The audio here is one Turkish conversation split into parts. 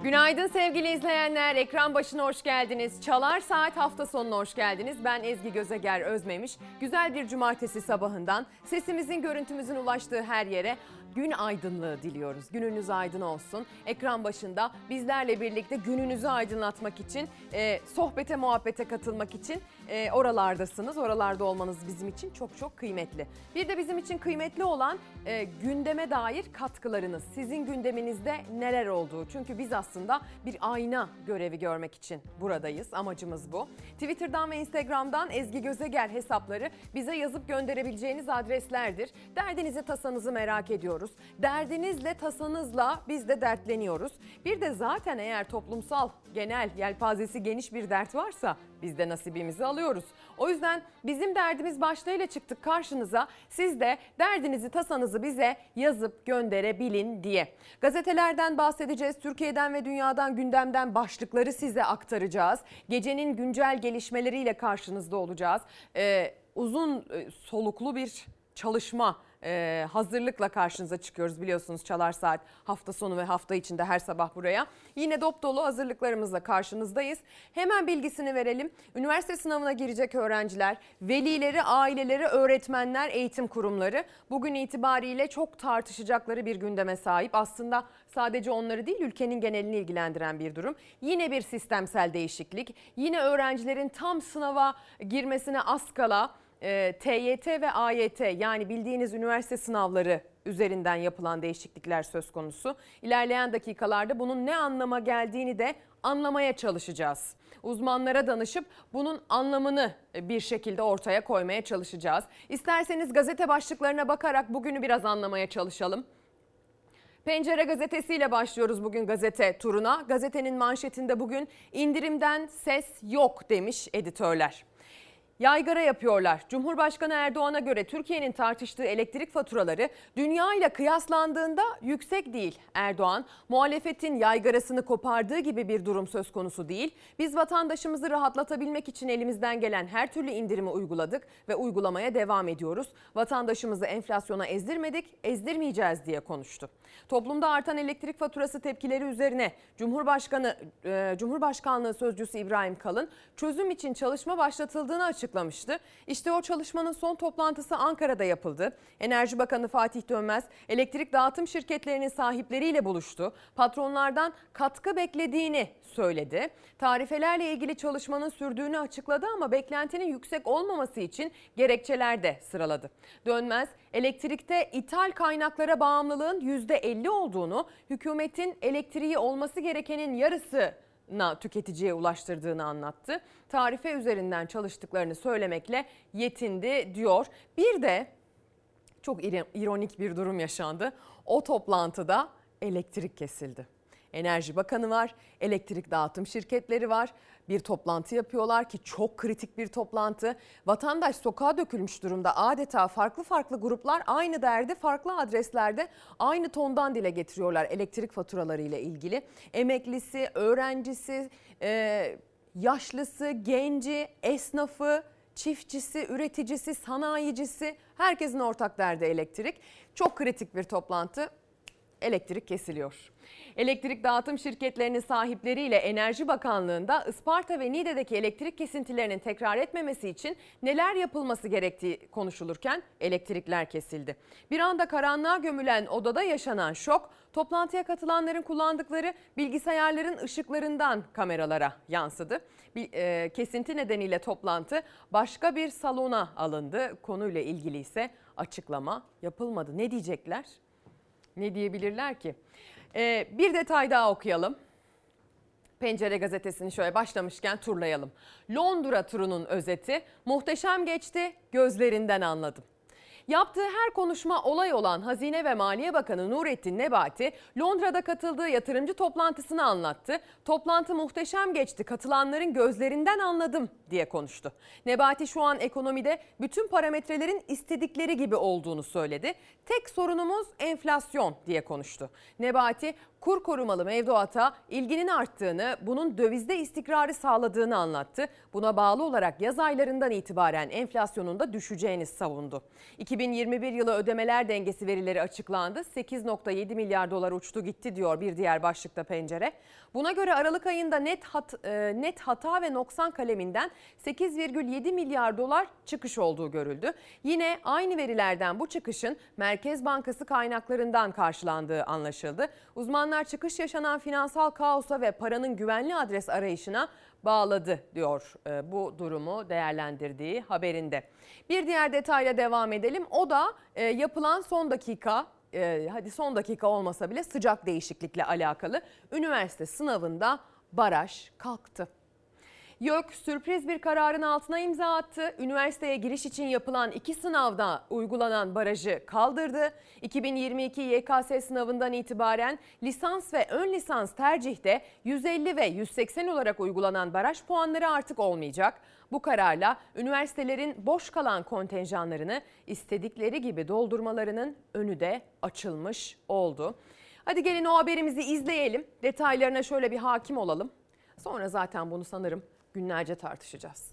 Günaydın sevgili izleyenler. Ekran başına hoş geldiniz. Çalar Saat hafta sonuna hoş geldiniz. Ben Ezgi Gözeger Özmemiş. Güzel bir cumartesi sabahından sesimizin, görüntümüzün ulaştığı her yere gün aydınlığı diliyoruz. Gününüz aydın olsun. Ekran başında bizlerle birlikte gününüzü aydınlatmak için, sohbete muhabbete katılmak için oralardasınız. Oralarda olmanız bizim için çok çok kıymetli. Bir de bizim için kıymetli olan gündeme dair katkılarınız. Sizin gündeminizde neler olduğu. Çünkü biz aslında bir ayna görevi görmek için buradayız. Amacımız bu. Twitter'dan ve Instagram'dan Ezgi Gözeger hesapları bize yazıp gönderebileceğiniz adreslerdir. Derdinizi, tasanızı merak ediyoruz. Derdinizle, tasanızla biz de dertleniyoruz. Bir de zaten eğer toplumsal, genel, yelpazesi geniş bir dert varsa biz de nasibimizi alıyoruz. O yüzden bizim derdimiz başlığıyla çıktık karşınıza. Siz de derdinizi, tasanızı bize yazıp gönderebilin diye. Gazetelerden bahsedeceğiz. Türkiye'den ve dünyadan, gündemden başlıkları size aktaracağız. Gecenin güncel gelişmeleriyle karşınızda olacağız. Uzun soluklu bir çalışma, hazırlıkla karşınıza çıkıyoruz. Biliyorsunuz Çalar Saat hafta sonu ve hafta içinde her sabah buraya. Yine dop dolu hazırlıklarımızla karşınızdayız. Hemen bilgisini verelim. Üniversite sınavına girecek öğrenciler, velileri, aileleri, öğretmenler, eğitim kurumları bugün itibariyle çok tartışacakları bir gündeme sahip. Aslında sadece onları değil, ülkenin genelini ilgilendiren bir durum. Yine bir sistemsel değişiklik. Yine öğrencilerin tam sınava girmesine az kala TYT ve AYT, yani bildiğiniz üniversite sınavları üzerinden yapılan değişiklikler söz konusu. İlerleyen dakikalarda bunun ne anlama geldiğini de anlamaya çalışacağız. Uzmanlara danışıp bunun anlamını bir şekilde ortaya koymaya çalışacağız. İsterseniz gazete başlıklarına bakarak bugünü biraz anlamaya çalışalım. Pencere gazetesiyle başlıyoruz bugün gazete turuna. Gazetenin manşetinde bugün indirimden ses yok demiş editörler. Yaygara yapıyorlar. Cumhurbaşkanı Erdoğan'a göre Türkiye'nin tartıştığı elektrik faturaları dünya ile kıyaslandığında yüksek değil. Erdoğan, muhalefetin yaygarasını kopardığı gibi bir durum söz konusu değil. Biz vatandaşımızı rahatlatabilmek için elimizden gelen her türlü indirimi uyguladık ve uygulamaya devam ediyoruz. Vatandaşımızı enflasyona ezdirmedik, ezdirmeyeceğiz diye konuştu. Toplumda artan elektrik faturası tepkileri üzerine Cumhurbaşkanlığı Sözcüsü İbrahim Kalın çözüm için çalışma başlatıldığını açıklamıştı. İşte o çalışmanın son toplantısı Ankara'da yapıldı. Enerji Bakanı Fatih Dönmez elektrik dağıtım şirketlerinin sahipleriyle buluştu. Patronlardan katkı beklediğini söyledi. Tarifelerle ilgili çalışmanın sürdüğünü açıkladı ama beklentinin yüksek olmaması için gerekçeler de sıraladı. Dönmez elektrikte ithal kaynaklara bağımlılığın %50 olduğunu, hükümetin elektriği olması gerekenin yarısına tüketiciye ulaştırdığını anlattı. Tarife üzerinden çalıştıklarını söylemekle yetindi diyor. Bir de çok ironik bir durum yaşandı. O toplantıda elektrik kesildi. Enerji Bakanı var, elektrik dağıtım şirketleri var. Bir toplantı yapıyorlar ki çok kritik bir toplantı. Vatandaş sokağa dökülmüş durumda. Adeta farklı gruplar aynı derdi farklı adreslerde aynı tondan dile getiriyorlar elektrik faturaları ile ilgili. Emeklisi, öğrencisi, yaşlısı, genci, esnafı, çiftçisi, üreticisi, sanayicisi, herkesin ortak derdi elektrik. Çok kritik bir toplantı. Elektrik kesiliyor. Elektrik dağıtım şirketlerinin sahipleriyle Enerji Bakanlığı'nda Isparta ve Niğde'deki elektrik kesintilerinin tekrar etmemesi için neler yapılması gerektiği konuşulurken elektrikler kesildi. Bir anda karanlığa gömülen odada yaşanan şok, toplantıya katılanların kullandıkları bilgisayarların ışıklarından kameralara yansıdı. Kesinti nedeniyle toplantı başka bir salona alındı. Konuyla ilgili ise açıklama yapılmadı. Ne diyecekler? Ne diyebilirler ki? Bir detay daha okuyalım. Pencere gazetesini şöyle başlamışken turlayalım. Londra turunun özeti, muhteşem geçti, gözlerinden anladım. Yaptığı her konuşma olay olan Hazine ve Maliye Bakanı Nurettin Nebati, Londra'da katıldığı yatırımcı toplantısını anlattı. Toplantı muhteşem geçti, katılanların gözlerinden anladım diye konuştu. Nebati şu an ekonomide bütün parametrelerin istedikleri gibi olduğunu söyledi. Tek sorunumuz enflasyon diye konuştu. Nebati kur korumalı mevduata ilginin arttığını, bunun dövizde istikrarı sağladığını anlattı. Buna bağlı olarak yaz aylarından itibaren enflasyonun da düşeceğini savundu. 2021 yılı ödemeler dengesi verileri açıklandı. 8,7 milyar dolar uçtu gitti diyor bir diğer başlıkta Pencere. Buna göre Aralık ayında net hata ve noksan kaleminden 8,7 milyar dolar çıkış olduğu görüldü. Yine aynı verilerden bu çıkışın Merkez Bankası kaynaklarından karşılandığı anlaşıldı. Uzmanlar çıkış yaşanan finansal kaosa ve paranın güvenli adres arayışına bağladı diyor bu durumu değerlendirdiği haberinde. Bir diğer detayla devam edelim. O da yapılan son dakika, hadi son dakika olmasa bile sıcak değişiklikle alakalı. Üniversite sınavında baraj kalktı. YÖK sürpriz bir kararın altına imza attı. Üniversiteye giriş için yapılan 2 sınavda uygulanan barajı kaldırdı. 2022 YKS sınavından itibaren lisans ve ön lisans tercihte 150 ve 180 olarak uygulanan baraj puanları artık olmayacak. Bu kararla üniversitelerin boş kalan kontenjanlarını istedikleri gibi doldurmalarının önü de açılmış oldu. Hadi gelin o haberimizi izleyelim. Detaylarına şöyle bir hakim olalım. Sonra zaten bunu sanırım günlerce tartışacağız.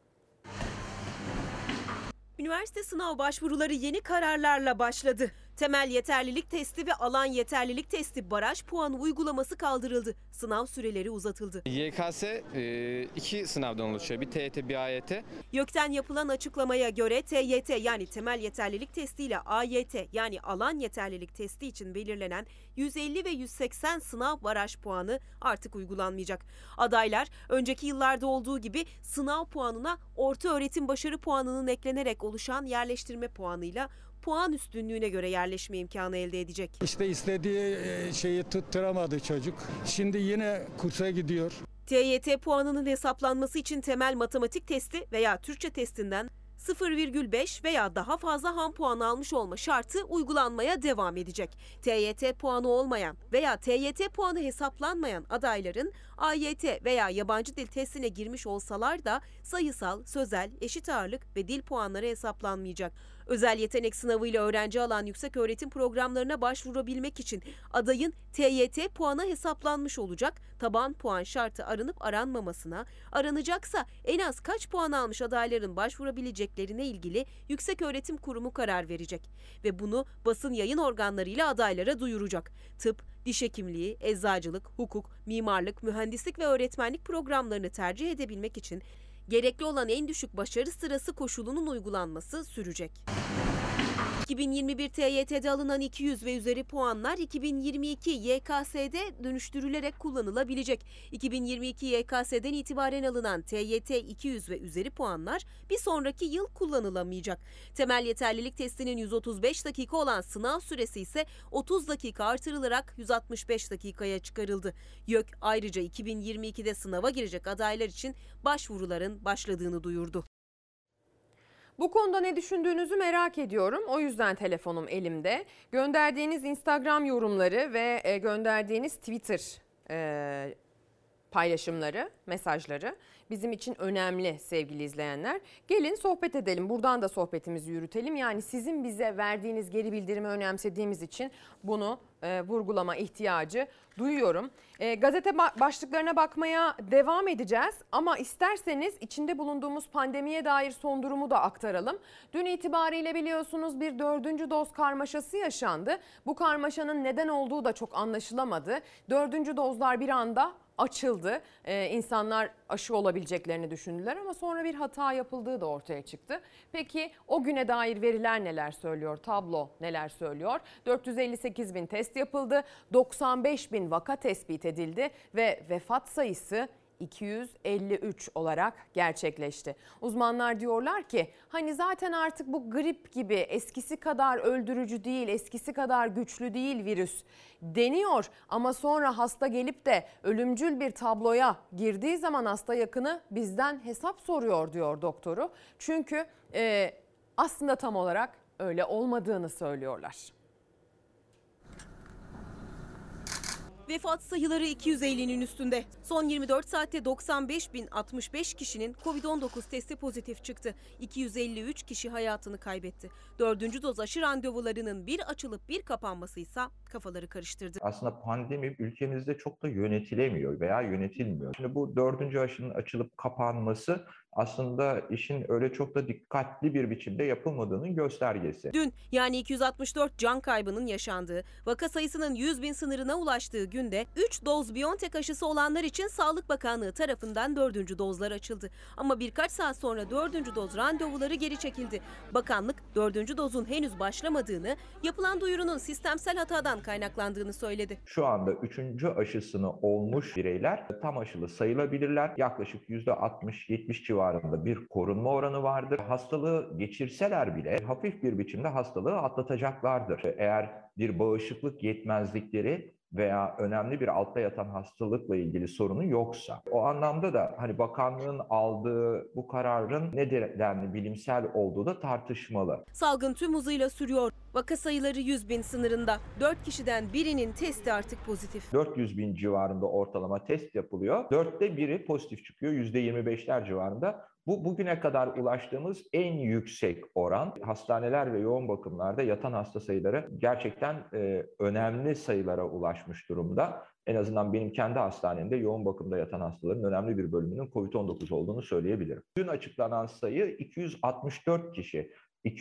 Üniversite sınav başvuruları yeni kararlarla başladı. Temel yeterlilik testi ve alan yeterlilik testi baraj puanı uygulaması kaldırıldı. Sınav süreleri uzatıldı. YKS 2 sınavdan oluşuyor. Bir TYT, bir AYT. YÖK'ten yapılan açıklamaya göre TYT yani temel yeterlilik testi ile AYT yani alan yeterlilik testi için belirlenen 150 ve 180 sınav baraj puanı artık uygulanmayacak. Adaylar önceki yıllarda olduğu gibi sınav puanına ortaöğretim başarı puanının eklenerek oluşan yerleştirme puanıyla puan üstünlüğüne göre yerleşme imkanı elde edecek. İşte istediği şeyi tutturamadı çocuk. Şimdi yine kursa gidiyor. TYT puanının hesaplanması için temel matematik testi veya Türkçe testinden 0,5 veya daha fazla ham puan almış olma şartı uygulanmaya devam edecek. TYT puanı olmayan veya TYT puanı hesaplanmayan adayların AYT veya yabancı dil testine girmiş olsalar da sayısal, sözel, eşit ağırlık ve dil puanları hesaplanmayacak. Özel yetenek sınavıyla öğrenci alan yükseköğretim programlarına başvurabilmek için adayın TYT puanı hesaplanmış olacak. Taban puan şartı aranıp aranmamasına, aranacaksa en az kaç puan almış adayların başvurabileceklerine ilgili Yükseköğretim Kurumu karar verecek. Ve bunu basın yayın organlarıyla adaylara duyuracak. Tıp, diş hekimliği, eczacılık, hukuk, mimarlık, mühendislik ve öğretmenlik programlarını tercih edebilmek için gerekli olan en düşük başarı sırası koşulunun uygulanması sürecek. 2021 TYT'de alınan 200 ve üzeri puanlar 2022 YKS'de dönüştürülerek kullanılabilecek. 2022 YKS'den itibaren alınan TYT 200 ve üzeri puanlar bir sonraki yıl kullanılamayacak. Temel yeterlilik testinin 135 dakika olan sınav süresi ise 30 dakika artırılarak 165 dakikaya çıkarıldı. YÖK ayrıca 2022'de sınava girecek adaylar için başvuruların başladığını duyurdu. Bu konuda ne düşündüğünüzü merak ediyorum. O yüzden telefonum elimde. Gönderdiğiniz Instagram yorumları ve gönderdiğiniz Twitter paylaşımları, mesajları bizim için önemli sevgili izleyenler. Gelin sohbet edelim. Buradan da sohbetimizi yürütelim. Yani sizin bize verdiğiniz geri bildirimi önemsediğimiz için bunu vurgulama ihtiyacı duyuyorum. Gazete başlıklarına bakmaya devam edeceğiz ama isterseniz içinde bulunduğumuz pandemiye dair son durumu da aktaralım. Dün itibariyle biliyorsunuz bir 4. doz karmaşası yaşandı. Bu karmaşanın neden olduğu da çok anlaşılamadı. 4. dozlar bir anda açıldı. İnsanlar aşı olabileceklerini düşündüler ama sonra bir hata yapıldığı da ortaya çıktı. Peki o güne dair veriler neler söylüyor? Tablo neler söylüyor? 458 bin test yapıldı. 95 bin vaka tespit edildi ve vefat sayısı 253 olarak gerçekleşti. Uzmanlar diyorlar ki hani zaten artık bu grip gibi eskisi kadar öldürücü değil, eskisi kadar güçlü değil virüs deniyor. Ama sonra hasta gelip de ölümcül bir tabloya girdiği zaman hasta yakını bizden hesap soruyor diyor doktoru. Çünkü aslında tam olarak öyle olmadığını söylüyorlar. Vefat sayıları 250'nin üstünde. Son 24 saatte 95.065 kişinin Covid-19 testi pozitif çıktı. 253 kişi hayatını kaybetti. 4. doz aşı randevularının bir açılıp bir kapanmasıysa kafaları karıştırdı. Aslında pandemi ülkemizde çok da yönetilemiyor veya yönetilmiyor. Şimdi bu 4. aşının açılıp kapanması aslında işin öyle çok da dikkatli bir biçimde yapılmadığının göstergesi. Dün yani 264 can kaybının yaşandığı, vaka sayısının 100.000 sınırına ulaştığı günde 3 doz BioNTech aşısı olanlar için Sağlık Bakanlığı tarafından 4. dozlar açıldı. Ama birkaç saat sonra 4. doz randevuları geri çekildi. Bakanlık 4. dozun henüz başlamadığını, yapılan duyurunun sistemsel hatadan kaynaklandığını söyledi. Şu anda 3. aşısını olmuş bireyler tam aşılı sayılabilirler. Yaklaşık %60-70 civarında bir korunma oranı vardır. Hastalığı geçirseler bile hafif bir biçimde hastalığı atlatacaklardır. Eğer bir bağışıklık yetmezlikleri veya önemli bir altta yatan hastalıkla ilgili sorunu yoksa. O anlamda da hani bakanlığın aldığı bu kararın ne denli bilimsel olduğu da tartışmalı. Salgın tüm hızıyla sürüyor. Vaka sayıları 100.000 sınırında. 4 kişiden birinin testi artık pozitif. 400.000 civarında ortalama test yapılıyor. 4'te biri pozitif çıkıyor. %25'ler civarında. Bu bugüne kadar ulaştığımız en yüksek oran. Hastaneler ve yoğun bakımlarda yatan hasta sayıları gerçekten önemli sayılara ulaşmış durumda. En azından benim kendi hastanemde yoğun bakımda yatan hastaların önemli bir bölümünün COVID-19 olduğunu söyleyebilirim. Dün açıklanan sayı 264 kişi.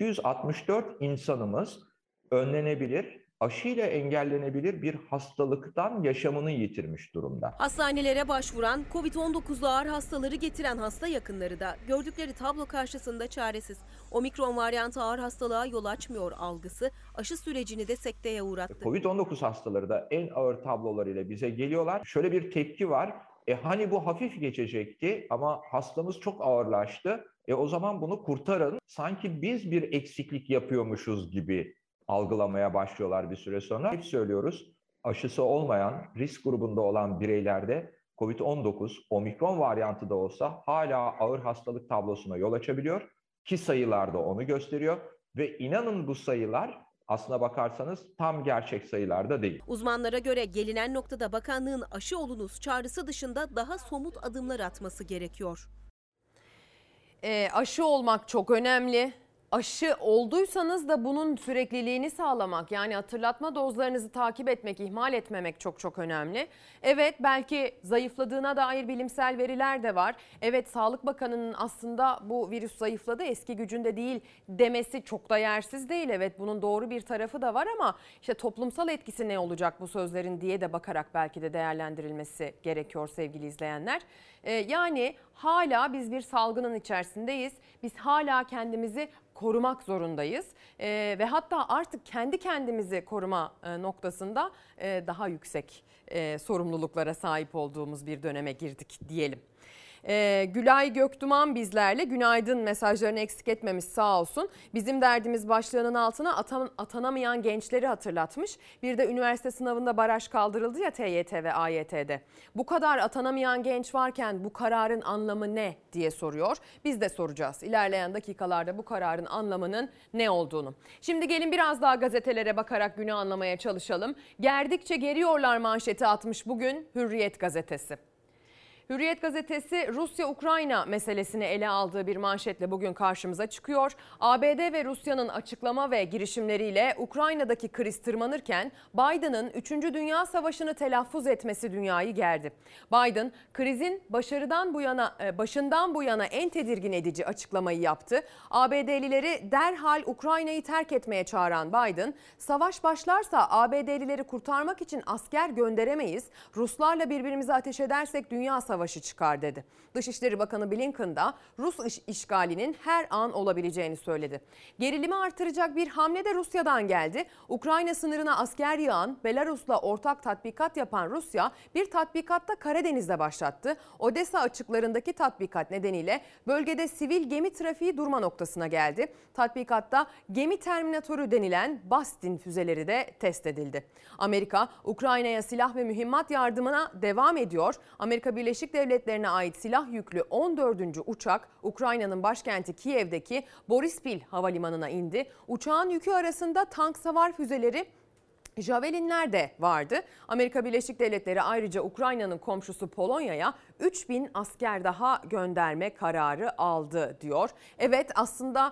264 insanımız önlenebilir, aşıyla engellenebilir bir hastalıktan yaşamını yitirmiş durumda. Hastanelere başvuran, Covid-19'lu ağır hastaları getiren hasta yakınları da gördükleri tablo karşısında çaresiz. Omikron varyantı ağır hastalığa yol açmıyor algısı aşı sürecini de sekteye uğrattı. Covid-19 hastaları da en ağır tablolarıyla bize geliyorlar. Şöyle bir tepki var. Hani bu hafif geçecekti ama hastamız çok ağırlaştı. O zaman bunu kurtarın. Sanki biz bir eksiklik yapıyormuşuz gibi algılamaya başlıyorlar bir süre sonra. Hep söylüyoruz, aşısı olmayan, risk grubunda olan bireylerde COVID-19, omikron varyantı da olsa hala ağır hastalık tablosuna yol açabiliyor. Ki sayılar da onu gösteriyor. Ve inanın bu sayılar aslına bakarsanız tam gerçek sayılarda değil. Uzmanlara göre gelinen noktada bakanlığın aşı olunuz çağrısı dışında daha somut adımlar atması gerekiyor. Aşı olmak çok önemli. Aşı olduysanız da bunun sürekliliğini sağlamak, yani hatırlatma dozlarınızı takip etmek, ihmal etmemek çok çok önemli. Evet, belki zayıfladığına dair bilimsel veriler de var. Evet, Sağlık Bakanı'nın aslında bu virüs zayıfladı, eski gücünde değil demesi çok da yersiz değil. Evet, bunun doğru bir tarafı da var ama işte toplumsal etkisi ne olacak bu sözlerin diye de bakarak belki de değerlendirilmesi gerekiyor sevgili izleyenler. Yani hala biz bir salgının içerisindeyiz. Biz hala kendimizi korumak zorundayız ve hatta artık kendi kendimizi koruma noktasında daha yüksek sorumluluklara sahip olduğumuz bir döneme girdik diyelim. Gülay Göktuman bizlerle. Günaydın, mesajlarını eksik etmemiş sağ olsun. Bizim derdimiz başlığının altına atanamayan gençleri hatırlatmış. Bir de üniversite sınavında baraj kaldırıldı ya TYT ve AYT'de. Bu kadar atanamayan genç varken bu kararın anlamı ne diye soruyor. Biz de soracağız ilerleyen dakikalarda bu kararın anlamının ne olduğunu. Şimdi gelin biraz daha gazetelere bakarak günü anlamaya çalışalım. Gerdikçe geriyorlar manşeti atmış bugün Hürriyet gazetesi. Hürriyet gazetesi Rusya-Ukrayna meselesini ele aldığı bir manşetle bugün karşımıza çıkıyor. ABD ve Rusya'nın açıklama ve girişimleriyle Ukrayna'daki kriz tırmanırken Biden'ın 3. Dünya Savaşı'nı telaffuz etmesi dünyayı gerdi. Biden krizin başından bu yana en tedirgin edici açıklamayı yaptı. ABD'lileri derhal Ukrayna'yı terk etmeye çağıran Biden, savaş başlarsa ABD'lileri kurtarmak için asker gönderemeyiz. Ruslarla birbirimize ateş edersek dünya savaşı çıkar dedi. Dışişleri Bakanı Blinken da Rus işgalinin her an olabileceğini söyledi. Gerilimi artıracak bir hamle de Rusya'dan geldi. Ukrayna sınırına asker yağan, Belarus'la ortak tatbikat yapan Rusya bir tatbikatta Karadeniz'de başlattı. Odessa açıklarındaki tatbikat nedeniyle bölgede sivil gemi trafiği durma noktasına geldi. Tatbikatta gemi terminatörü denilen Bastin füzeleri de test edildi. Amerika, Ukrayna'ya silah ve mühimmat yardımına devam ediyor. Amerika Birleşik Devletleri'ne ait silah yüklü 14. uçak Ukrayna'nın başkenti Kiev'deki Borispil havalimanına indi. Uçağın yükü arasında tank savar füzeleri, Javelinler de vardı. Amerika Birleşik Devletleri ayrıca Ukrayna'nın komşusu Polonya'ya 3000 asker daha gönderme kararı aldı diyor. Evet, aslında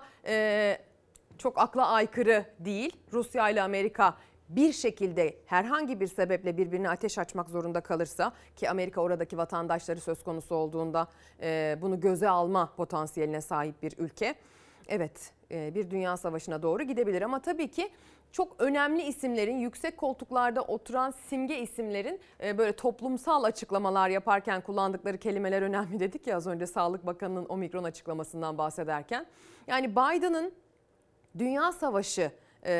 çok akla aykırı değil. Rusya ile Amerika bir şekilde herhangi bir sebeple birbirine ateş açmak zorunda kalırsa, ki Amerika oradaki vatandaşları söz konusu olduğunda bunu göze alma potansiyeline sahip bir ülke. Evet, bir dünya savaşına doğru gidebilir ama tabii ki çok önemli isimlerin, yüksek koltuklarda oturan simge isimlerin böyle toplumsal açıklamalar yaparken kullandıkları kelimeler önemli dedik ya az önce Sağlık Bakanı'nın omikron açıklamasından bahsederken. Yani Biden'ın dünya savaşı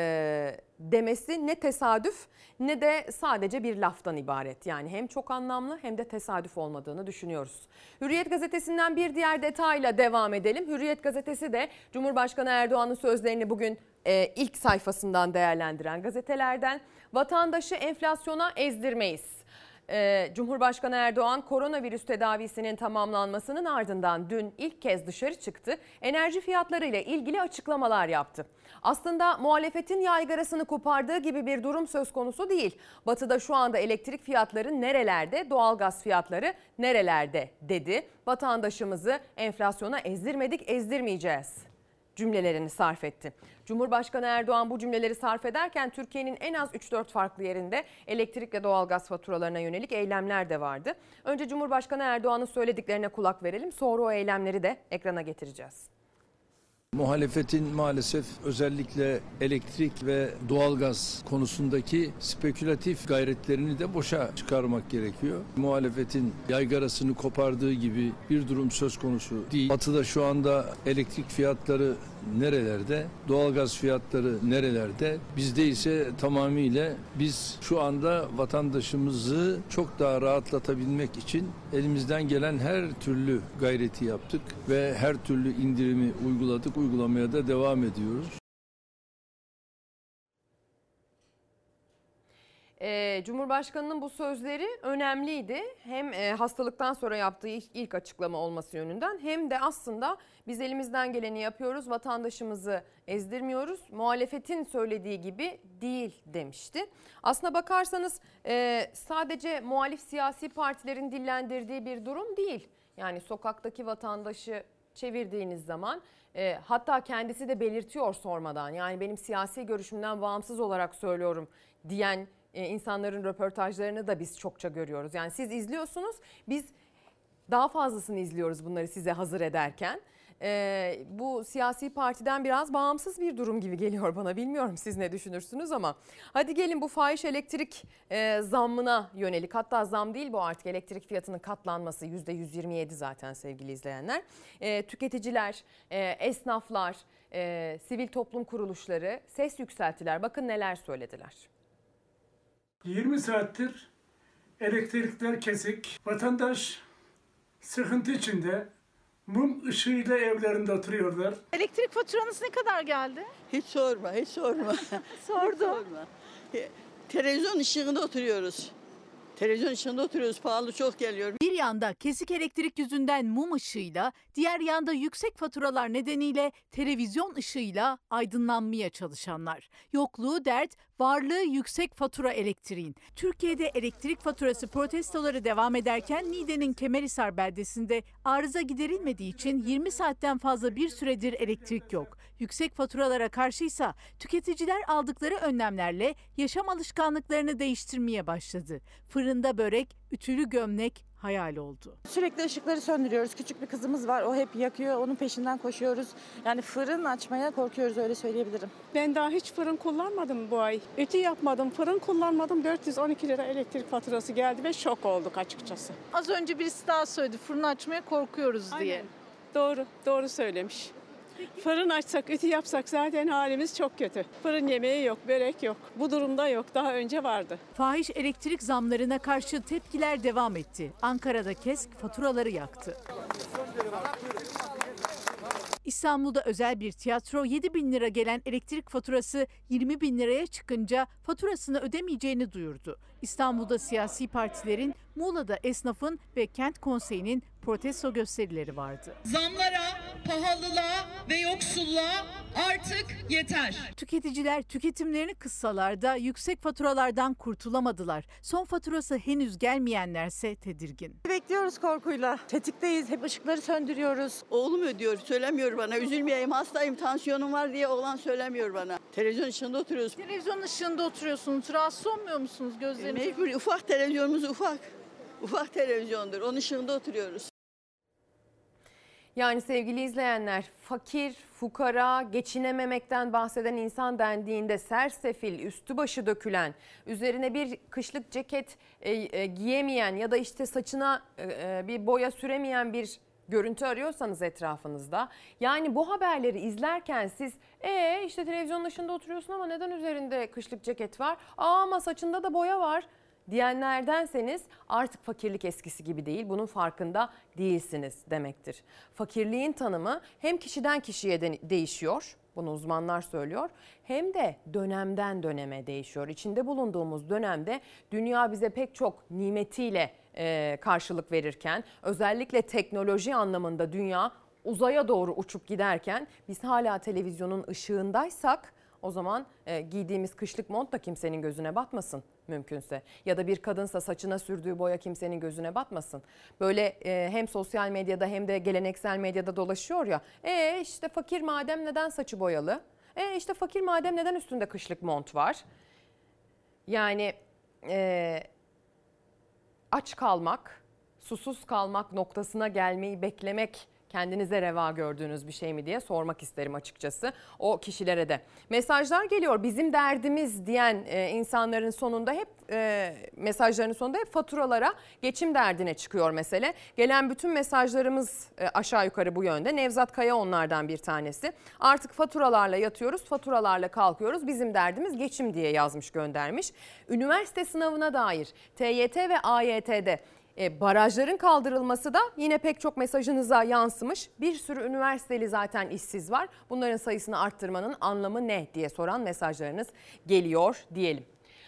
demesi ne tesadüf ne de sadece bir laftan ibaret. Yani hem çok anlamlı hem de tesadüf olmadığını düşünüyoruz. Hürriyet gazetesinden bir diğer detayla devam edelim. Hürriyet gazetesi de Cumhurbaşkanı Erdoğan'ın sözlerini bugün ilk sayfasından değerlendiren gazetelerden. Vatandaşı enflasyona ezdirmeyiz. Cumhurbaşkanı Erdoğan koronavirüs tedavisinin tamamlanmasının ardından dün ilk kez dışarı çıktı. Enerji fiyatları ile ilgili açıklamalar yaptı. Aslında muhalefetin yaygarasını kopardığı gibi bir durum söz konusu değil. Batı'da şu anda elektrik fiyatları nerelerde, doğalgaz fiyatları nerelerde dedi. Vatandaşımızı enflasyona ezdirmedik, ezdirmeyeceğiz cümlelerini sarf etti. Cumhurbaşkanı Erdoğan bu cümleleri sarf ederken Türkiye'nin en az 3-4 farklı yerinde elektrik ve doğalgaz faturalarına yönelik eylemler de vardı. Önce Cumhurbaşkanı Erdoğan'ın söylediklerine kulak verelim, sonra o eylemleri de ekrana getireceğiz. Muhalefetin maalesef özellikle elektrik ve doğalgaz konusundaki spekülatif gayretlerini de boşa çıkarmak gerekiyor. Muhalefetin yaygarasını kopardığı gibi bir durum söz konusu değil. Batı'da şu anda elektrik fiyatları nerelerde, doğalgaz fiyatları nerelerde? Bizde ise tamamıyla biz şu anda vatandaşımızı çok daha rahatlatabilmek için elimizden gelen her türlü gayreti yaptık ve her türlü indirimi uyguladık, uygulamaya da devam ediyoruz. Cumhurbaşkanının bu sözleri önemliydi. Hem hastalıktan sonra yaptığı ilk açıklama olması yönünden hem de aslında biz elimizden geleni yapıyoruz, vatandaşımızı ezdirmiyoruz. Muhalefetin söylediği gibi değil demişti. Aslına bakarsanız sadece muhalif siyasi partilerin dillendirdiği bir durum değil. Yani sokaktaki vatandaşı çevirdiğiniz zaman hatta kendisi de belirtiyor sormadan. Yani benim siyasi görüşümden bağımsız olarak söylüyorum diyen insanların röportajlarını da biz çokça görüyoruz. Yani siz izliyorsunuz, biz daha fazlasını izliyoruz bunları size hazır ederken. Bu siyasi partiden biraz bağımsız bir durum gibi geliyor bana. Bilmiyorum siz ne düşünürsünüz ama. Hadi gelin bu fahiş elektrik zammına yönelik, hatta zam değil bu artık, elektrik fiyatının katlanması %127 zaten sevgili izleyenler. Tüketiciler, esnaflar, sivil toplum kuruluşları ses yükselttiler. Bakın neler söylediler. 20 saattir elektrikler kesik. Vatandaş sıkıntı içinde. Mum ışığıyla evlerinde oturuyorlar. Elektrik faturanız ne kadar geldi? Hiç sorma, hiç sorma. Sordum. Hiç sorma. Televizyon ışığında oturuyoruz. Televizyon ışığında oturuyoruz. Pahalı çok geliyor. Bir yanda kesik elektrik yüzünden mum ışığıyla, diğer yanda yüksek faturalar nedeniyle televizyon ışığıyla aydınlanmaya çalışanlar. Yokluğu dert, varlığı yüksek fatura elektriğin. Türkiye'de elektrik faturası protestoları devam ederken Niğde'nin Kemerhisar beldesinde arıza giderilmediği için 20 saatten fazla bir süredir elektrik yok. Yüksek faturalara karşıysa tüketiciler aldıkları önlemlerle yaşam alışkanlıklarını değiştirmeye başladı. Fırında börek, ütülü gömlek hayal oldu. Sürekli ışıkları söndürüyoruz. Küçük bir kızımız var. O hep yakıyor. Onun peşinden koşuyoruz. Yani fırın açmaya korkuyoruz, öyle söyleyebilirim. Ben daha hiç fırın kullanmadım bu ay. Ütü yapmadım, fırın kullanmadım. 412 lira elektrik faturası geldi ve şok olduk açıkçası. Az önce birisi daha söyledi, fırını açmaya korkuyoruz diye. Aynen. Doğru söylemiş. Fırın açsak, ütü yapsak zaten halimiz çok kötü. Fırın yemeği yok, börek yok. Bu durumda yok. Daha önce vardı. Fahiş elektrik zamlarına karşı tepkiler devam etti. Ankara'da KESK faturaları yaktı. İstanbul'da özel bir tiyatro 7.000 lira gelen elektrik faturası 20.000 liraya çıkınca faturasını ödemeyeceğini duyurdu. İstanbul'da siyasi partilerin Muğla'da esnafın ve kent konseyinin protesto gösterileri vardı. Zamlara, pahalılığa ve yoksulluğa artık yeter. Tüketiciler tüketimlerini kıssalar da yüksek faturalardan kurtulamadılar. Son faturası henüz gelmeyenlerse tedirgin. Bekliyoruz korkuyla. Tetikteyiz. Hep ışıkları söndürüyoruz. Oğlum ödüyor, söylemiyor bana. Üzülmeyeyim, hastayım, tansiyonum var diye oğlan söylemiyor bana. Televizyon ışığında oturuyoruz. Televizyon ışığında oturuyorsunuz. Rahatsız olmuyor musunuz gözleriniz? Mecbur, ufak televizyonumuz ufak. Ufak televizyondur. Onun ışığında oturuyoruz. Yani sevgili izleyenler, fakir, fukara, geçinememekten bahseden insan dendiğinde sersefil, üstü başı dökülen, üzerine bir kışlık ceket giyemeyen ya da işte saçına bir boya süremeyen bir görüntü arıyorsanız etrafınızda, yani bu haberleri izlerken siz işte televizyonun ışığında oturuyorsun ama neden üzerinde kışlık ceket var? Ama saçında da boya var diyenlerdenseniz artık fakirlik eskisi gibi değil, bunun farkında değilsiniz demektir. Fakirliğin tanımı hem kişiden kişiye değişiyor, bunu uzmanlar söylüyor, hem de dönemden döneme değişiyor. İçinde bulunduğumuz dönemde dünya bize pek çok nimetiyle karşılık verirken, özellikle teknoloji anlamında dünya uzaya doğru uçup giderken biz hala televizyonun ışığındaysak, o zaman giydiğimiz kışlık mont da kimsenin gözüne batmasın mümkünse. Ya da bir kadınsa saçına sürdüğü boya kimsenin gözüne batmasın. Böyle hem sosyal medyada hem de geleneksel medyada dolaşıyor ya. İşte fakir madem neden saçı boyalı? İşte fakir madem neden üstünde kışlık mont var? Yani aç kalmak, susuz kalmak noktasına gelmeyi beklemek kendinize reva gördüğünüz bir şey mi diye sormak isterim açıkçası o kişilere de. Mesajlar geliyor, bizim derdimiz diyen insanların sonunda hep mesajlarının sonunda hep faturalara, geçim derdine çıkıyor mesele. Gelen bütün mesajlarımız aşağı yukarı bu yönde. Nevzat Kaya onlardan bir tanesi. Artık faturalarla yatıyoruz, faturalarla kalkıyoruz. Bizim derdimiz geçim diye yazmış, göndermiş. Üniversite sınavına dair TYT ve AYT'de barajların kaldırılması da yine pek çok mesajınıza yansımış. Bir sürü üniversiteli zaten işsiz var. Bunların sayısını arttırmanın anlamı ne diye soran mesajlarınız geliyor diyelim.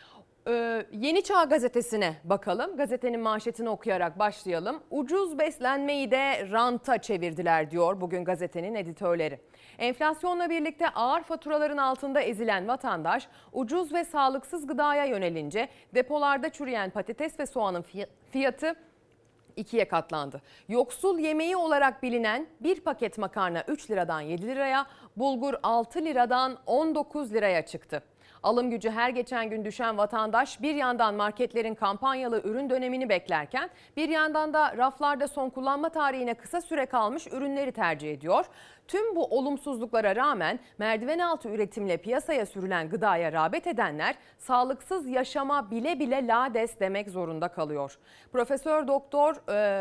Yeni Çağ gazetesine bakalım. Gazetenin manşetini okuyarak başlayalım. Ucuz beslenmeyi de ranta çevirdiler diyor bugün gazetenin editörleri. Enflasyonla birlikte ağır faturaların altında ezilen vatandaş ucuz ve sağlıksız gıdaya yönelince depolarda çürüyen patates ve soğanın fiyatı 2'ye katlandı. Yoksul yemeği olarak bilinen bir paket makarna 3 liradan 7 liraya, bulgur 6 liradan 19 liraya çıktı. Alım gücü her geçen gün düşen vatandaş bir yandan marketlerin kampanyalı ürün dönemini beklerken bir yandan da raflarda son kullanma tarihine kısa süre kalmış ürünleri tercih ediyor. Tüm bu olumsuzluklara rağmen merdiven altı üretimle piyasaya sürülen gıdaya rağbet edenler sağlıksız yaşama bile bile lades demek zorunda kalıyor. Profesör Doktor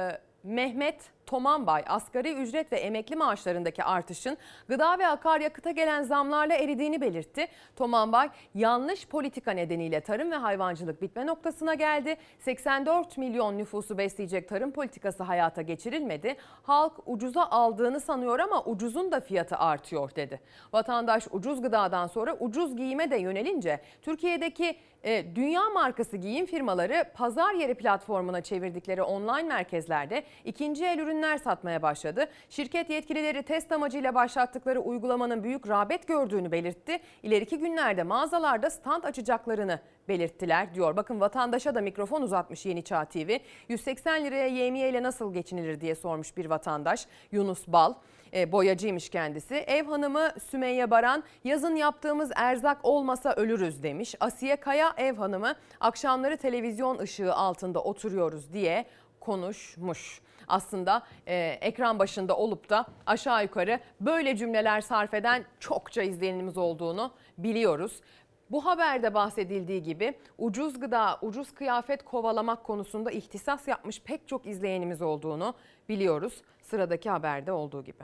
Mehmet Tomanbay asgari ücret ve emekli maaşlarındaki artışın gıda ve akaryakıta gelen zamlarla eridiğini belirtti. Tomanbay yanlış politika nedeniyle tarım ve hayvancılık bitme noktasına geldi. 84 milyon nüfusu besleyecek tarım politikası hayata geçirilmedi. Halk ucuza aldığını sanıyor ama ucuzun da fiyatı artıyor dedi. Vatandaş ucuz gıdadan sonra ucuz giyime de yönelince Türkiye'deki dünya markası giyim firmaları pazar yeri platformuna çevirdikleri online merkezlerde ikinci el ürünler satmaya başladı. Şirket yetkilileri test amacıyla başlattıkları uygulamanın büyük rağbet gördüğünü belirtti. İleriki günlerde mağazalarda stand açacaklarını belirttiler diyor. Bakın vatandaşa da mikrofon uzatmış Yeni Çağ TV. 180 liraya yevmiye ile nasıl geçinilir diye sormuş bir vatandaş. Yunus Bal. Boyacıymış kendisi. Ev hanımı Sümeyye Baran, yazın yaptığımız erzak olmasa ölürüz demiş. Asiye Kaya ev hanımı, akşamları televizyon ışığı altında oturuyoruz diye konuşmuş. Aslında ekran başında olup da aşağı yukarı böyle cümleler sarf eden çokça izleyenimiz olduğunu biliyoruz. Bu haberde bahsedildiği gibi ucuz gıda, ucuz kıyafet kovalamak konusunda ihtisas yapmış pek çok izleyenimiz olduğunu biliyoruz. Sıradaki haberde olduğu gibi.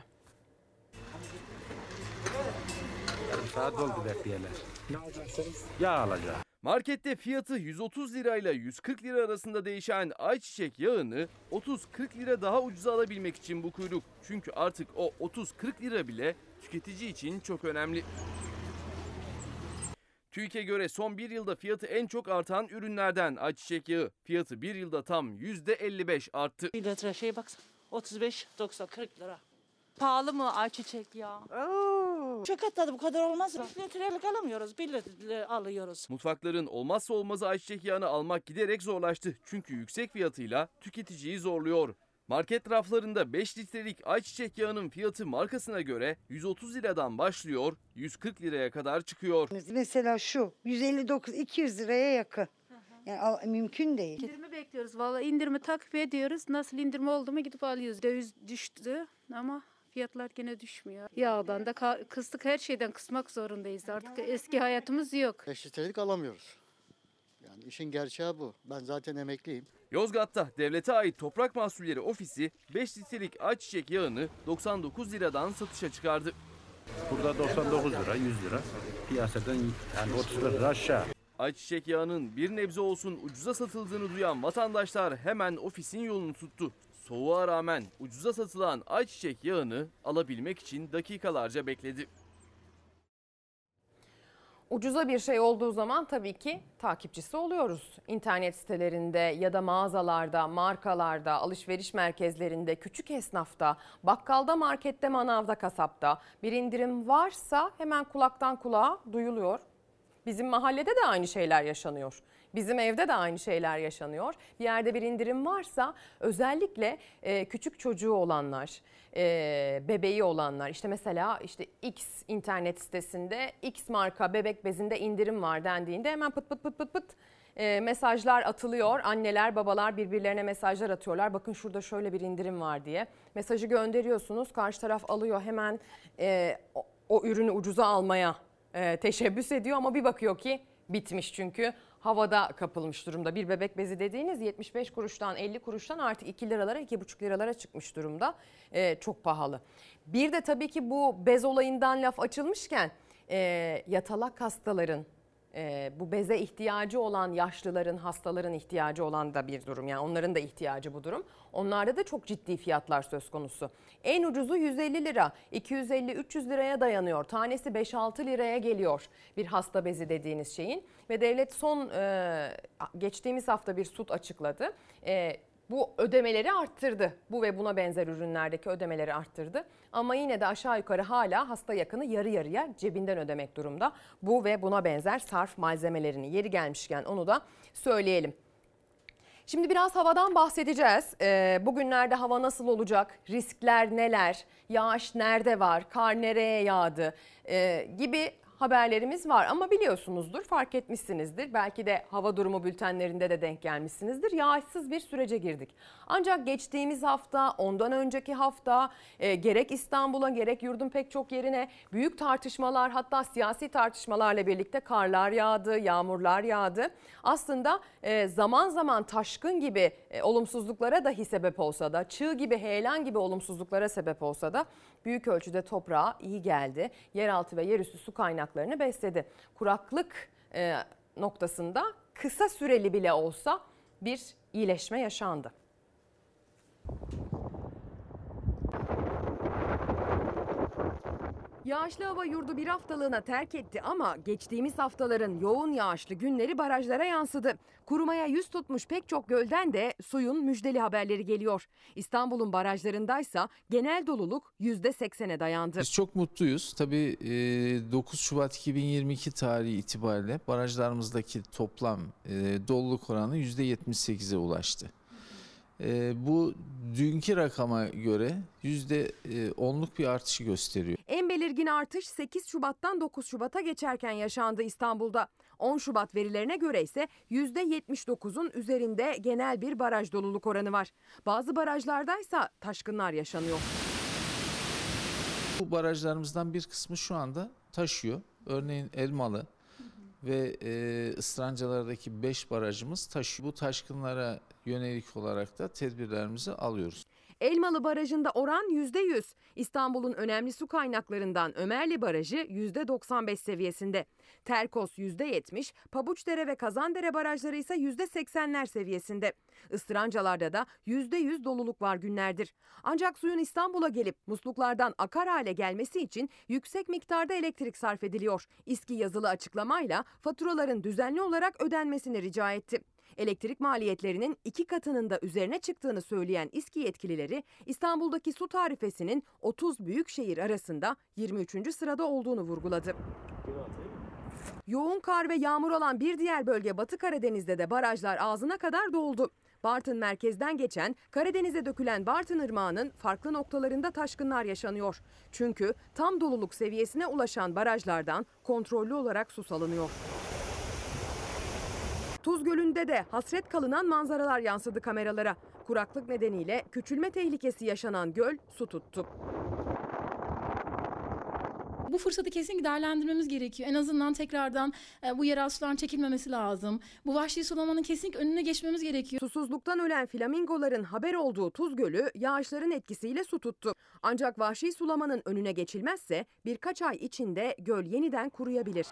Yarım saat oldu bekleyenler. Ne alacaksınız? Yağ alacağım. Markette fiyatı 130 lirayla 140 lira arasında değişen ayçiçek yağını 30-40 lira daha ucuza alabilmek için bu kuyruk. Çünkü artık o 30-40 lira bile tüketici için çok önemli. TÜİK'e göre son bir yılda fiyatı en çok artan ürünlerden ayçiçek yağı. Fiyatı bir yılda tam %55 arttı. 1 litre şey baksana 35-90 40 lira. Pahalı mı ayçiçek yağı? Çok atladı, bu kadar olmaz. 1 litrelik alamıyoruz, 1 litre alıyoruz. Mutfakların olmazsa olmazı ayçiçek yağını almak giderek zorlaştı. Çünkü yüksek fiyatıyla tüketiciyi zorluyor. Market raflarında 5 litrelik ayçiçek yağının fiyatı markasına göre 130 liradan başlıyor, 140 liraya kadar çıkıyor. Mesela şu 159-200 liraya yakın. Yani mümkün değil. İndirimi bekliyoruz. Vallahi indirimi takip ediyoruz. Nasıl indirim oldu mu gidip alıyoruz. Döviz düştü ama fiyatlar gene düşmüyor. Yağdan da kıstık, her şeyden kısmak zorundayız. Artık eski hayatımız yok. 5 litrelik alamıyoruz. Yani işin gerçeği bu. Ben zaten emekliyim. Yozgat'ta devlete ait Toprak Mahsulleri Ofisi 5 litrelik ayçiçek yağını 99 liradan satışa çıkardı. Burada 99 lira, 100 lira. Piyasadan yani 30 lira aşağı. Ayçiçek yağının bir nebze olsun ucuza satıldığını duyan vatandaşlar hemen ofisin yolunu tuttu. Soğuğa rağmen ucuza satılan ayçiçek yağını alabilmek için dakikalarca bekledi. Ucuza bir şey olduğu zaman tabii ki takipçisi oluyoruz. İnternet sitelerinde ya da mağazalarda, markalarda, alışveriş merkezlerinde, küçük esnafta, bakkalda, markette, manavda, kasapta bir indirim varsa hemen kulaktan kulağa duyuluyor. Bizim mahallede de aynı şeyler yaşanıyor. Bizim evde de aynı şeyler yaşanıyor. Bir yerde bir indirim varsa özellikle küçük çocuğu olanlar, bebeği olanlar, işte mesela X internet sitesinde X marka bebek bezinde indirim var dendiğinde hemen pıt pıt pıt pıt pıt mesajlar atılıyor. Anneler, babalar birbirlerine mesajlar atıyorlar. Bakın şurada şöyle bir indirim var diye. Mesajı gönderiyorsunuz. Karşı taraf alıyor, hemen o ürünü ucuza almaya teşebbüs ediyor ama bir bakıyor ki bitmiş, çünkü havada kapılmış durumda. Bir bebek bezi dediğiniz 75 kuruştan 50 kuruştan artık 2 liralara 2,5 liralara çıkmış durumda. Çok pahalı. Bir de tabii ki bu bez olayından laf açılmışken yatalak hastaların, bu beze ihtiyacı olan yaşlıların, hastaların ihtiyacı olan da bir durum. Yani onların da ihtiyacı bu durum. Onlarda da çok ciddi fiyatlar söz konusu. En ucuzu 150 lira, 250-300 liraya dayanıyor. Tanesi 5-6 liraya geliyor bir hasta bezi dediğiniz şeyin. Ve devlet geçtiğimiz hafta bir SUT açıkladı. Bu ödemeleri arttırdı. Bu ve buna benzer ürünlerdeki ödemeleri arttırdı. Ama yine de aşağı yukarı hala hasta yakını yarı yarıya cebinden ödemek durumda. Bu ve buna benzer sarf malzemelerini, yeri gelmişken onu da söyleyelim. Şimdi biraz havadan bahsedeceğiz. Bugünlerde hava nasıl olacak? Riskler neler? Yağış nerede var? Kar nereye yağdı? Gibi haberlerimiz var ama biliyorsunuzdur, fark etmişsinizdir. Belki de hava durumu bültenlerinde de denk gelmişsinizdir. Yağışsız bir sürece girdik. Ancak geçtiğimiz hafta, ondan önceki hafta gerek İstanbul'a gerek yurdun pek çok yerine büyük tartışmalar, hatta siyasi tartışmalarla birlikte karlar yağdı, yağmurlar yağdı. Aslında zaman zaman taşkın gibi olumsuzluklara dahi sebep olsa da, çığ gibi, heyelan gibi olumsuzluklara sebep olsa da büyük ölçüde toprağa iyi geldi. Yeraltı ve yerüstü su kaynaklarını besledi. Kuraklık noktasında kısa süreli bile olsa bir iyileşme yaşandı. Yağışlı hava yurdu bir haftalığına terk etti ama geçtiğimiz haftaların yoğun yağışlı günleri barajlara yansıdı. Kurumaya yüz tutmuş pek çok gölden de suyun müjdeli haberleri geliyor. İstanbul'un barajlarındaysa genel doluluk %80'e dayandı. Biz çok mutluyuz. Tabii 9 Şubat 2022 tarihi itibariyle barajlarımızdaki toplam doluluk oranı %78'e ulaştı. Bu dünkü rakama göre %10'luk bir artışı gösteriyor. En belirgin artış 8 Şubat'tan 9 Şubat'a geçerken yaşandı İstanbul'da. 10 Şubat verilerine göre ise %79'un üzerinde genel bir baraj doluluk oranı var. Bazı barajlardaysa taşkınlar yaşanıyor. Bu barajlarımızdan bir kısmı şu anda taşıyor. Örneğin Elmalı ve Islancalardaki 5 barajımız taşıyor. Bu taşkınlara yönelik olarak da tedbirlerimizi alıyoruz. Elmalı Barajı'nda oran %100. İstanbul'un önemli su kaynaklarından Ömerli Barajı %95 seviyesinde. Terkos %70, Pabuçdere ve Kazandere barajları ise %80'ler seviyesinde. Istırancalarda da %100 doluluk var günlerdir. Ancak suyun İstanbul'a gelip musluklardan akar hale gelmesi için yüksek miktarda elektrik sarf ediliyor. İSKİ yazılı açıklamayla faturaların düzenli olarak ödenmesini rica etti. Elektrik maliyetlerinin 2 katının da üzerine çıktığını söyleyen İSKİ yetkilileri İstanbul'daki su tarifesinin 30 büyük şehir arasında 23. sırada olduğunu vurguladı. Yoğun kar ve yağmur olan bir diğer bölge Batı Karadeniz'de de barajlar ağzına kadar doldu. Bartın merkezden geçen, Karadeniz'e dökülen Bartın Irmağı'nın farklı noktalarında taşkınlar yaşanıyor. Çünkü tam doluluk seviyesine ulaşan barajlardan kontrollü olarak su salınıyor. Tuz Gölü'nde de hasret kalınan manzaralar yansıdı kameralara. Kuraklık nedeniyle küçülme tehlikesi yaşanan göl su tuttu. Bu fırsatı kesinlikle değerlendirmemiz gerekiyor. En azından tekrardan bu yerel suların çekilmemesi lazım. Bu vahşi sulamanın kesinlikle önüne geçmemiz gerekiyor. Susuzluktan ölen flamingoların haber olduğu Tuz Gölü yağışların etkisiyle su tuttu. Ancak vahşi sulamanın önüne geçilmezse birkaç ay içinde göl yeniden kuruyabilir.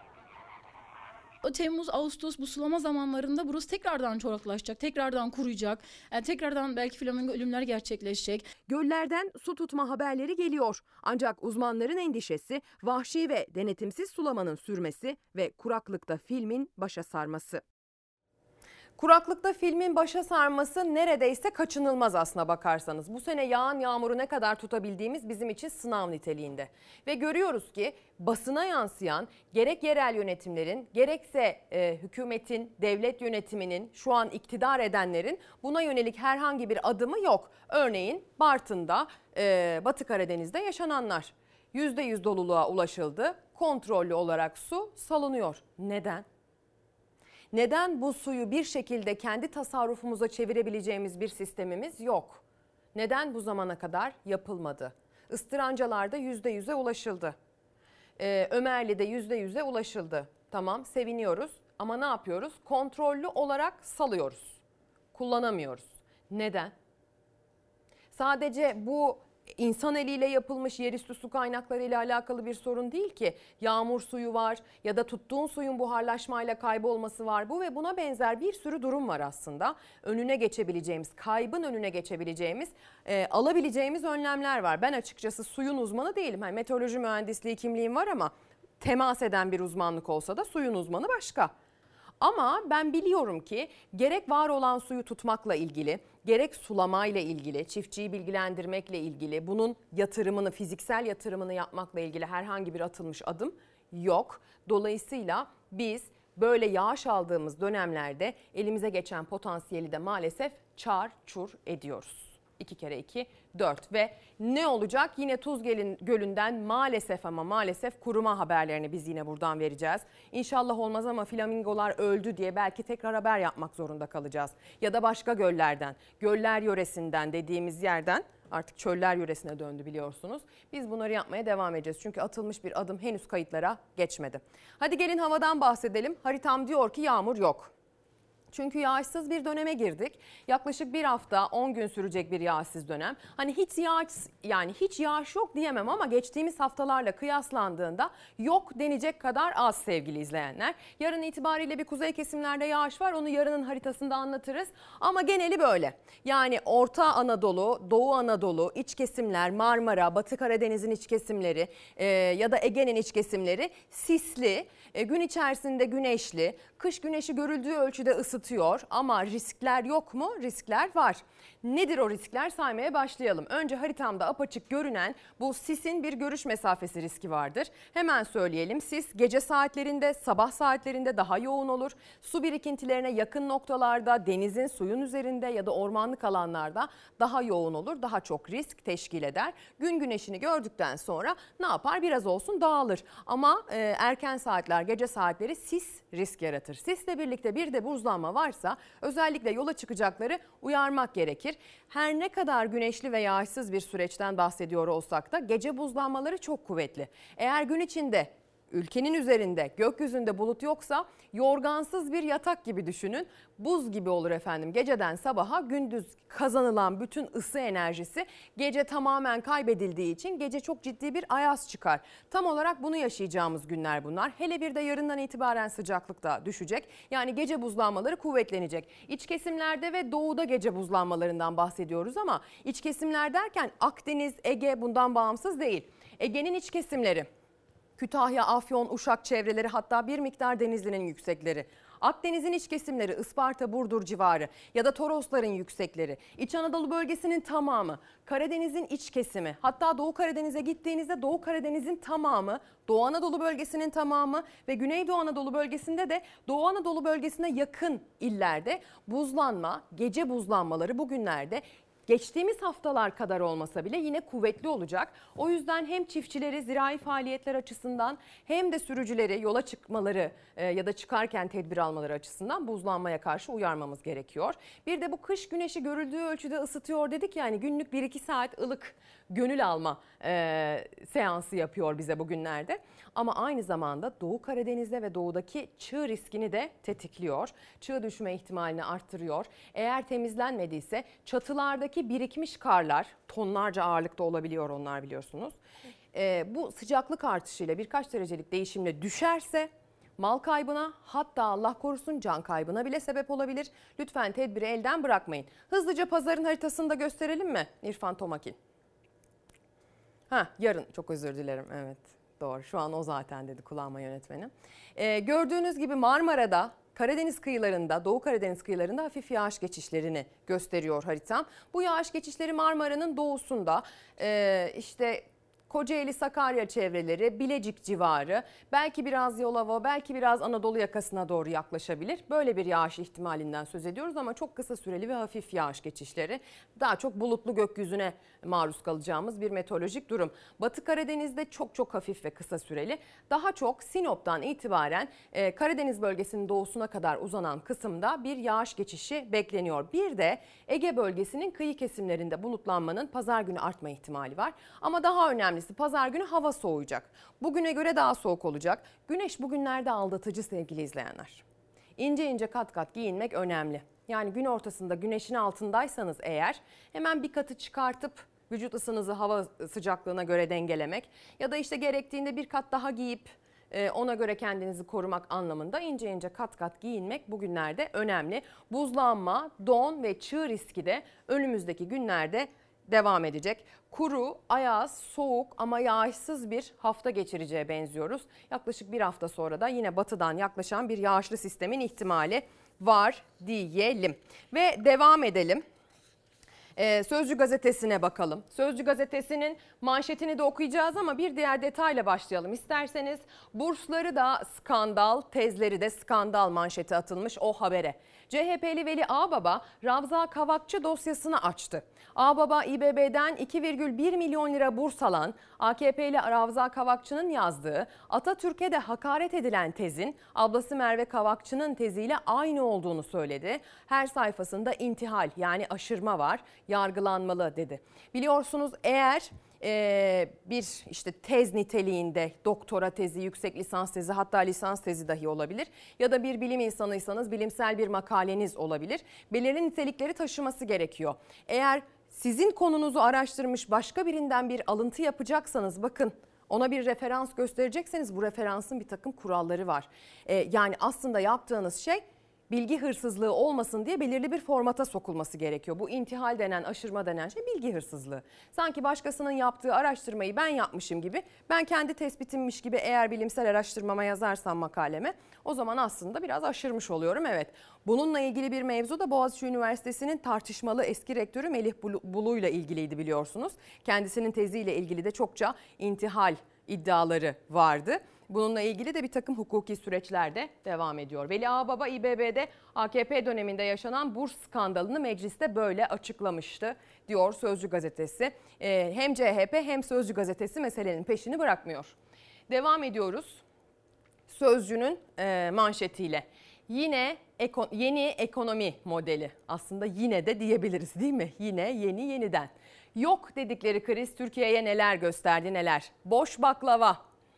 Temmuz, Ağustos bu sulama zamanlarında burası tekrardan çoraklaşacak, tekrardan kuruyacak, tekrardan belki flamingo ölümler gerçekleşecek. Göllerden su tutma haberleri geliyor. Ancak uzmanların endişesi vahşi ve denetimsiz sulamanın sürmesi ve kuraklıkta filmin başa sarması. Kuraklıkta filmin başa sarması neredeyse kaçınılmaz aslına bakarsanız. Bu sene yağan yağmuru ne kadar tutabildiğimiz bizim için sınav niteliğinde. Ve görüyoruz ki basına yansıyan gerek yerel yönetimlerin gerekse hükümetin, devlet yönetiminin, şu an iktidar edenlerin buna yönelik herhangi bir adımı yok. Örneğin Bartın'da, Batı Karadeniz'de yaşananlar. %100 doluluğa ulaşıldı. Kontrollü olarak su salınıyor. Neden? Neden bu suyu bir şekilde kendi tasarrufumuza çevirebileceğimiz bir sistemimiz yok? Neden bu zamana kadar yapılmadı? Istırancalarda %100'e ulaşıldı. Ömerli'de %100'e ulaşıldı. Tamam, seviniyoruz ama ne yapıyoruz? Kontrollü olarak salıyoruz. Kullanamıyoruz. Neden? Sadece bu İnsan eliyle yapılmış yerüstü su kaynakları ile alakalı bir sorun değil ki. Yağmur suyu var ya da tuttuğun suyun buharlaşmayla kaybolması var. Bu ve buna benzer bir sürü durum var aslında. Önüne geçebileceğimiz, kaybın önüne geçebileceğimiz, alabileceğimiz önlemler var. Ben açıkçası suyun uzmanı değilim. Yani meteoroloji mühendisliği kimliğim var ama temas eden bir uzmanlık olsa da suyun uzmanı başka. Ama ben biliyorum ki gerek var olan suyu tutmakla ilgili, gerek sulamayla ilgili, çiftçiyi bilgilendirmekle ilgili, bunun yatırımını, fiziksel yatırımını yapmakla ilgili herhangi bir atılmış adım yok. Dolayısıyla biz böyle yağış aldığımız dönemlerde elimize geçen potansiyeli de maalesef çar çur ediyoruz. 2 kere 2, 4 ve ne olacak? Yine Tuz Gölü'nden maalesef ama maalesef kuruma haberlerini biz yine buradan vereceğiz. İnşallah olmaz ama flamingolar öldü diye belki tekrar haber yapmak zorunda kalacağız. Ya da başka göllerden, göller yöresinden dediğimiz yerden artık çöller yöresine döndü biliyorsunuz. Biz bunları yapmaya devam edeceğiz. Çünkü atılmış bir adım henüz kayıtlara geçmedi. Hadi gelin havadan bahsedelim. Haritam diyor ki yağmur yok. Çünkü yağışsız bir döneme girdik. Yaklaşık bir hafta 10 gün sürecek bir yağışsız dönem. Hani hiç yağış yok diyemem ama geçtiğimiz haftalarla kıyaslandığında yok denecek kadar az sevgili izleyenler. Yarın itibariyle bir kuzey kesimlerde yağış var. Onu yarının haritasında anlatırız. Ama geneli böyle. Yani Orta Anadolu, Doğu Anadolu, iç kesimler, Marmara, Batı Karadeniz'in iç kesimleri ya da Ege'nin iç kesimleri sisli, gün içerisinde güneşli, kış güneşi görüldüğü ölçüde ısıtıyor ama riskler yok mu? Riskler var. Nedir o riskler? Saymaya başlayalım. Önce haritamda apaçık görünen bu sisin bir görüş mesafesi riski vardır. Hemen söyleyelim. Sis gece saatlerinde, sabah saatlerinde daha yoğun olur. Su birikintilerine yakın noktalarda, denizin suyun üzerinde ya da ormanlık alanlarda daha yoğun olur. Daha çok risk teşkil eder. Gün güneşini gördükten sonra ne yapar? Biraz olsun dağılır. Ama erken saatler, gece saatleri sis risk yaratır. Sisle birlikte bir de buzlanma varsa özellikle yola çıkacakları uyarmak gerekir. Her ne kadar güneşli ve yağışsız bir süreçten bahsediyor olsak da gece buzlanmaları çok kuvvetli. Eğer gün içinde ülkenin üzerinde gökyüzünde bulut yoksa yorgansız bir yatak gibi düşünün. Buz gibi olur efendim. Geceden sabaha gündüz kazanılan bütün ısı enerjisi gece tamamen kaybedildiği için gece çok ciddi bir ayaz çıkar. Tam olarak bunu yaşayacağımız günler bunlar. Hele bir de yarından itibaren sıcaklık da düşecek. Yani gece buzlanmaları kuvvetlenecek. İç kesimlerde ve doğuda gece buzlanmalarından bahsediyoruz ama iç kesimler derken Akdeniz, Ege bundan bağımsız değil. Ege'nin iç kesimleri, Kütahya, Afyon, Uşak çevreleri, hatta bir miktar Denizli'nin yüksekleri. Akdeniz'in iç kesimleri, Isparta, Burdur civarı ya da Torosların yüksekleri, İç Anadolu bölgesinin tamamı, Karadeniz'in iç kesimi, hatta Doğu Karadeniz'e gittiğinizde Doğu Karadeniz'in tamamı, Doğu Anadolu bölgesinin tamamı ve Güneydoğu Anadolu bölgesinde de Doğu Anadolu bölgesine yakın illerde buzlanma, gece buzlanmaları bugünlerde geçtiğimiz haftalar kadar olmasa bile yine kuvvetli olacak. O yüzden hem çiftçileri zirai faaliyetler açısından hem de sürücüleri yola çıkmaları ya da çıkarken tedbir almaları açısından buzlanmaya karşı uyarmamız gerekiyor. Bir de bu kış güneşi görüldüğü ölçüde ısıtıyor dedik, yani günlük 1-2 saat ılık gönül alma seansı yapıyor bize bugünlerde. Ama aynı zamanda Doğu Karadeniz'de ve doğudaki çığ riskini de tetikliyor. Çığ düşme ihtimalini arttırıyor. Eğer temizlenmediyse çatılardaki birikmiş karlar, tonlarca ağırlıkta olabiliyor onlar, biliyorsunuz. Bu sıcaklık artışıyla birkaç derecelik değişimle düşerse mal kaybına, hatta Allah korusun can kaybına bile sebep olabilir. Lütfen tedbiri elden bırakmayın. Hızlıca pazarın haritasını da gösterelim mi İrfan Tomakin? Yarın, çok özür dilerim, evet. Doğru, şu an o zaten dedi kulağıma yönetmenim. Gördüğünüz gibi Marmara'da, Karadeniz kıyılarında, Doğu Karadeniz kıyılarında hafif yağış geçişlerini gösteriyor haritam. Bu yağış geçişleri Marmara'nın doğusunda, işte Kocaeli, Sakarya çevreleri, Bilecik civarı, belki biraz Yalova, belki biraz Anadolu yakasına doğru yaklaşabilir. Böyle bir yağış ihtimalinden söz ediyoruz ama çok kısa süreli ve hafif yağış geçişleri. Daha çok bulutlu gökyüzüne maruz kalacağımız bir meteorolojik durum. Batı Karadeniz'de çok hafif ve kısa süreli. Daha çok Sinop'tan itibaren Karadeniz bölgesinin doğusuna kadar uzanan kısımda bir yağış geçişi bekleniyor. Bir de Ege bölgesinin kıyı kesimlerinde bulutlanmanın pazar günü artma ihtimali var. Ama daha önemlisi, pazar günü hava soğuyacak. Bugüne göre daha soğuk olacak. Güneş bugünlerde aldatıcı sevgili izleyenler. İnce ince kat kat giyinmek önemli. Yani gün ortasında güneşin altındaysanız eğer hemen bir katı çıkartıp vücut ısınızı hava sıcaklığına göre dengelemek ya da işte gerektiğinde bir kat daha giyip ona göre kendinizi korumak anlamında ince ince kat kat giyinmek bugünlerde önemli. Buzlanma, don ve çığ riski de önümüzdeki günlerde devam edecek. Kuru, ayaz, soğuk ama yağışsız bir hafta geçireceğe benziyoruz. Yaklaşık bir hafta sonra da yine batıdan yaklaşan bir yağışlı sistemin ihtimali var diyelim. Ve devam edelim. Sözcü gazetesine bakalım. Sözcü gazetesinin manşetini de okuyacağız ama bir diğer detayla başlayalım isterseniz. Bursları da skandal, tezleri de skandal manşeti atılmış o habere. CHP'li Veli Ağbaba Ravza Kavakçı dosyasını açtı. Ağbaba İBB'den 2,1 milyon lira burs alan AKP'li Ravza Kavakçı'nın yazdığı Atatürk'e de hakaret edilen tezin ablası Merve Kavakçı'nın teziyle aynı olduğunu söyledi. Her sayfasında intihal yani aşırma var, yargılanmalı dedi. Biliyorsunuz eğer bir işte tez niteliğinde doktora tezi, yüksek lisans tezi, hatta lisans tezi dahi olabilir. Ya da bir bilim insanıysanız bilimsel bir makaleniz olabilir. Belirli nitelikleri taşıması gerekiyor. Eğer sizin konunuzu araştırmış başka birinden bir alıntı yapacaksanız bakın, ona bir referans gösterecekseniz bu referansın bir takım kuralları var. Yani aslında yaptığınız şey bilgi hırsızlığı olmasın diye belirli bir formata sokulması gerekiyor. Bu intihal denen, aşırma denen şey bilgi hırsızlığı. Sanki başkasının yaptığı araştırmayı ben yapmışım gibi, ben kendi tespitimmiş gibi eğer bilimsel araştırmama yazarsam makaleme, o zaman aslında biraz aşırmış oluyorum. Evet, bununla ilgili bir mevzu da Boğaziçi Üniversitesi'nin tartışmalı eski rektörü Melih Bulu'yla ilgiliydi biliyorsunuz. Kendisinin teziyle ilgili de çokça intihal iddiaları vardı. Bununla ilgili de bir takım hukuki süreçler de devam ediyor. Veli Ağbaba İBB'de AKP döneminde yaşanan burs skandalını mecliste böyle açıklamıştı diyor Sözcü gazetesi. Hem CHP hem Sözcü gazetesi meselenin peşini bırakmıyor. Devam ediyoruz Sözcü'nün manşetiyle. Yine yeni ekonomi modeli, aslında yine de diyebiliriz değil mi? Yine yeniden. Yok dedikleri kriz Türkiye'ye neler gösterdi neler. Boş baklava.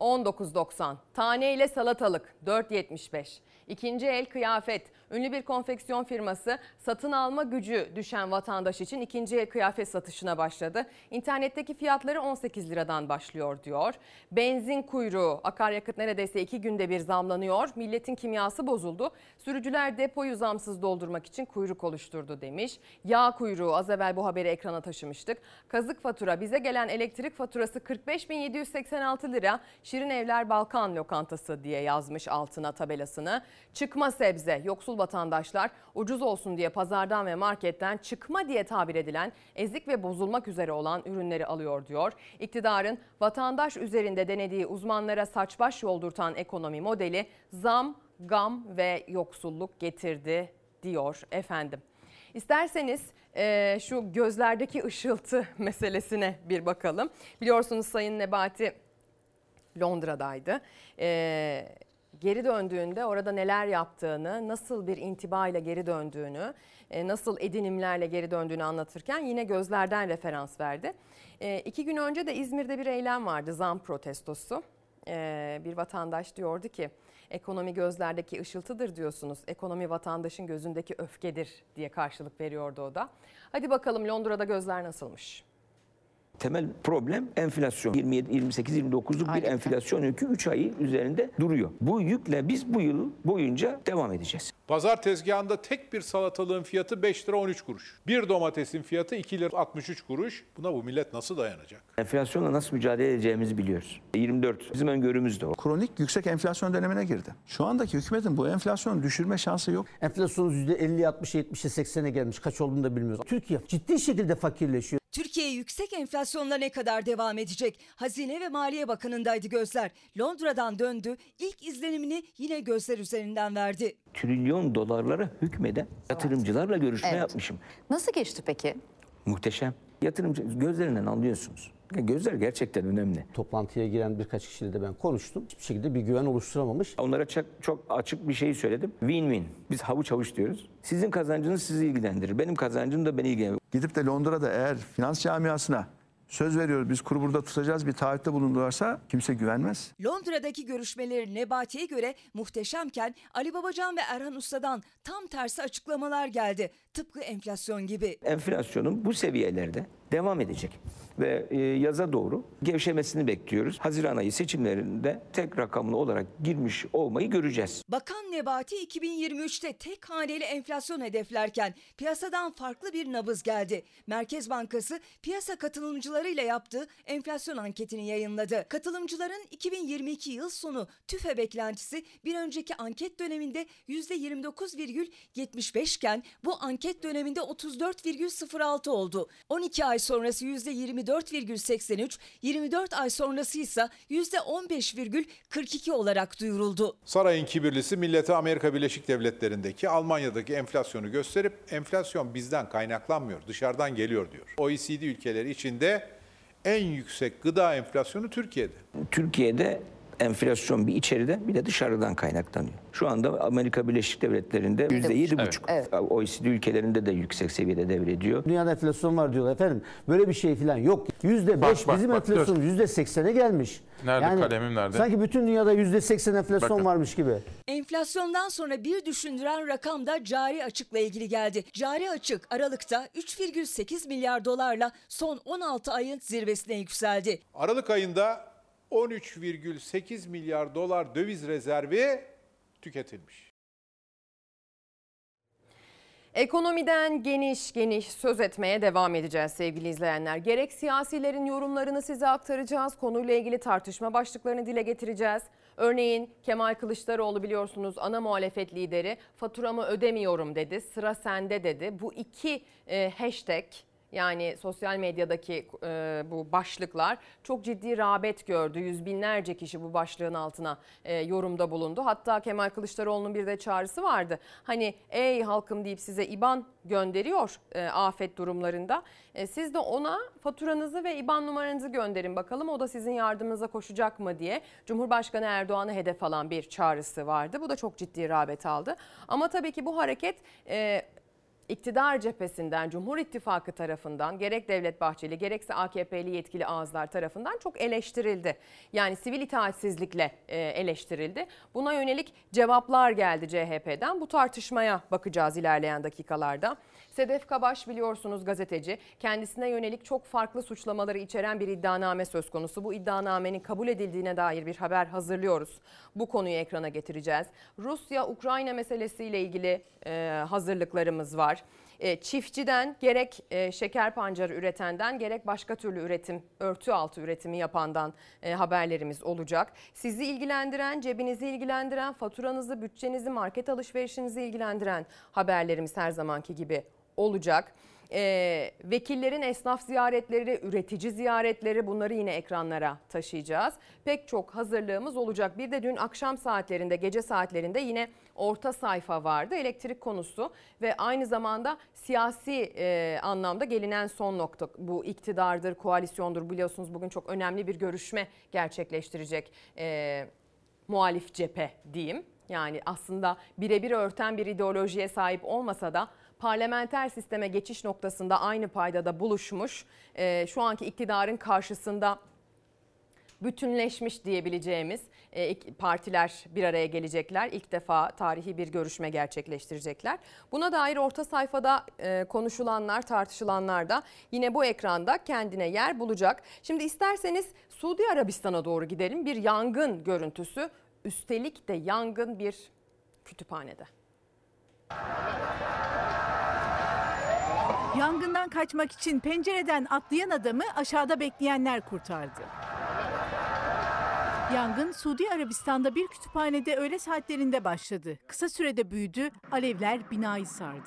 19.90. Tane ile salatalık 4.75. İkinci el kıyafet. Ünlü bir konfeksiyon firması satın alma gücü düşen vatandaş için ikinci el kıyafet satışına başladı. İnternetteki fiyatları 18 liradan başlıyor diyor. Benzin kuyruğu, akaryakıt neredeyse 2 günde bir zamlanıyor. Milletin kimyası bozuldu. Sürücüler depoyu zamsız doldurmak için kuyruk oluşturdu demiş. Yağ kuyruğu, az evvel bu haberi ekrana taşımıştık. Kazık fatura, bize gelen elektrik faturası 45.786 lira. Şirin Evler Balkan Lokantası diye yazmış altına tabelasını. Çıkma sebze, yoksul vatandaşlar ucuz olsun diye pazardan ve marketten çıkma diye tabir edilen ezik ve bozulmak üzere olan ürünleri alıyor diyor. İktidarın vatandaş üzerinde denediği uzmanlara saç baş yoldurtan ekonomi modeli zam, gam ve yoksulluk getirdi diyor efendim. İsterseniz şu gözlerdeki ışıltı meselesine bir bakalım. Biliyorsunuz Sayın Nebati Londra'daydı. Geri döndüğünde orada neler yaptığını, nasıl bir intibayla geri döndüğünü, nasıl edinimlerle geri döndüğünü anlatırken yine gözlerden referans verdi. 2 gün önce de İzmir'de bir eylem vardı, zam protestosu. Bir vatandaş diyordu ki, ekonomi gözlerdeki ışıltıdır diyorsunuz, ekonomi vatandaşın gözündeki öfkedir diye karşılık veriyordu o da. Hadi bakalım Londra'da gözler nasılmış? Temel problem enflasyon. 27, 28, 29'luk bir enflasyon yükü 3 ayı üzerinde duruyor. Bu yükle biz bu yıl boyunca devam edeceğiz. Pazar tezgahında tek bir salatalığın fiyatı 5 lira 13 kuruş. Bir domatesin fiyatı 2 lira 63 kuruş. Buna bu millet nasıl dayanacak? Enflasyonla nasıl mücadele edeceğimizi biliyoruz. 24 bizim öngörümüz de o. Kronik yüksek enflasyon dönemine girdi. Şu andaki hükümetin bu enflasyonu düşürme şansı yok. Enflasyonun %50, 60, 70'e, 80'e gelmiş. Kaç olduğunu da bilmiyoruz. Türkiye ciddi şekilde fakirleşiyor. Türkiye yüksek enflasyonla ne kadar devam edecek? Hazine ve Maliye Bakanı'ndaydı gözler. Londra'dan döndü. İlk izlenimini yine gözler üzerinden verdi. Trilyon dolarlara hükmeden yatırımcılarla görüşme yapmışım. Nasıl geçti peki? Muhteşem. Yatırımcı gözlerinden anlıyorsunuz. Gözler gerçekten önemli. Toplantıya giren birkaç kişiyle de ben konuştum. Hiçbir şekilde bir güven oluşturamamış. Onlara çok açık bir şey söyledim. Win-win. Biz havuç havuç diyoruz. Sizin kazancınız sizi ilgilendirir. Benim kazancım da beni ilgilendirir. Gidip de Londra'da eğer finans camiasına söz veriyoruz, biz kuru burada tutacağız bir taahhütte bulundularsa kimse güvenmez. Londra'daki görüşmeleri Nebati'ye göre muhteşemken Ali Babacan ve Erhan Usta'dan tam tersi açıklamalar geldi. Tıpkı enflasyon gibi. Enflasyonun bu seviyelerde devam edecek ve yaza doğru gevşemesini bekliyoruz. Haziran ayı seçimlerinde tek rakamlı olarak girmiş olmayı göreceğiz. Bakan Nebati 2023'te tek haneli enflasyon hedeflerken piyasadan farklı bir nabız geldi. Merkez Bankası piyasa katılımcılarıyla yaptığı enflasyon anketini yayınladı. Katılımcıların 2022 yıl sonu TÜFE beklentisi bir önceki anket döneminde %29,75 iken bu anket döneminde 34,06 oldu. 12 ay sonrası %24,83, 24 ay sonrası ise %15,42 olarak duyuruldu. Sarayın kibirlisi millete Amerika Birleşik Devletleri'ndeki, Almanya'daki enflasyonu gösterip enflasyon bizden kaynaklanmıyor, dışarıdan geliyor diyor. OECD ülkeleri içinde en yüksek gıda enflasyonu Türkiye'de. Türkiye'de enflasyon bir içeriden bir de dışarıdan kaynaklanıyor. Şu anda Amerika Birleşik Devletleri'nde %7,5. Evet. OECD ülkelerinde de yüksek seviyede devrediyor. Dünyada enflasyon var diyorlar efendim. Böyle bir şey falan yok. %5 bizim enflasyonumuz %80'e gelmiş. Nerede kalemim nerede? Sanki bütün dünyada %80 enflasyon varmış gibi. Enflasyondan sonra bir düşündüren rakam da cari açıkla ilgili geldi. Cari açık Aralık'ta 3,8 milyar dolarla son 16 ayın zirvesine yükseldi. Aralık ayında 13,8 milyar dolar döviz rezervi tüketilmiş. Ekonomiden geniş geniş söz etmeye devam edeceğiz sevgili izleyenler. Gerek siyasilerin yorumlarını size aktaracağız. Konuyla ilgili tartışma başlıklarını dile getireceğiz. Örneğin Kemal Kılıçdaroğlu biliyorsunuz ana muhalefet lideri, faturamı ödemiyorum dedi, sıra sende dedi. Bu iki hashtag, yani sosyal medyadaki bu başlıklar çok ciddi rağbet gördü. Yüz binlerce kişi bu başlığın altına yorumda bulundu. Hatta Kemal Kılıçdaroğlu'nun bir de çağrısı vardı. Hani ey halkım deyip size IBAN gönderiyor afet durumlarında. Siz de ona faturanızı ve IBAN numaranızı gönderin bakalım, o da sizin yardımınıza koşacak mı diye Cumhurbaşkanı Erdoğan'ı hedef alan bir çağrısı vardı. Bu da çok ciddi rağbet aldı. Ama tabii ki bu hareket iktidar cephesinden, Cumhur İttifakı tarafından gerek Devlet Bahçeli gerekse AKP'li yetkili ağızlar tarafından çok eleştirildi. Yani sivil itaatsizlikle eleştirildi. Buna yönelik cevaplar geldi CHP'den. Bu tartışmaya bakacağız ilerleyen dakikalarda. Sedef Kabaş biliyorsunuz gazeteci. Kendisine yönelik çok farklı suçlamaları içeren bir iddianame söz konusu. Bu iddianamenin kabul edildiğine dair bir haber hazırlıyoruz. Bu konuyu ekrana getireceğiz. Rusya-Ukrayna meselesiyle ilgili hazırlıklarımız var. Çiftçiden gerek şeker pancarı üretenden gerek başka türlü üretim, örtü altı üretimi yapandan haberlerimiz olacak. Sizi ilgilendiren, cebinizi ilgilendiren, faturanızı, bütçenizi, market alışverişinizi ilgilendiren haberlerimiz her zamanki gibi olacak. Vekillerin esnaf ziyaretleri, üretici ziyaretleri, bunları yine ekranlara taşıyacağız. Pek çok hazırlığımız olacak. Bir de dün akşam saatlerinde, gece saatlerinde yine orta sayfa vardı. Elektrik konusu ve aynı zamanda siyasi anlamda gelinen son nokta. Bu iktidardır, koalisyondur, biliyorsunuz bugün çok önemli bir görüşme gerçekleştirecek muhalif cephe diyeyim. Yani aslında birebir örten bir ideolojiye sahip olmasa da parlamenter sisteme geçiş noktasında aynı paydada buluşmuş, şu anki iktidarın karşısında bütünleşmiş diyebileceğimiz partiler bir araya gelecekler. İlk defa tarihi bir görüşme gerçekleştirecekler. Buna dair orta sayfada konuşulanlar, tartışılanlar da yine bu ekranda kendine yer bulacak. Şimdi isterseniz Suudi Arabistan'a doğru gidelim. Bir yangın görüntüsü, üstelik de yangın bir kütüphanede. Yangından kaçmak için pencereden atlayan adamı aşağıda bekleyenler kurtardı. Yangın Suudi Arabistan'da bir kütüphanede öğle saatlerinde başladı. Kısa sürede büyüdü, alevler binayı sardı.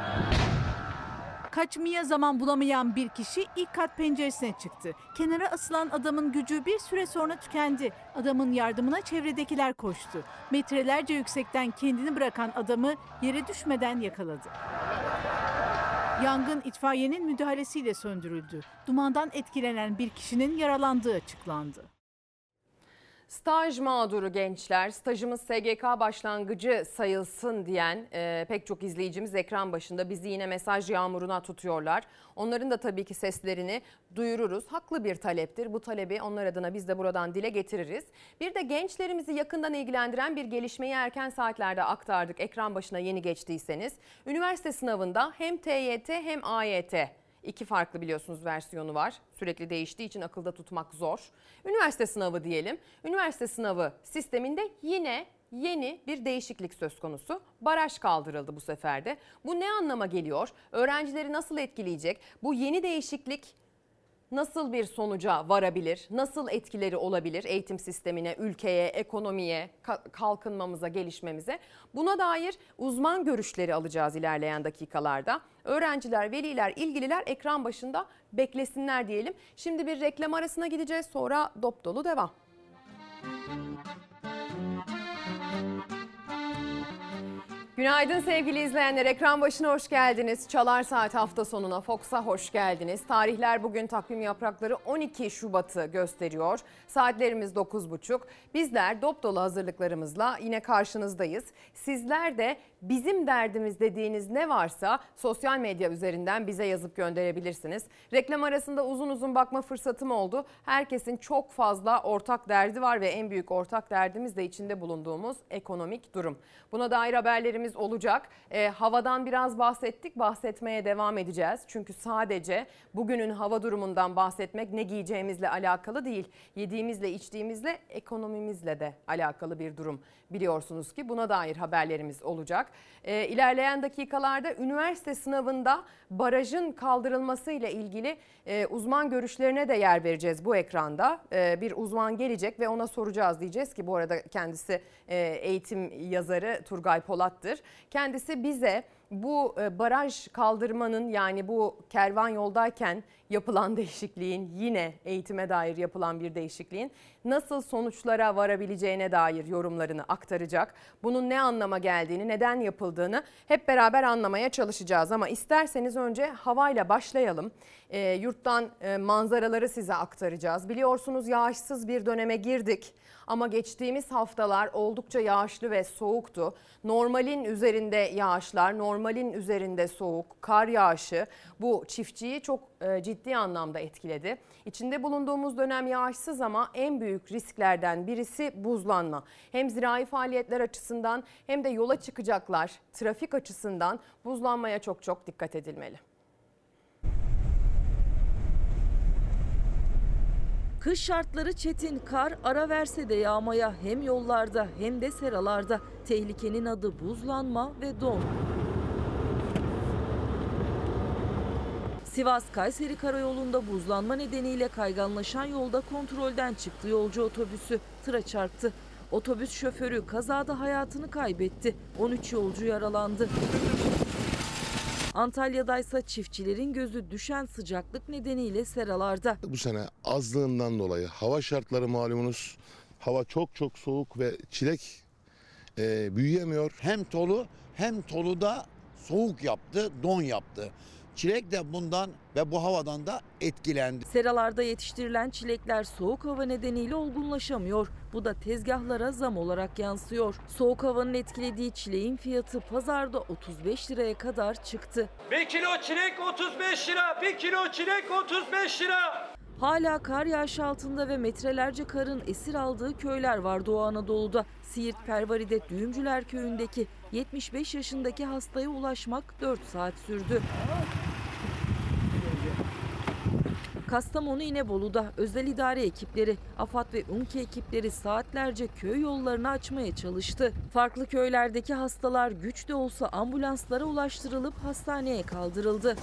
Kaçmaya zaman bulamayan bir kişi ilk kat penceresine çıktı. Kenara asılan adamın gücü bir süre sonra tükendi. Adamın yardımına çevredekiler koştu. Metrelerce yüksekten kendini bırakan adamı yere düşmeden yakaladı. Yangın itfaiyenin müdahalesiyle söndürüldü. Dumandan etkilenen bir kişinin yaralandığı açıklandı. Staj mağduru gençler, stajımız SGK başlangıcı sayılsın diyen pek çok izleyicimiz ekran başında bizi yine mesaj yağmuruna tutuyorlar. Onların da tabii ki seslerini duyururuz. Haklı bir taleptir. Bu talebi onlar adına biz de buradan dile getiririz. Bir de gençlerimizi yakından ilgilendiren bir gelişmeyi erken saatlerde aktardık. Ekran başına yeni geçtiyseniz. Üniversite sınavında hem TYT hem AYT. İki farklı biliyorsunuz versiyonu var. Sürekli değiştiği için akılda tutmak zor. Üniversite sınavı diyelim. Üniversite sınavı sisteminde yine yeni bir değişiklik söz konusu. Baraj kaldırıldı bu sefer de. Bu ne anlama geliyor? Öğrencileri nasıl etkileyecek? Bu yeni değişiklik nasıl bir sonuca varabilir? Nasıl etkileri olabilir eğitim sistemine, ülkeye, ekonomiye, kalkınmamıza, gelişmemize? Buna dair uzman görüşleri alacağız ilerleyen dakikalarda. Öğrenciler, veliler, ilgililer ekran başında beklesinler diyelim. Şimdi bir reklam arasına gideceğiz, sonra dop dolu devam. Günaydın sevgili izleyenler. Ekran başına hoş geldiniz. Çalar Saat hafta sonuna Fox'a hoş geldiniz. Tarihler bugün takvim yaprakları 12 Şubat'ı gösteriyor. Saatlerimiz 9.30. Bizler dop dolu hazırlıklarımızla yine karşınızdayız. Sizler de bizim derdimiz dediğiniz ne varsa sosyal medya üzerinden bize yazıp gönderebilirsiniz. Reklam arasında uzun uzun bakma fırsatım oldu. Herkesin çok fazla ortak derdi var ve en büyük ortak derdimiz de içinde bulunduğumuz ekonomik durum. Buna dair haberlerimiz olacak. Havadan biraz bahsettik, bahsetmeye devam edeceğiz. Çünkü sadece bugünün hava durumundan bahsetmek ne giyeceğimizle alakalı değil. Yediğimizle, içtiğimizle, ekonomimizle de alakalı bir durum. Biliyorsunuz ki buna dair haberlerimiz olacak. İlerleyen dakikalarda üniversite sınavında barajın kaldırılması ile ilgili uzman görüşlerine de yer vereceğiz bu ekranda. Bir uzman gelecek ve ona soracağız, diyeceğiz ki bu arada kendisi eğitim yazarı Turgay Polat'tır. Kendisi bize bu baraj kaldırmanın, yani bu kervan yoldayken yapılan değişikliğin, yine eğitime dair yapılan bir değişikliğin nasıl sonuçlara varabileceğine dair yorumlarını aktaracak. Bunun ne anlama geldiğini, neden yapıldığını hep beraber anlamaya çalışacağız. Ama isterseniz önce havayla başlayalım. Yurttan manzaraları size aktaracağız. Biliyorsunuz yağışsız bir döneme girdik. Ama geçtiğimiz haftalar oldukça yağışlı ve soğuktu. Normalin üzerinde yağışlar, normalin üzerinde soğuk, kar yağışı bu çiftçiyi çok ciddi anlamda etkiledi. İçinde bulunduğumuz dönem yağışsız ama en büyük risklerden birisi buzlanma. Hem zirai faaliyetler açısından hem de yola çıkacaklar trafik açısından buzlanmaya çok dikkat edilmeli. Kış şartları çetin, kar ara verse de yağmaya hem yollarda hem de seralarda. Tehlikenin adı buzlanma ve don. Sivas-Kayseri Karayolu'nda buzlanma nedeniyle kayganlaşan yolda kontrolden çıktı yolcu otobüsü. Tıra çarptı. Otobüs şoförü kazada hayatını kaybetti. 13 yolcu yaralandı. Antalya'daysa çiftçilerin gözü düşen sıcaklık nedeniyle seralarda. Bu sene azlığından dolayı hava şartları malumunuz. Hava çok soğuk ve çilek büyüyemiyor. Hem toluda soğuk yaptı, don yaptı. Çilek de bundan ve bu havadan da etkilendi. Seralarda yetiştirilen çilekler soğuk hava nedeniyle olgunlaşamıyor. Bu da tezgahlara zam olarak yansıyor. Soğuk havanın etkilediği çileğin fiyatı pazarda 35 liraya kadar çıktı. 1 kilo çilek 35 lira, 1 kilo çilek 35 lira. Hala kar yağışı altında ve metrelerce karın esir aldığı köyler var Doğu Anadolu'da. Siirt Pervari'de Düğümcüler Köyü'ndeki 75 yaşındaki hastaya ulaşmak 4 saat sürdü. Kastamonu İnebolu'da özel idare ekipleri, AFAD ve UMKE ekipleri saatlerce köy yollarını açmaya çalıştı. Farklı köylerdeki hastalar güç de olsa ambulanslara ulaştırılıp hastaneye kaldırıldı.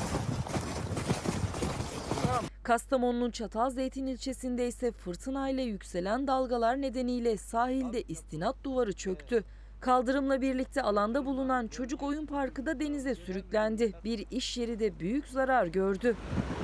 Kastamonu'nun Çatalzeytin ilçesinde ise fırtınayla yükselen dalgalar nedeniyle sahilde istinat duvarı çöktü. Kaldırımla birlikte alanda bulunan çocuk oyun parkı da denize sürüklendi. Bir iş yeri de büyük zarar gördü.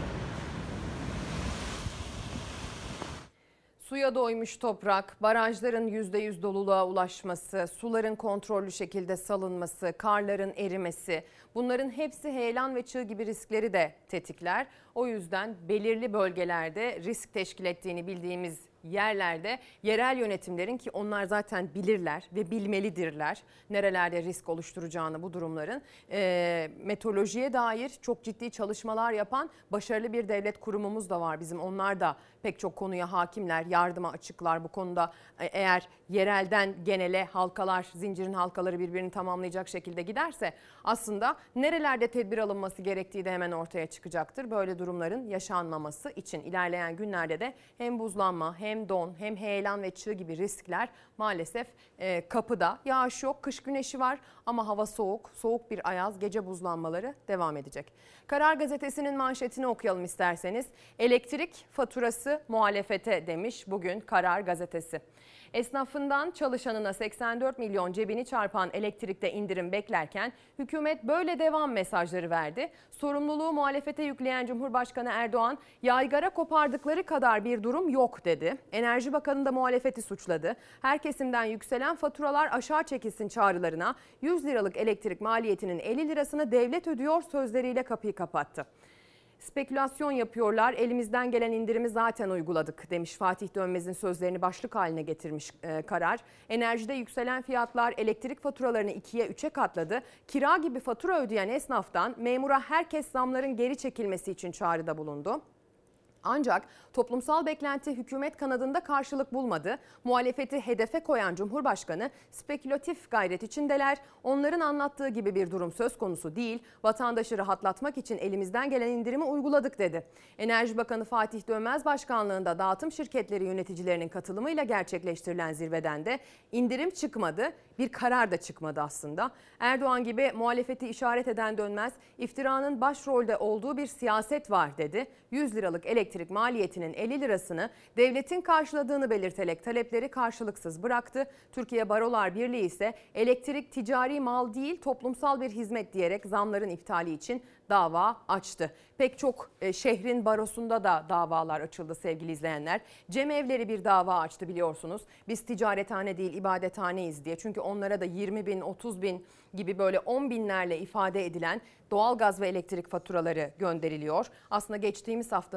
Suya doymuş toprak, barajların %100 doluluğa ulaşması, suların kontrollü şekilde salınması, karların erimesi, bunların hepsi heyelan ve çığ gibi riskleri de tetikler. O yüzden belirli bölgelerde risk teşkil ettiğini bildiğimiz yerlerde yerel yönetimlerin, ki onlar zaten bilirler ve bilmelidirler nerelerde risk oluşturacağını bu durumların, meteorolojiye dair çok ciddi çalışmalar yapan başarılı bir devlet kurumumuz da var bizim. Onlar da pek çok konuya hakimler, yardıma açıklar bu konuda. Eğer yerelden genele halkalar, zincirin halkaları birbirini tamamlayacak şekilde giderse aslında nerelerde tedbir alınması gerektiği de hemen ortaya çıkacaktır. Böyle durumların yaşanmaması için ilerleyen günlerde de hem buzlanma hem don hem heyelan ve çığ gibi riskler maalesef kapıda. Yağış yok, kış güneşi var ama hava soğuk, soğuk bir ayaz, gece buzlanmaları devam edecek. Karar Gazetesi'nin manşetini okuyalım isterseniz. Elektrik faturası muhalefete demiş bugün Karar Gazetesi. Esnafından çalışanına 84 milyon cebini çarpan elektrikte indirim beklerken hükümet böyle devam mesajları verdi. Sorumluluğu muhalefete yükleyen Cumhurbaşkanı Erdoğan, yaygara kopardıkları kadar bir durum yok dedi. Enerji Bakanı da muhalefeti suçladı. Her kesimden yükselen faturalar aşağı çekilsin çağrılarına 100 liralık elektrik maliyetinin 50 lirasını devlet ödüyor sözleriyle kapıyı kapattı. Spekülasyon yapıyorlar, elimizden gelen indirimi zaten uyguladık demiş Fatih Dönmez'in sözlerini başlık haline getirmiş Karar. Enerjide yükselen fiyatlar elektrik faturalarını 2'ye 3'e katladı. Kira gibi fatura ödeyen esnaftan memura herkes zamların geri çekilmesi için çağrıda bulundu. Ancak toplumsal beklenti hükümet kanadında karşılık bulmadı. Muhalefeti hedefe koyan Cumhurbaşkanı spekülatif gayret içindeler. Onların anlattığı gibi bir durum söz konusu değil. Vatandaşı rahatlatmak için elimizden gelen indirimi uyguladık dedi. Enerji Bakanı Fatih Dönmez başkanlığında dağıtım şirketleri yöneticilerinin katılımıyla gerçekleştirilen zirveden de indirim çıkmadı. Bir karar da çıkmadı aslında. Erdoğan gibi muhalefeti işaret eden Dönmez, iftiranın başrolde olduğu bir siyaset var dedi. 100 liralık elektrik maliyetinin 50 lirasını devletin karşıladığını belirterek talepleri karşılıksız bıraktı. Türkiye Barolar Birliği ise elektrik ticari mal değil toplumsal bir hizmet diyerek zamların iptali için dava açtı. Pek çok şehrin barosunda da davalar açıldı sevgili izleyenler. Cemevleri bir dava açtı biliyorsunuz. Biz ticarethane değil ibadethaneyiz diye. Çünkü onlara da 20 bin, 30 bin gibi böyle 10 binlerle ifade edilen doğalgaz ve elektrik faturaları gönderiliyor. Aslında geçtiğimiz haftanın en önemli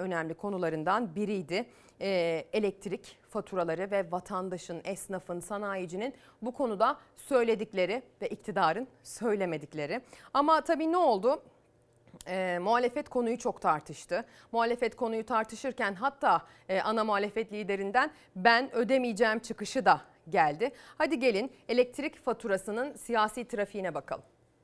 önemli konularından biriydi. Elektrik faturaları ve vatandaşın, esnafın, sanayicinin bu konuda söyledikleri ve iktidarın söylemedikleri. Ama tabii ne oldu? Muhalefet konuyu çok tartıştı. Muhalefet konuyu tartışırken hatta ana muhalefet liderinden ben ödemeyeceğim çıkışı da geldi. Hadi gelin elektrik faturasının siyasi trafiğine bakalım.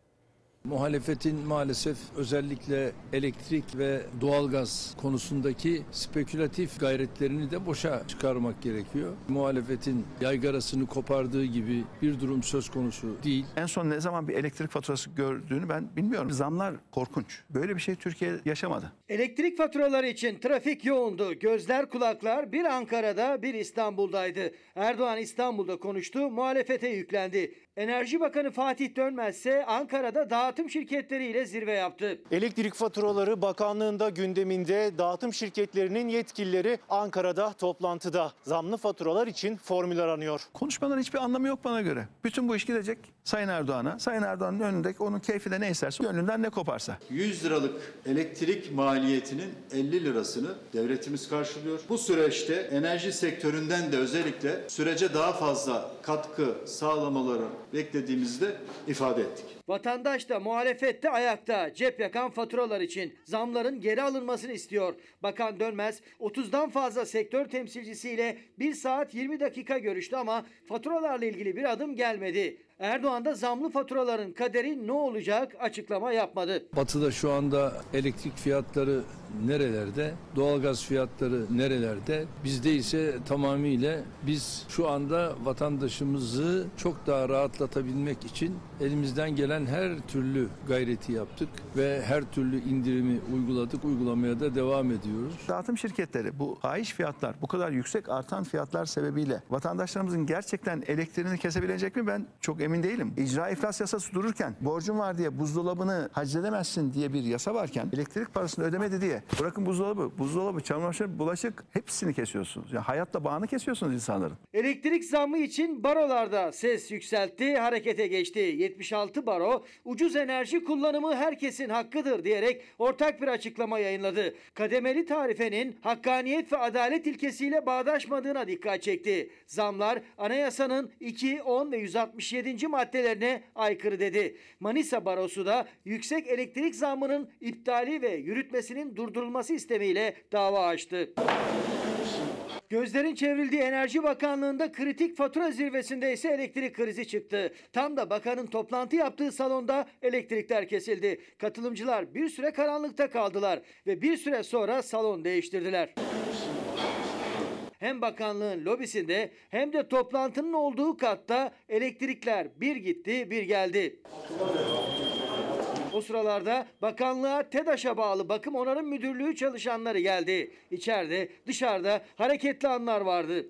Muhalefetin maalesef özellikle elektrik ve doğalgaz konusundaki spekülatif gayretlerini de boşa çıkarmak gerekiyor. Muhalefetin yaygarasını kopardığı gibi bir durum söz konusu değil. En son ne zaman bir elektrik faturası gördüğünü ben bilmiyorum. Zamlar korkunç. Böyle bir şey Türkiye yaşamadı. Elektrik faturaları için trafik yoğundu. Gözler kulaklar bir Ankara'da bir İstanbul'daydı. Erdoğan İstanbul'da konuştu, muhalefete yüklendi. Enerji Bakanı Fatih Dönmez ise Ankara'da dağıtım şirketleriyle zirve yaptı. Elektrik faturaları bakanlığında gündeminde, dağıtım şirketlerinin yetkilileri Ankara'da toplantıda. Zamlı faturalar için formül aranıyor. Konuşmaların hiçbir anlamı yok bana göre. Bütün bu iş gidecek Sayın Erdoğan'a. Sayın Erdoğan'ın önündeki onun keyfi de ne isterse, gönlünden ne koparsa. 100 liralık elektrik maliyetinin 50 lirasını devletimiz karşılıyor. Bu süreçte enerji sektöründen de özellikle sürece daha fazla katkı sağlamaları beklediğimizi de ifade ettik. Vatandaş da muhalefet de ayakta. Cep yakan faturalar için zamların geri alınmasını istiyor. Bakan Dönmez 30'dan fazla sektör temsilcisiyle 1 saat 20 dakika görüştü ama faturalarla ilgili bir adım gelmedi. Erdoğan da zamlı faturaların kaderi ne olacak açıklama yapmadı. Batı'da şu anda elektrik fiyatları nerelerde, doğalgaz fiyatları nerelerde? Bizde ise tamamıyla biz şu anda vatandaşımızı çok daha rahatlatabilmek için elimizden gelen her türlü gayreti yaptık ve her türlü indirimi uyguladık, uygulamaya da devam ediyoruz. Dağıtım şirketleri bu fahiş fiyatlar, bu kadar yüksek artan fiyatlar sebebiyle vatandaşlarımızın gerçekten elektriğini kesebilecek mi, ben çok emin değilim. İcra iflas yasası dururken borcun var diye buzdolabını hacredemezsin diye bir yasa varken elektrik parasını ödemedi diye bırakın buzdolabı, çamaşır, bulaşık hepsini kesiyorsunuz. Yani hayatla bağını kesiyorsunuz insanların. Elektrik zammı için barolarda ses yükseltti, harekete geçti. 76 baro ucuz enerji kullanımı herkesin hakkıdır diyerek ortak bir açıklama yayınladı. Kademeli tarifenin hakkaniyet ve adalet ilkesiyle bağdaşmadığına dikkat çekti. Zamlar anayasanın 2, 10 ve 167. maddelerine aykırı dedi. Manisa Barosu da yüksek elektrik zammının iptali ve yürütmesinin durdurulması istemiyle dava açtı. Gözlerin çevrildiği Enerji Bakanlığı'nda kritik fatura zirvesinde ise elektrik krizi çıktı. Tam da bakanın toplantı yaptığı salonda elektrikler kesildi. Katılımcılar bir süre karanlıkta kaldılar ve bir süre sonra salon değiştirdiler. Hem bakanlığın lobisinde hem de toplantının olduğu katta elektrikler bir gitti bir geldi. O sıralarda bakanlığa TEDAŞ'a bağlı Bakım Onarım Müdürlüğü çalışanları geldi. İçeride, dışarıda hareketli anlar vardı.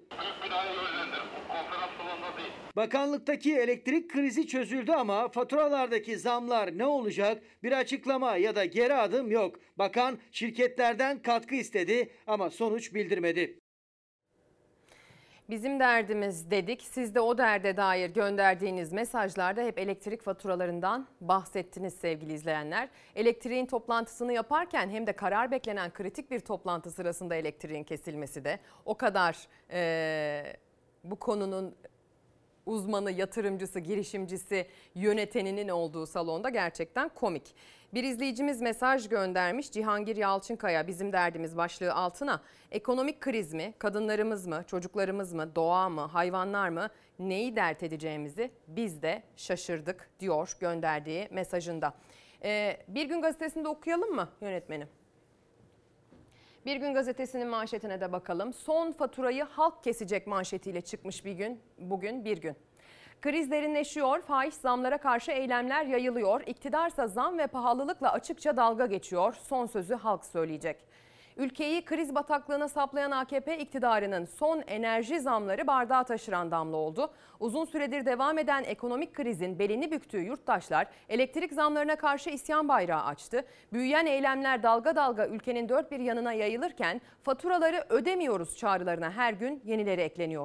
Bakanlıktaki elektrik krizi çözüldü ama faturalardaki zamlar ne olacak? Bir açıklama ya da geri adım yok. Bakan şirketlerden katkı istedi ama sonuç bildirmedi. Bizim derdimiz dedik. Siz de o derde dair gönderdiğiniz mesajlarda hep elektrik faturalarından bahsettiniz sevgili izleyenler. Elektriğin toplantısını yaparken hem de karar beklenen kritik bir toplantı sırasında elektriğin kesilmesi de o kadar bu konunun uzmanı, yatırımcısı, girişimcisi, yöneteninin olduğu salonda gerçekten komik. Bir izleyicimiz mesaj göndermiş. Cihangir Yalçınkaya bizim derdimiz başlığı altına ekonomik kriz mi, kadınlarımız mı, çocuklarımız mı, doğa mı, hayvanlar mı neyi dert edeceğimizi biz de şaşırdık diyor gönderdiği mesajında. Bir Gün Gazetesi'nde okuyalım mı yönetmenim? Bir Gün Gazetesi'nin manşetine de bakalım. Son faturayı halk kesecek manşetiyle çıkmış bugün Bir Gün. Kriz derinleşiyor, faiz zamlara karşı eylemler yayılıyor. İktidarsa zam ve pahalılıkla açıkça dalga geçiyor. Son sözü halk söyleyecek. Ülkeyi kriz bataklığına saplayan AKP iktidarının son enerji zamları bardağı taşıran damla oldu. Uzun süredir devam eden ekonomik krizin belini büktüğü yurttaşlar elektrik zamlarına karşı isyan bayrağı açtı. Büyüyen eylemler dalga dalga ülkenin dört bir yanına yayılırken faturaları ödemiyoruz çağrılarına her gün yenileri ekleniyor.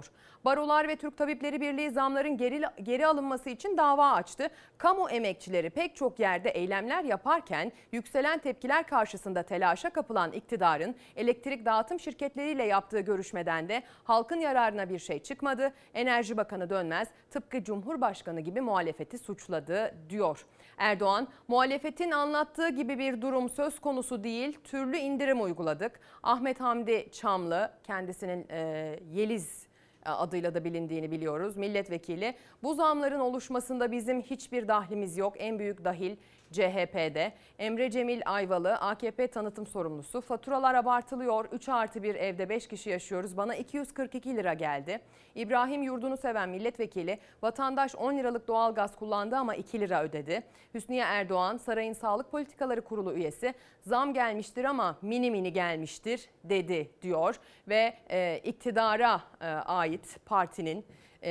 Barolar ve Türk Tabipleri Birliği zamların geri alınması için dava açtı. Kamu emekçileri pek çok yerde eylemler yaparken yükselen tepkiler karşısında telaşa kapılan iktidarın elektrik dağıtım şirketleriyle yaptığı görüşmeden de halkın yararına bir şey çıkmadı. Enerji Bakanı Dönmez tıpkı Cumhurbaşkanı gibi muhalefeti suçladı diyor. Erdoğan, muhalefetin anlattığı gibi bir durum söz konusu değil, türlü indirim uyguladık. Ahmet Hamdi Çamlı, kendisinin Yeliz adıyla da bilindiğini biliyoruz, milletvekili. Bu zamların oluşmasında bizim hiçbir dahlimiz yok. En büyük dahil CHP'de. Emre Cemil Ayvalı, AKP tanıtım sorumlusu. Faturalar abartılıyor. 3+1 evde 5 kişi yaşıyoruz. Bana 242 lira geldi. İbrahim Yurdunu Seven milletvekili, vatandaş 10 liralık doğalgaz kullandı ama 2 lira ödedi. Hüsniye Erdoğan, sarayın Sağlık Politikaları Kurulu üyesi, zam gelmiştir ama mini mini gelmiştir dedi diyor. Ve iktidara ait partinin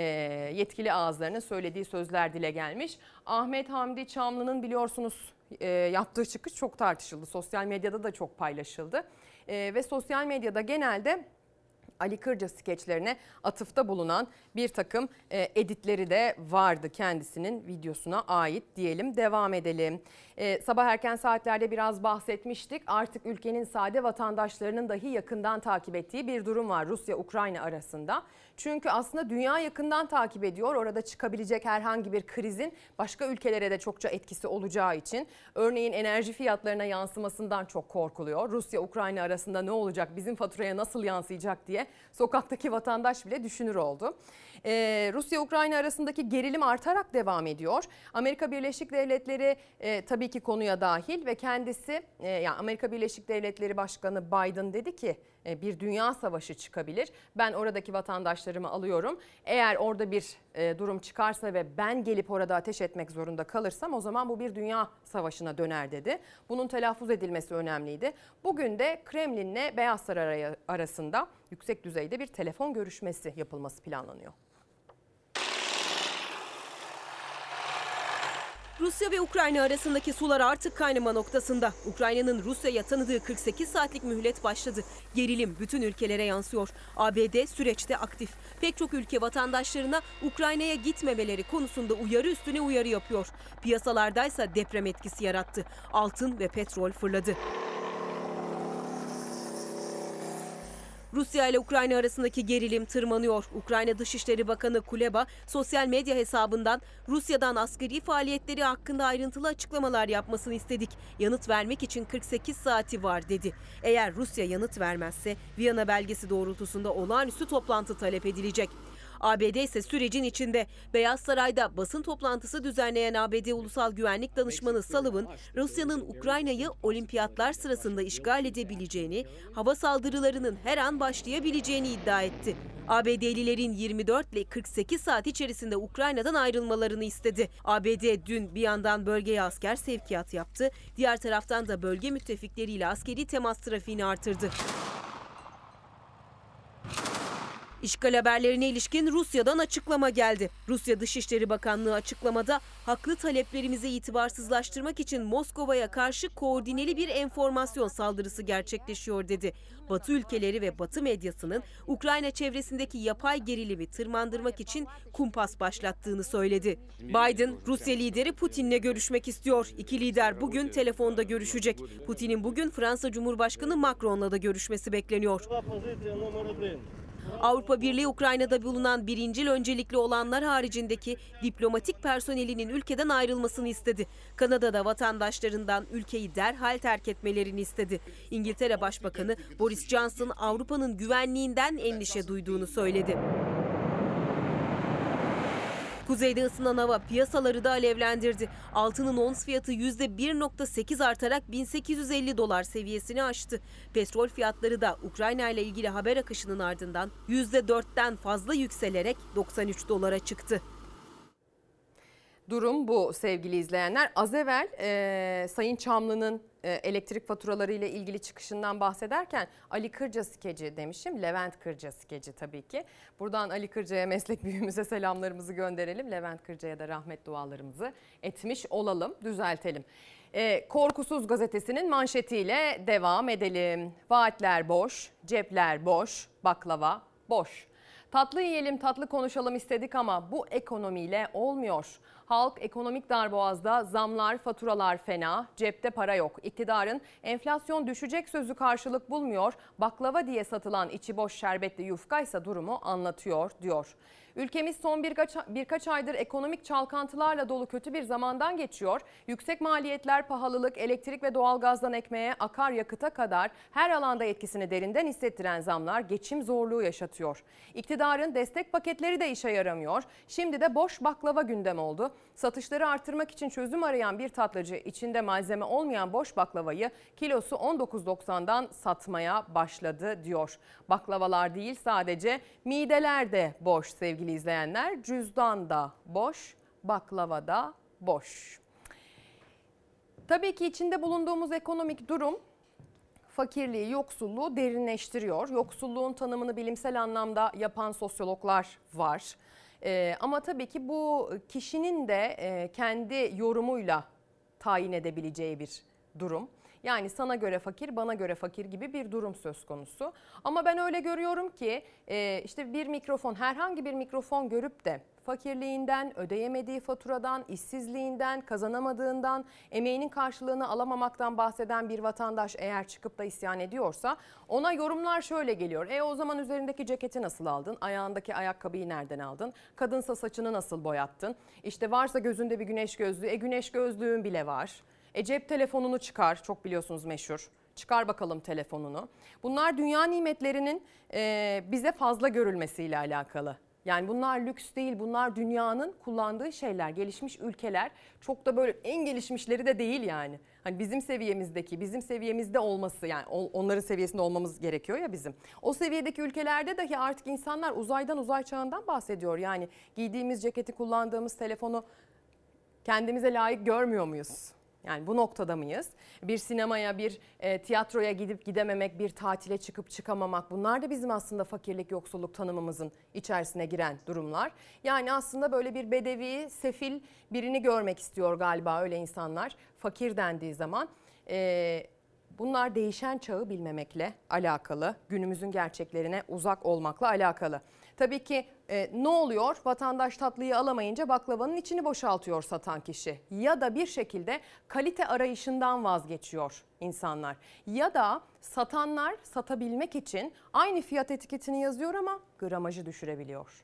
yetkili ağızlarının söylediği sözler dile gelmiş. Ahmet Hamdi Çamlı'nın biliyorsunuz yaptığı çıkış çok tartışıldı. Sosyal medyada da çok paylaşıldı. Ve sosyal medyada genelde Ali Kırca skeçlerine atıfta bulunan bir takım editleri de vardı kendisinin videosuna ait diyelim. Devam edelim. Sabah erken saatlerde biraz bahsetmiştik. Artık ülkenin sade vatandaşlarının dahi yakından takip ettiği bir durum var Rusya-Ukrayna arasında. Çünkü aslında dünya yakından takip ediyor. Orada çıkabilecek herhangi bir krizin başka ülkelere de çokça etkisi olacağı için, örneğin enerji fiyatlarına yansımasından çok korkuluyor. Rusya-Ukrayna arasında ne olacak, bizim faturaya nasıl yansıyacak diye sokaktaki vatandaş bile düşünür oldu. Rusya-Ukrayna arasındaki gerilim artarak devam ediyor. Amerika Birleşik Devletleri tabii ki konuya dahil ve kendisi, yani Amerika Birleşik Devletleri Başkanı Biden dedi ki bir dünya savaşı çıkabilir. Ben oradaki vatandaşlarımı alıyorum. Eğer orada bir durum çıkarsa ve ben gelip orada ateş etmek zorunda kalırsam o zaman bu bir dünya savaşına döner dedi. Bunun telaffuz edilmesi önemliydi. Bugün de Kremlin'le Beyaz Saray arasında yüksek düzeyde bir telefon görüşmesi yapılması planlanıyor. Rusya ve Ukrayna arasındaki sular artık kaynama noktasında. Ukrayna'nın Rusya'ya tanıdığı 48 saatlik mühlet başladı. Gerilim bütün ülkelere yansıyor. ABD süreçte aktif. Pek çok ülke vatandaşlarına Ukrayna'ya gitmemeleri konusunda uyarı üstüne uyarı yapıyor. Piyasalardaysa deprem etkisi yarattı. Altın ve petrol fırladı. Rusya ile Ukrayna arasındaki gerilim tırmanıyor. Ukrayna Dışişleri Bakanı Kuleba sosyal medya hesabından Rusya'dan askeri faaliyetleri hakkında ayrıntılı açıklamalar yapmasını istedik. Yanıt vermek için 48 saati var dedi. Eğer Rusya yanıt vermezse Viyana belgesi doğrultusunda olağanüstü toplantı talep edilecek. ABD ise sürecin içinde. Beyaz Saray'da basın toplantısı düzenleyen ABD Ulusal Güvenlik Danışmanı Sullivan, Rusya'nın Ukrayna'yı olimpiyatlar sırasında işgal edebileceğini, hava saldırılarının her an başlayabileceğini iddia etti. ABD'lilerin 24 ile 48 saat içerisinde Ukrayna'dan ayrılmalarını istedi. ABD dün bir yandan bölgeye asker sevkiyat yaptı, diğer taraftan da bölge müttefikleriyle askeri temas trafiğini artırdı. İşgal haberlerine ilişkin Rusya'dan açıklama geldi. Rusya Dışişleri Bakanlığı açıklamada haklı taleplerimizi itibarsızlaştırmak için Moskova'ya karşı koordineli bir enformasyon saldırısı gerçekleşiyor dedi. Batı ülkeleri ve Batı medyasının Ukrayna çevresindeki yapay gerilimi tırmandırmak için kumpas başlattığını söyledi. Biden, Rusya lideri Putin'le görüşmek istiyor. İki lider bugün telefonda görüşecek. Putin'in bugün Fransa Cumhurbaşkanı Macron'la da görüşmesi bekleniyor. Avrupa Birliği Ukrayna'da bulunan birincil öncelikli olanlar haricindeki diplomatik personelinin ülkeden ayrılmasını istedi. Kanada'da vatandaşlarından ülkeyi derhal terk etmelerini istedi. İngiltere Başbakanı Boris Johnson Avrupa'nın güvenliğinden endişe duyduğunu söyledi. Kuzeyde ısınan hava piyasaları da alevlendirdi. Altının ons fiyatı %1.8 artarak 1850 dolar seviyesini aştı. Petrol fiyatları da Ukrayna ile ilgili haber akışının ardından %4'ten fazla yükselerek 93 dolara çıktı. Durum bu sevgili izleyenler. Az evvel Sayın Çamlı'nın elektrik faturaları ile ilgili çıkışından bahsederken Ali Kırca skeci demişim. Levent Kırca skeci tabii ki. Buradan Ali Kırca'ya, meslek büyüğümüze selamlarımızı gönderelim. Levent Kırca'ya da rahmet dualarımızı etmiş olalım, düzeltelim. Korkusuz gazetesinin manşetiyle devam edelim. Vaatler boş, cepler boş, baklava boş. Tatlı yiyelim, tatlı konuşalım istedik ama bu ekonomiyle olmuyor. Halk ekonomik darboğazda, zamlar, faturalar fena, cepte para yok. İktidarın enflasyon düşecek sözü karşılık bulmuyor. Baklava diye satılan içi boş şerbetli yufkaysa durumu anlatıyor diyor. Ülkemiz son birkaç aydır ekonomik çalkantılarla dolu kötü bir zamandan geçiyor. Yüksek maliyetler, pahalılık, elektrik ve doğalgazdan ekmeğe, akaryakıta kadar her alanda etkisini derinden hissettiren zamlar geçim zorluğu yaşatıyor. İktidarın destek paketleri de işe yaramıyor. Şimdi de boş baklava gündem oldu. Satışları artırmak için çözüm arayan bir tatlıcı içinde malzeme olmayan boş baklavayı kilosu 19.90'dan satmaya başladı diyor. Baklavalar değil sadece mideler de boş sevgili izleyenler. Cüzdan da boş, baklava da boş. Tabii ki içinde bulunduğumuz ekonomik durum fakirliği, yoksulluğu derinleştiriyor. Yoksulluğun tanımını bilimsel anlamda yapan sosyologlar var. Ama tabii ki bu kişinin de kendi yorumuyla tayin edebileceği bir durum. Yani sana göre fakir, bana göre fakir gibi bir durum söz konusu. Ama ben öyle görüyorum ki işte bir mikrofon, herhangi bir mikrofon görüp de fakirliğinden, ödeyemediği faturadan, işsizliğinden, kazanamadığından, emeğinin karşılığını alamamaktan bahseden bir vatandaş eğer çıkıp da isyan ediyorsa ona yorumlar şöyle geliyor. O zaman üzerindeki ceketi nasıl aldın? Ayağındaki ayakkabıyı nereden aldın? Kadınsa saçını nasıl boyattın? İşte varsa gözünde bir güneş gözlüğü, güneş gözlüğün bile var. Cep telefonunu çıkar, çok biliyorsunuz meşhur. Çıkar bakalım telefonunu. Bunlar dünya nimetlerinin bize fazla görülmesiyle alakalı. Yani bunlar lüks değil, bunlar dünyanın kullandığı şeyler. Gelişmiş ülkeler çok da böyle en gelişmişleri de değil yani. Hani bizim seviyemizdeki, bizim seviyemizde olması, yani onların seviyesinde olmamız gerekiyor ya bizim. O seviyedeki ülkelerde dahi artık insanlar uzay çağından bahsediyor. Yani giydiğimiz ceketi, kullandığımız telefonu kendimize layık görmüyor muyuz? Yani bu noktada mıyız? Bir sinemaya, bir tiyatroya gidip gidememek, bir tatile çıkıp çıkamamak, bunlar da bizim aslında fakirlik, yoksulluk tanımımızın içerisine giren durumlar. Yani aslında böyle bir bedevi, sefil birini görmek istiyor galiba öyle insanlar. Fakir dendiği zaman bunlar değişen çağı bilmemekle alakalı, günümüzün gerçeklerine uzak olmakla alakalı. Tabii ki ne oluyor? Vatandaş tatlıyı alamayınca baklavanın içini boşaltıyor satan kişi. Ya da bir şekilde kalite arayışından vazgeçiyor insanlar. Ya da satanlar satabilmek için aynı fiyat etiketini yazıyor ama gramajı düşürebiliyor.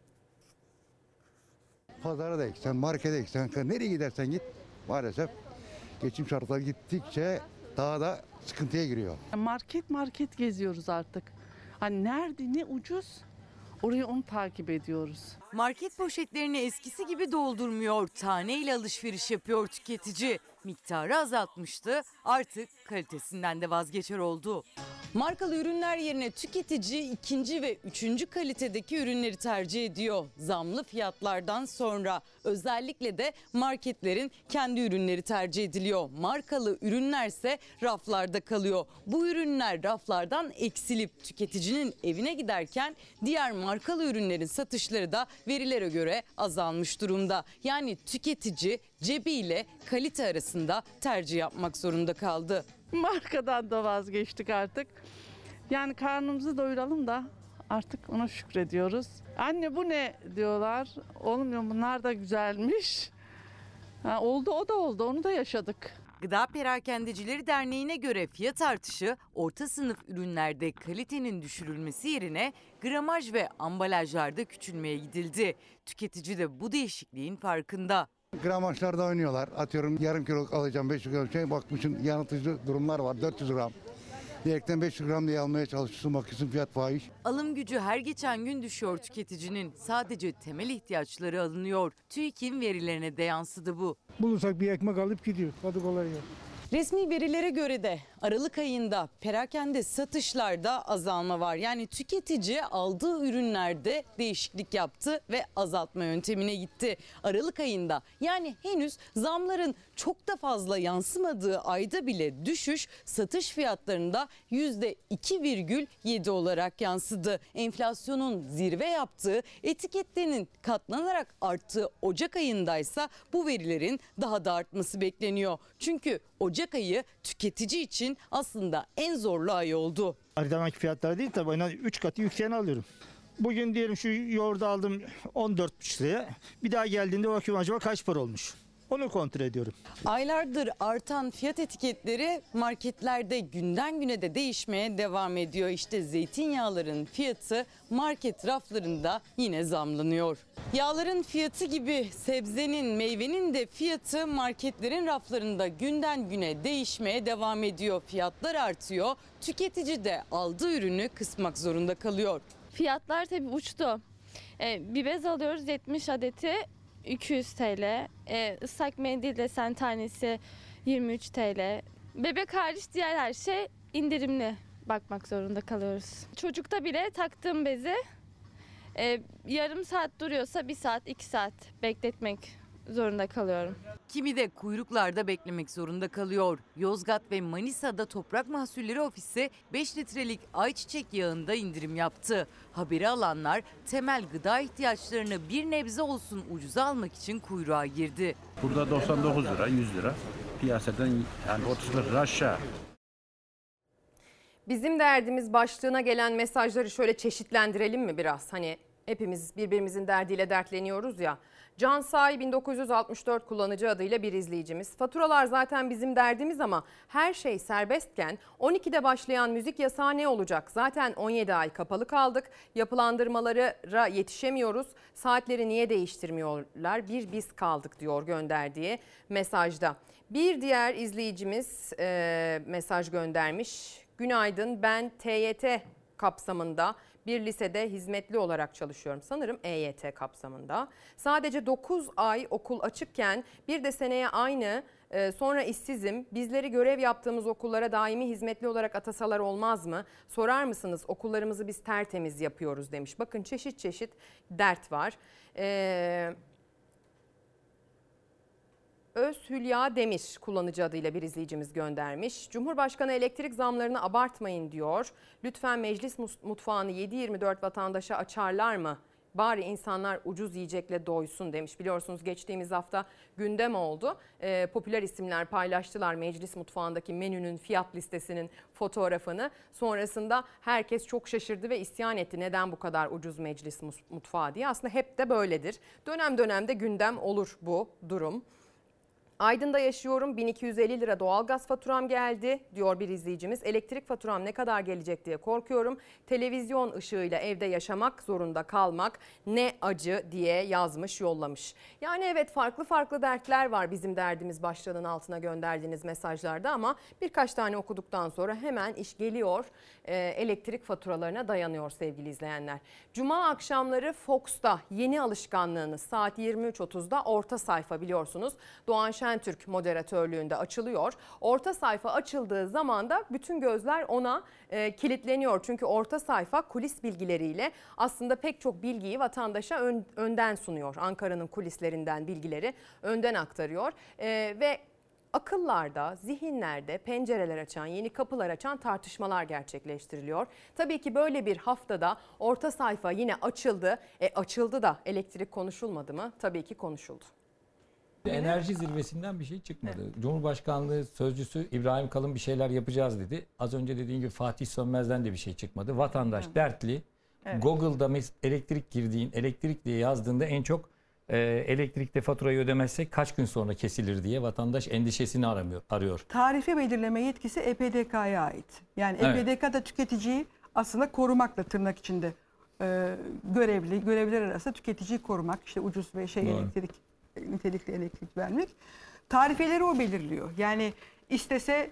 Pazara da gitsen, markete gitsen, nereye gidersen git maalesef geçim şartları gittikçe daha da sıkıntıya giriyor. Market geziyoruz artık. Hani nerede ne ucuz? Orayı onu takip ediyoruz. Market poşetlerini eskisi gibi doldurmuyor. Taneyle alışveriş yapıyor tüketici. Miktarı azaltmıştı. Artık kalitesinden de vazgeçer oldu. Markalı ürünler yerine tüketici ikinci ve üçüncü kalitedeki ürünleri tercih ediyor. Zamlı fiyatlardan sonra özellikle de marketlerin kendi ürünleri tercih ediliyor. Markalı ürünlerse raflarda kalıyor. Bu ürünler raflardan eksilip tüketicinin evine giderken diğer markalı ürünlerin satışları da verilere göre azalmış durumda. Yani tüketici cebiyle kalite arasında tercih yapmak zorunda kaldı. Markadan da vazgeçtik artık. Yani karnımızı doyuralım da artık ona şükrediyoruz. Anne bu ne diyorlar. Olmuyor, bunlar da güzelmiş. Oldu, o da oldu, onu da yaşadık. Gıda Perakendecileri Derneği'ne göre fiyat artışı orta sınıf ürünlerde kalitenin düşürülmesi yerine gramaj ve ambalajlarda küçülmeye gidildi. Tüketici de bu değişikliğin farkında. Gramajlarda oynuyorlar. Atıyorum yarım kilo alacağım, 500 gram şey, bakmışsın yanıltıcı durumlar var, 400 gram. Diyerekten 500 gram diye almaya çalışıyorsun, bakıyorsun fiyat fahiş. Alım gücü her geçen gün düşüyor tüketicinin. Sadece temel ihtiyaçları alınıyor. TÜİK'in verilerine de yansıdı bu. Bulursak bir ekmek alıp gidiyor. Hadi kolay gelsin. Resmi verilere göre de Aralık ayında perakende satışlarda azalma var. Yani tüketici aldığı ürünlerde değişiklik yaptı ve azaltma yöntemine gitti. Aralık ayında, yani henüz zamların çok da fazla yansımadığı ayda bile düşüş satış fiyatlarında %2,7 olarak yansıdı. Enflasyonun zirve yaptığı, etiketlerinin katlanarak arttığı Ocak ayındaysa bu verilerin daha da artması bekleniyor. Çünkü Ocak ayı tüketici için aslında en zorlu ay oldu. Haritadaki fiyatlar değil tabii. 3 katı yükseğini alıyorum. Bugün diyelim şu yoğurdu aldım 14,5 liraya. Bir daha geldiğinde bakıyorum acaba kaç para olmuş. Onu kontrol ediyorum. Aylardır artan fiyat etiketleri marketlerde günden güne de değişmeye devam ediyor. İşte zeytinyağların fiyatı market raflarında yine zamlanıyor. Yağların fiyatı gibi sebzenin, meyvenin de fiyatı marketlerin raflarında günden güne değişmeye devam ediyor. Fiyatlar artıyor, tüketici de aldığı ürünü kısmak zorunda kalıyor. Fiyatlar tabii uçtu. Bir bez alıyoruz 70 adeti 200 TL. Islak mendil desen tanesi 23 TL. Bebek hariç diğer her şey indirimli bakmak zorunda kalıyoruz. Çocukta bile taktığım bezi yarım saat duruyorsa 1 saat 2 saat bekletmek zorunda kalıyorum. Kimi de kuyruklarda beklemek zorunda kalıyor. Yozgat ve Manisa'da Toprak Mahsulleri Ofisi 5 litrelik ayçiçek yağında indirim yaptı. Haberi alanlar temel gıda ihtiyaçlarını bir nebze olsun ucuza almak için kuyruğa girdi. Burada 99 lira, 100 lira. Piyasadan yani 30 lira aşağı. Bizim derdimiz başlığına gelen mesajları şöyle çeşitlendirelim mi biraz? Hani hepimiz birbirimizin derdiyle dertleniyoruz ya. Cansay 1964 kullanıcı adıyla bir izleyicimiz. Faturalar zaten bizim derdimiz ama her şey serbestken 12'de başlayan müzik yasağı ne olacak? Zaten 17 ay kapalı kaldık. Yapılandırmalara yetişemiyoruz. Saatleri niye değiştirmiyorlar? Bir biz kaldık diyor gönderdiği mesajda. Bir diğer izleyicimiz mesaj göndermiş. Günaydın, ben TYT kapsamında bir lisede hizmetli olarak çalışıyorum. Sanırım EYT kapsamında. Sadece 9 ay okul açıkken bir de seneye aynı sonra işsizim. Bizleri görev yaptığımız okullara daimi hizmetli olarak atasalar olmaz mı? Sorar mısınız? Okullarımızı biz tertemiz yapıyoruz demiş. Bakın çeşit çeşit dert var. Özhülya Demir kullanıcı adıyla bir izleyicimiz göndermiş. Cumhurbaşkanı elektrik zamlarını abartmayın diyor. Lütfen meclis mutfağını 7/24 vatandaşa açarlar mı? Bari insanlar ucuz yiyecekle doysun demiş. Biliyorsunuz geçtiğimiz hafta gündem oldu. Popüler isimler paylaştılar meclis mutfağındaki menünün fiyat listesinin fotoğrafını. Sonrasında herkes çok şaşırdı ve isyan etti. Neden bu kadar ucuz meclis mutfağı diye. Aslında hep de böyledir. Dönem dönemde gündem olur bu durum. Aydın'da yaşıyorum, 1250 lira doğalgaz faturam geldi diyor bir izleyicimiz. Elektrik faturam ne kadar gelecek diye korkuyorum. Televizyon ışığıyla evde yaşamak zorunda kalmak ne acı diye yazmış, yollamış. Yani evet, farklı farklı dertler var bizim derdimiz başlığının altına gönderdiğiniz mesajlarda ama birkaç tane okuduktan sonra hemen iş geliyor. Elektrik faturalarına dayanıyor sevgili izleyenler. Cuma akşamları Fox'ta yeni alışkanlığınız saat 23.30'da orta sayfa biliyorsunuz. Doğan Şentürk moderatörlüğünde açılıyor. Orta sayfa açıldığı zaman da bütün gözler ona kilitleniyor. Çünkü orta sayfa kulis bilgileriyle aslında pek çok bilgiyi vatandaşa önden sunuyor. Ankara'nın kulislerinden bilgileri önden aktarıyor ve akıllarda, zihinlerde pencereler açan, yeni kapılar açan tartışmalar gerçekleştiriliyor. Tabii ki böyle bir haftada orta sayfa yine açıldı. Açıldı da elektrik konuşulmadı mı? Tabii ki konuşuldu. Enerji zirvesinden bir şey çıkmadı. Evet. Cumhurbaşkanlığı sözcüsü İbrahim Kalın bir şeyler yapacağız dedi. Az önce dediğim gibi Fatih Sönmez'den de bir şey çıkmadı. Vatandaş dertli. Evet. Google'da elektrik girdiğin, elektrik diye yazdığında en çok elektrikte faturayı ödemezsek kaç gün sonra kesilir diye vatandaş endişesini arıyor. Tarife belirleme yetkisi EPDK'ya ait. Yani evet. EPDK da tüketiciyi aslında korumakla tırnak içinde görevler arasında tüketiciyi korumak, işte ucuz ve nitelikli elektrik vermek. Tarifeleri o belirliyor. Yani istese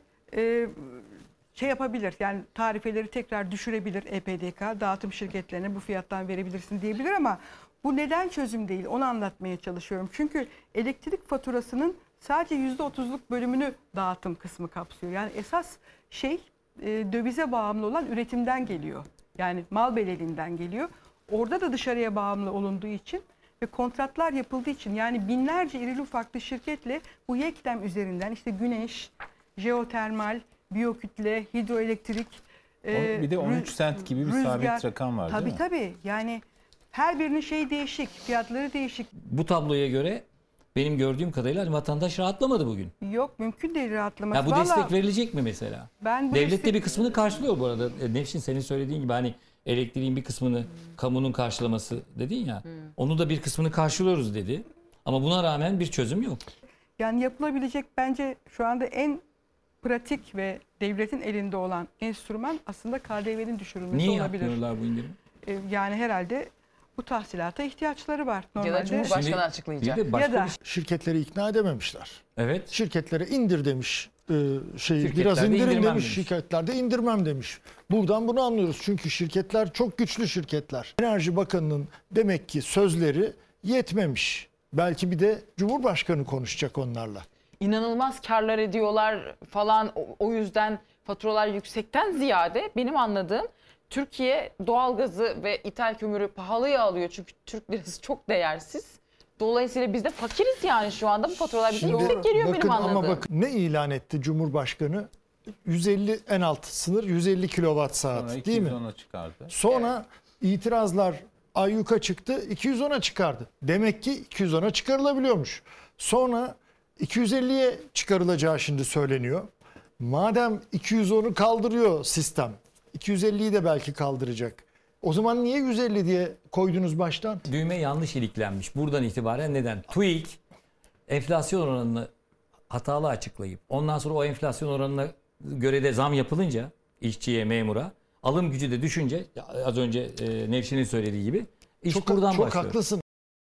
yapabilir. Yani tarifeleri tekrar düşürebilir EPDK. Dağıtım şirketlerine bu fiyattan verebilirsin diyebilir ama bu neden çözüm değil? Onu anlatmaya çalışıyorum. Çünkü elektrik faturasının sadece %30'luk bölümünü dağıtım kısmı kapsıyor. Yani esas dövize bağımlı olan üretimden geliyor. Yani mal bedelinden geliyor. Orada da dışarıya bağımlı olunduğu için ve kontratlar yapıldığı için, yani binlerce irili ufaklı şirketle bu yekdem üzerinden işte güneş, jeotermal, biyokütle, hidroelektrik, bir de 13 sent gibi bir sabit rakam var değil mi? Tabii. Yani her birinin değişik, fiyatları değişik. Bu tabloya göre benim gördüğüm kadarıyla vatandaş rahatlamadı bugün. Yok, mümkün değil rahatlaması. Ya bu destek verilecek mi mesela? Devlet de bir kısmını karşılıyor bu arada. Nevşin, senin söylediğin gibi hani Elektriğin bir kısmını kamunun karşılaması dedin ya. Onu da bir kısmını karşılıyoruz dedi. Ama buna rağmen bir çözüm yok. Yani yapılabilecek bence şu anda en pratik ve devletin elinde olan enstrüman aslında KDV'nin düşürülmesi Niye olabilir. Niye yapmıyorlar bu indirimi? Yani herhalde bu tahsilata ihtiyaçları var normalde. Ya da Cumhurbaşkanı açıklayacak. Ya da şirketleri ikna edememişler. Evet. Şirketlere indir demiş. Biraz de indirin demiş. Şirketlerde indirmem demiş. Buradan bunu anlıyoruz. Çünkü şirketler çok güçlü şirketler. Enerji Bakanı'nın demek ki sözleri yetmemiş. Belki bir de Cumhurbaşkanı konuşacak onlarla. İnanılmaz karlar ediyorlar falan, o yüzden faturalar yüksekten ziyade benim anladığım Türkiye doğalgazı ve ithal kömürü pahalıya alıyor çünkü Türk lirası çok değersiz. Dolayısıyla biz de fakiriz yani şu anda, bu faturalar bize yüksek geliyor benim anladığım. Ama bakın ne ilan etti Cumhurbaşkanı? 150 en alt sınır 150 kilowatt saat değil mi? Çıkardı. Sonra itirazlar ayyuka çıktı, 210'a çıkardı. Demek ki 210'a çıkarılabiliyormuş. Sonra 250'ye çıkarılacağı şimdi söyleniyor. Madem 210'u kaldırıyor sistem, 250'yi de belki kaldıracak. O zaman niye 150 diye koydunuz baştan? Düğme yanlış iliklenmiş. Buradan itibaren neden? TÜİK enflasyon oranını hatalı açıklayıp ondan sonra o enflasyon oranına göre de zam yapılınca işçiye, memura, alım gücü de düşünce az önce Nevşin'in söylediği gibi iş buradan başlıyor. Çok haklısın.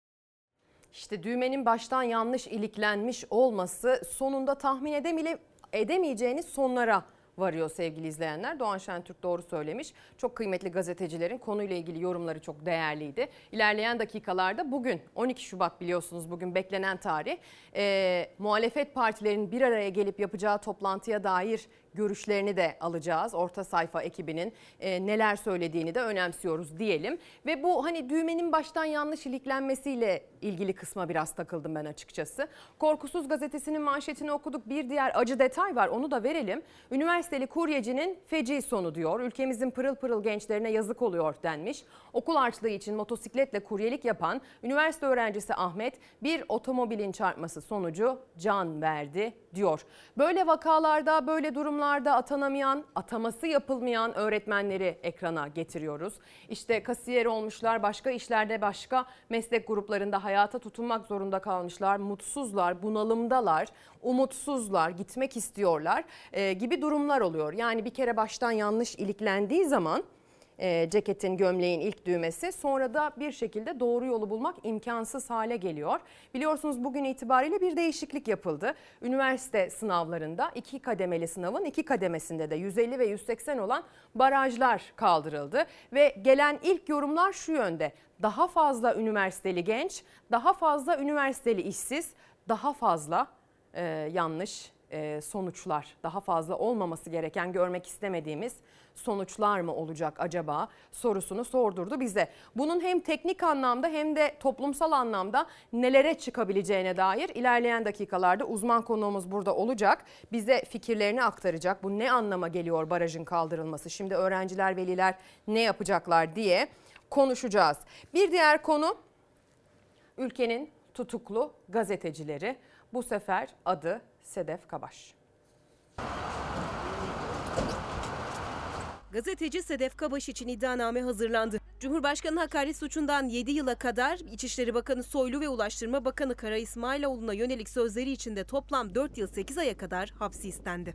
İşte düğmenin baştan yanlış iliklenmiş olması sonunda tahmin edemeyeceğiniz sonlara varıyor sevgili izleyenler. Doğan Şentürk doğru söylemiş. Çok kıymetli gazetecilerin konuyla ilgili yorumları çok değerliydi. İlerleyen dakikalarda bugün 12 Şubat biliyorsunuz bugün beklenen tarih. Muhalefet partilerinin bir araya gelip yapacağı toplantıya dair görüşlerini de alacağız. Orta sayfa ekibinin neler söylediğini de önemsiyoruz diyelim. Ve bu hani düğmenin baştan yanlış iliklenmesiyle ilgili kısma biraz takıldım ben açıkçası. Korkusuz gazetesinin manşetini okuduk. Bir diğer acı detay var, onu da verelim. Üniversiteli kuryecinin feci sonu diyor. Ülkemizin pırıl pırıl gençlerine yazık oluyor denmiş. Okul harçlığı için motosikletle kuryelik yapan üniversite öğrencisi Ahmet bir otomobilin çarpması sonucu can verdi diyor. Böyle vakalarda, böyle durumlarda atanamayan, ataması yapılmayan öğretmenleri ekrana getiriyoruz. İşte kasiyer olmuşlar, başka işlerde, başka meslek gruplarında hayata tutunmak zorunda kalmışlar. Mutsuzlar, bunalımdalar, umutsuzlar, gitmek istiyorlar gibi durumlar oluyor. Yani bir kere baştan yanlış iliklendiği zaman ceketin, gömleğin ilk düğmesi, sonra da bir şekilde doğru yolu bulmak imkansız hale geliyor. Biliyorsunuz bugün itibariyle bir değişiklik yapıldı. Üniversite sınavlarında 2 kademeli sınavın 2 kademesinde de 150 ve 180 olan barajlar kaldırıldı. Ve gelen ilk yorumlar şu yönde: daha fazla üniversiteli genç, daha fazla üniversiteli işsiz, daha fazla yanlış sonuçlar, daha fazla olmaması gereken, görmek istemediğimiz sonuçlar mı olacak acaba sorusunu sordurdu bize. Bunun hem teknik anlamda hem de toplumsal anlamda nelere çıkabileceğine dair ilerleyen dakikalarda uzman konuğumuz burada olacak. Bize fikirlerini aktaracak. Bu ne anlama geliyor barajın kaldırılması? Şimdi öğrenciler, veliler ne yapacaklar diye konuşacağız. Bir diğer konu ülkenin tutuklu gazetecileri. Bu sefer adı Sedef Kabaş. Gazeteci Sedef Kabaş için iddianame hazırlandı. Cumhurbaşkanı hakaret suçundan 7 yıla kadar, İçişleri Bakanı Soylu ve Ulaştırma Bakanı Kara İsmailoğlu'na yönelik sözleri için de toplam 4 yıl 8 aya kadar hapsi istendi.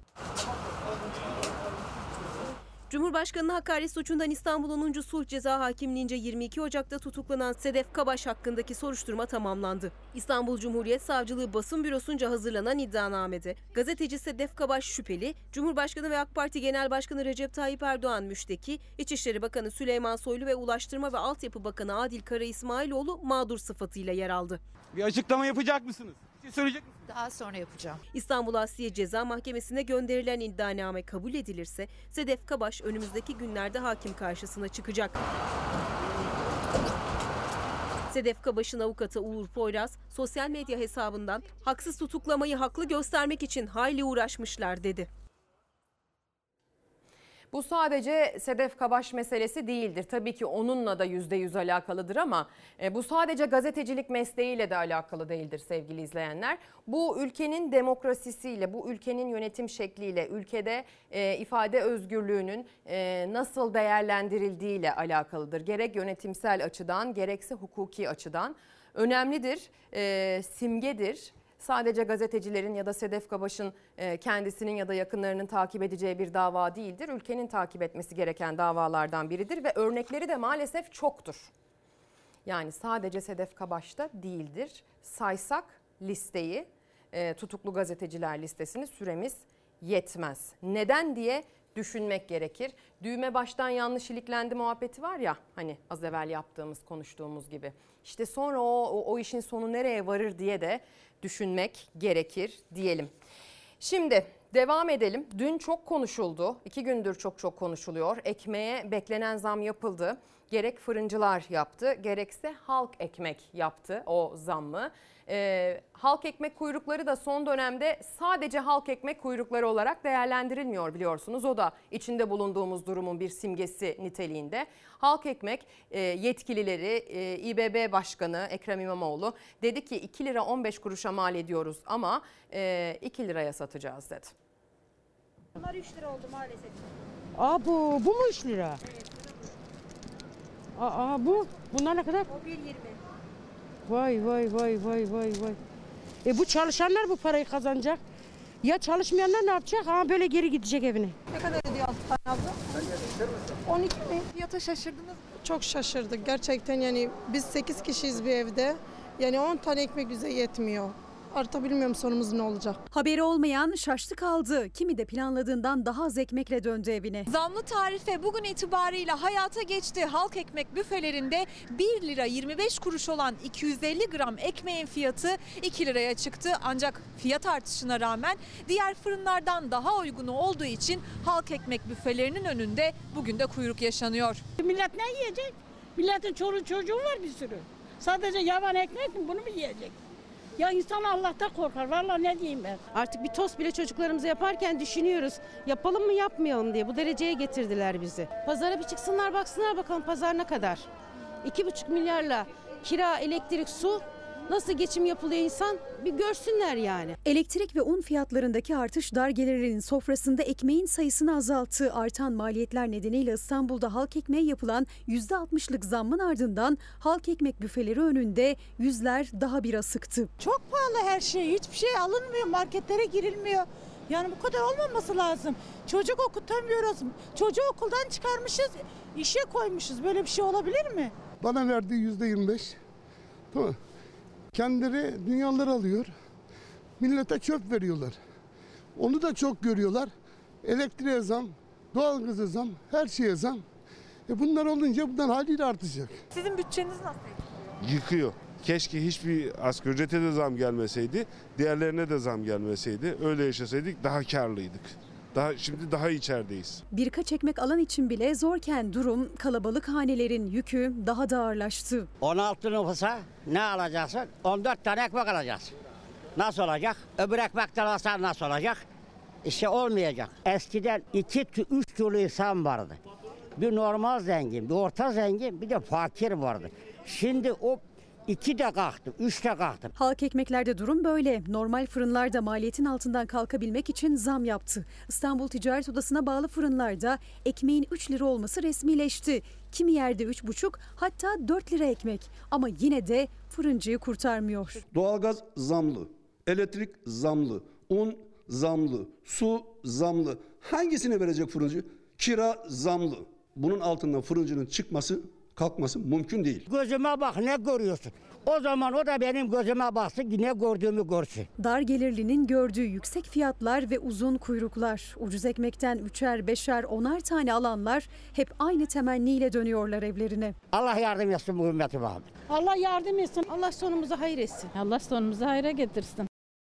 Cumhurbaşkanı hakaret suçundan İstanbul 10. Sulh Ceza Hakimliğince 22 Ocak'ta tutuklanan Sedef Kabaş hakkındaki soruşturma tamamlandı. İstanbul Cumhuriyet Savcılığı Basın Bürosu'nca hazırlanan iddianamede gazeteci Sedef Kabaş şüpheli, Cumhurbaşkanı ve AK Parti Genel Başkanı Recep Tayyip Erdoğan müşteki, İçişleri Bakanı Süleyman Soylu ve Ulaştırma ve Altyapı Bakanı Adil Kara İsmailoğlu mağdur sıfatıyla yer aldı. Bir açıklama yapacak mısınız? Bir şey söyleyecek misiniz? Daha sonra yapacağım. İstanbul Asliye Ceza Mahkemesi'ne gönderilen iddianame kabul edilirse Sedef Kabaş önümüzdeki günlerde hakim karşısına çıkacak. Sedef Kabaş'ın avukatı Uğur Poyraz sosyal medya hesabından haksız tutuklamayı haklı göstermek için hayli uğraşmışlar dedi. Bu sadece Sedef Kabaş meselesi değildir. Tabii ki onunla da %100 alakalıdır ama bu sadece gazetecilik mesleğiyle de alakalı değildir sevgili izleyenler. Bu ülkenin demokrasisiyle, bu ülkenin yönetim şekliyle, ülkede ifade özgürlüğünün nasıl değerlendirildiğiyle alakalıdır. Gerek yönetimsel açıdan gerekse hukuki açıdan önemlidir, simgedir. Sadece gazetecilerin ya da Sedef Kabaş'ın kendisinin ya da yakınlarının takip edeceği bir dava değildir. Ülkenin takip etmesi gereken davalardan biridir ve örnekleri de maalesef çoktur. Yani sadece Sedef Kabaş'ta değildir. Saysak listeyi, tutuklu gazeteciler listesini süremiz yetmez. Neden diye düşünmek gerekir. Düğme baştan yanlış iliklendi muhabbeti var ya, hani az evvel yaptığımız, konuştuğumuz gibi. İşte sonra o işin sonu nereye varır diye de düşünmek gerekir diyelim. Şimdi devam edelim. Dün çok konuşuldu. 2 gündür çok konuşuluyor. Ekmeğe beklenen zam yapıldı. Gerek fırıncılar yaptı, gerekse halk ekmek yaptı o zammı. Halk ekmek kuyrukları da son dönemde sadece halk ekmek kuyrukları olarak değerlendirilmiyor biliyorsunuz. O da içinde bulunduğumuz durumun bir simgesi niteliğinde. Halk ekmek yetkilileri, İBB Başkanı Ekrem İmamoğlu dedi ki 2 lira 15 kuruşa mal ediyoruz ama 2 liraya satacağız dedi. Bunlar 3 lira oldu maalesef. Bu mu 3 lira? Evet. Bunlar ne kadar? O 1.20. Vay. Bu çalışanlar bu parayı kazanacak. Ya çalışmayanlar ne yapacak? Böyle geri gidecek evine. Ne kadar ödüyor 6 tane abla? 12 mi? Fiyata şaşırdınız mı? Çok şaşırdık gerçekten, yani biz 8 kişiyiz bir evde. Yani 10 tane ekmek bize yetmiyor. Artık bilmiyorum sonumuz ne olacak. Haberi olmayan şaştı kaldı. Kimi de planladığından daha az ekmekle döndü evine. Zamlı tarife bugün itibariyle hayata geçti. Halk ekmek büfelerinde 1 lira 25 kuruş olan 250 gram ekmeğin fiyatı 2 liraya çıktı. Ancak fiyat artışına rağmen diğer fırınlardan daha uygunu olduğu için halk ekmek büfelerinin önünde bugün de kuyruk yaşanıyor. Millet ne yiyecek? Milletin çoluğu çocuğu var bir sürü. Sadece yavan ekmek mi, bunu mu yiyecek? Ya insan Allah'tan korkar. Vallahi ne diyeyim ben. Artık bir tost bile çocuklarımıza yaparken düşünüyoruz. Yapalım mı yapmayalım diye. Bu dereceye getirdiler bizi. Pazara bir çıksınlar baksınlar bakalım pazar ne kadar. 2,5 milyarla kira, elektrik, su. Nasıl geçim yapılıyor insan bir görsünler yani. Elektrik ve un fiyatlarındaki artış dar gelirlerin sofrasında ekmeğin sayısını azalttı. Artan maliyetler nedeniyle İstanbul'da halk ekmeğe yapılan %60'lık zammın ardından halk ekmek büfeleri önünde yüzler daha bir asıktı. Çok pahalı her şey. Hiçbir şey alınmıyor. Marketlere girilmiyor. Yani bu kadar olmaması lazım. Çocuk okutamıyoruz. Çocuğu okuldan çıkarmışız. İşe koymuşuz. Böyle bir şey olabilir mi? Bana verdiği %25. Tamam. Kendileri dünyaları alıyor, millete çöp veriyorlar. Onu da çok görüyorlar. Elektriğe zam, doğalgaza zam, her şeye zam. Bunlar olunca bundan haliyle artacak. Sizin bütçeniz nasıl? Yıkıyor. Keşke hiçbir asgari ücrete de zam gelmeseydi, diğerlerine de zam gelmeseydi. Öyle yaşasaydık daha karlıydık. Şimdi daha içerideyiz. Birkaç ekmek alan için bile zorken durum, kalabalık hanelerin yükü daha da ağırlaştı. 16 nüfusa ne alacaksın? 14 tane ekmek alacaksın. Nasıl olacak? Öbür ekmekten alsan nasıl olacak? İşte olmayacak. Eskiden 2-3 türlü insan vardı. Bir normal zengin, bir orta zengin, bir de fakir vardı. Şimdi o 2 de kalktı, 3 de kalktı. Halk ekmeklerde durum böyle. Normal fırınlarda maliyetin altından kalkabilmek için zam yaptı. İstanbul Ticaret Odası'na bağlı fırınlarda ekmeğin 3 lira olması resmileşti. Kimi yerde 3,5 hatta 4 lira ekmek. Ama yine de fırıncıyı kurtarmıyor. Doğalgaz zamlı, elektrik zamlı, un zamlı, su zamlı. Hangisini verecek fırıncı? Kira zamlı. Bunun altından fırıncının kalkması mümkün değil. Gözüme bak ne görüyorsun? O zaman o da benim gözüme baksın, ne gördüğümü görsün. Dar gelirlinin gördüğü yüksek fiyatlar ve uzun kuyruklar. Ucuz ekmekten 3'er, 5'er, 10'ar tane alanlar hep aynı temenniyle dönüyorlar evlerine. Allah yardım etsin bu ümmeti Muhammed. Allah yardım etsin. Allah sonumuzu hayır etsin. Allah sonumuzu hayra getirsin.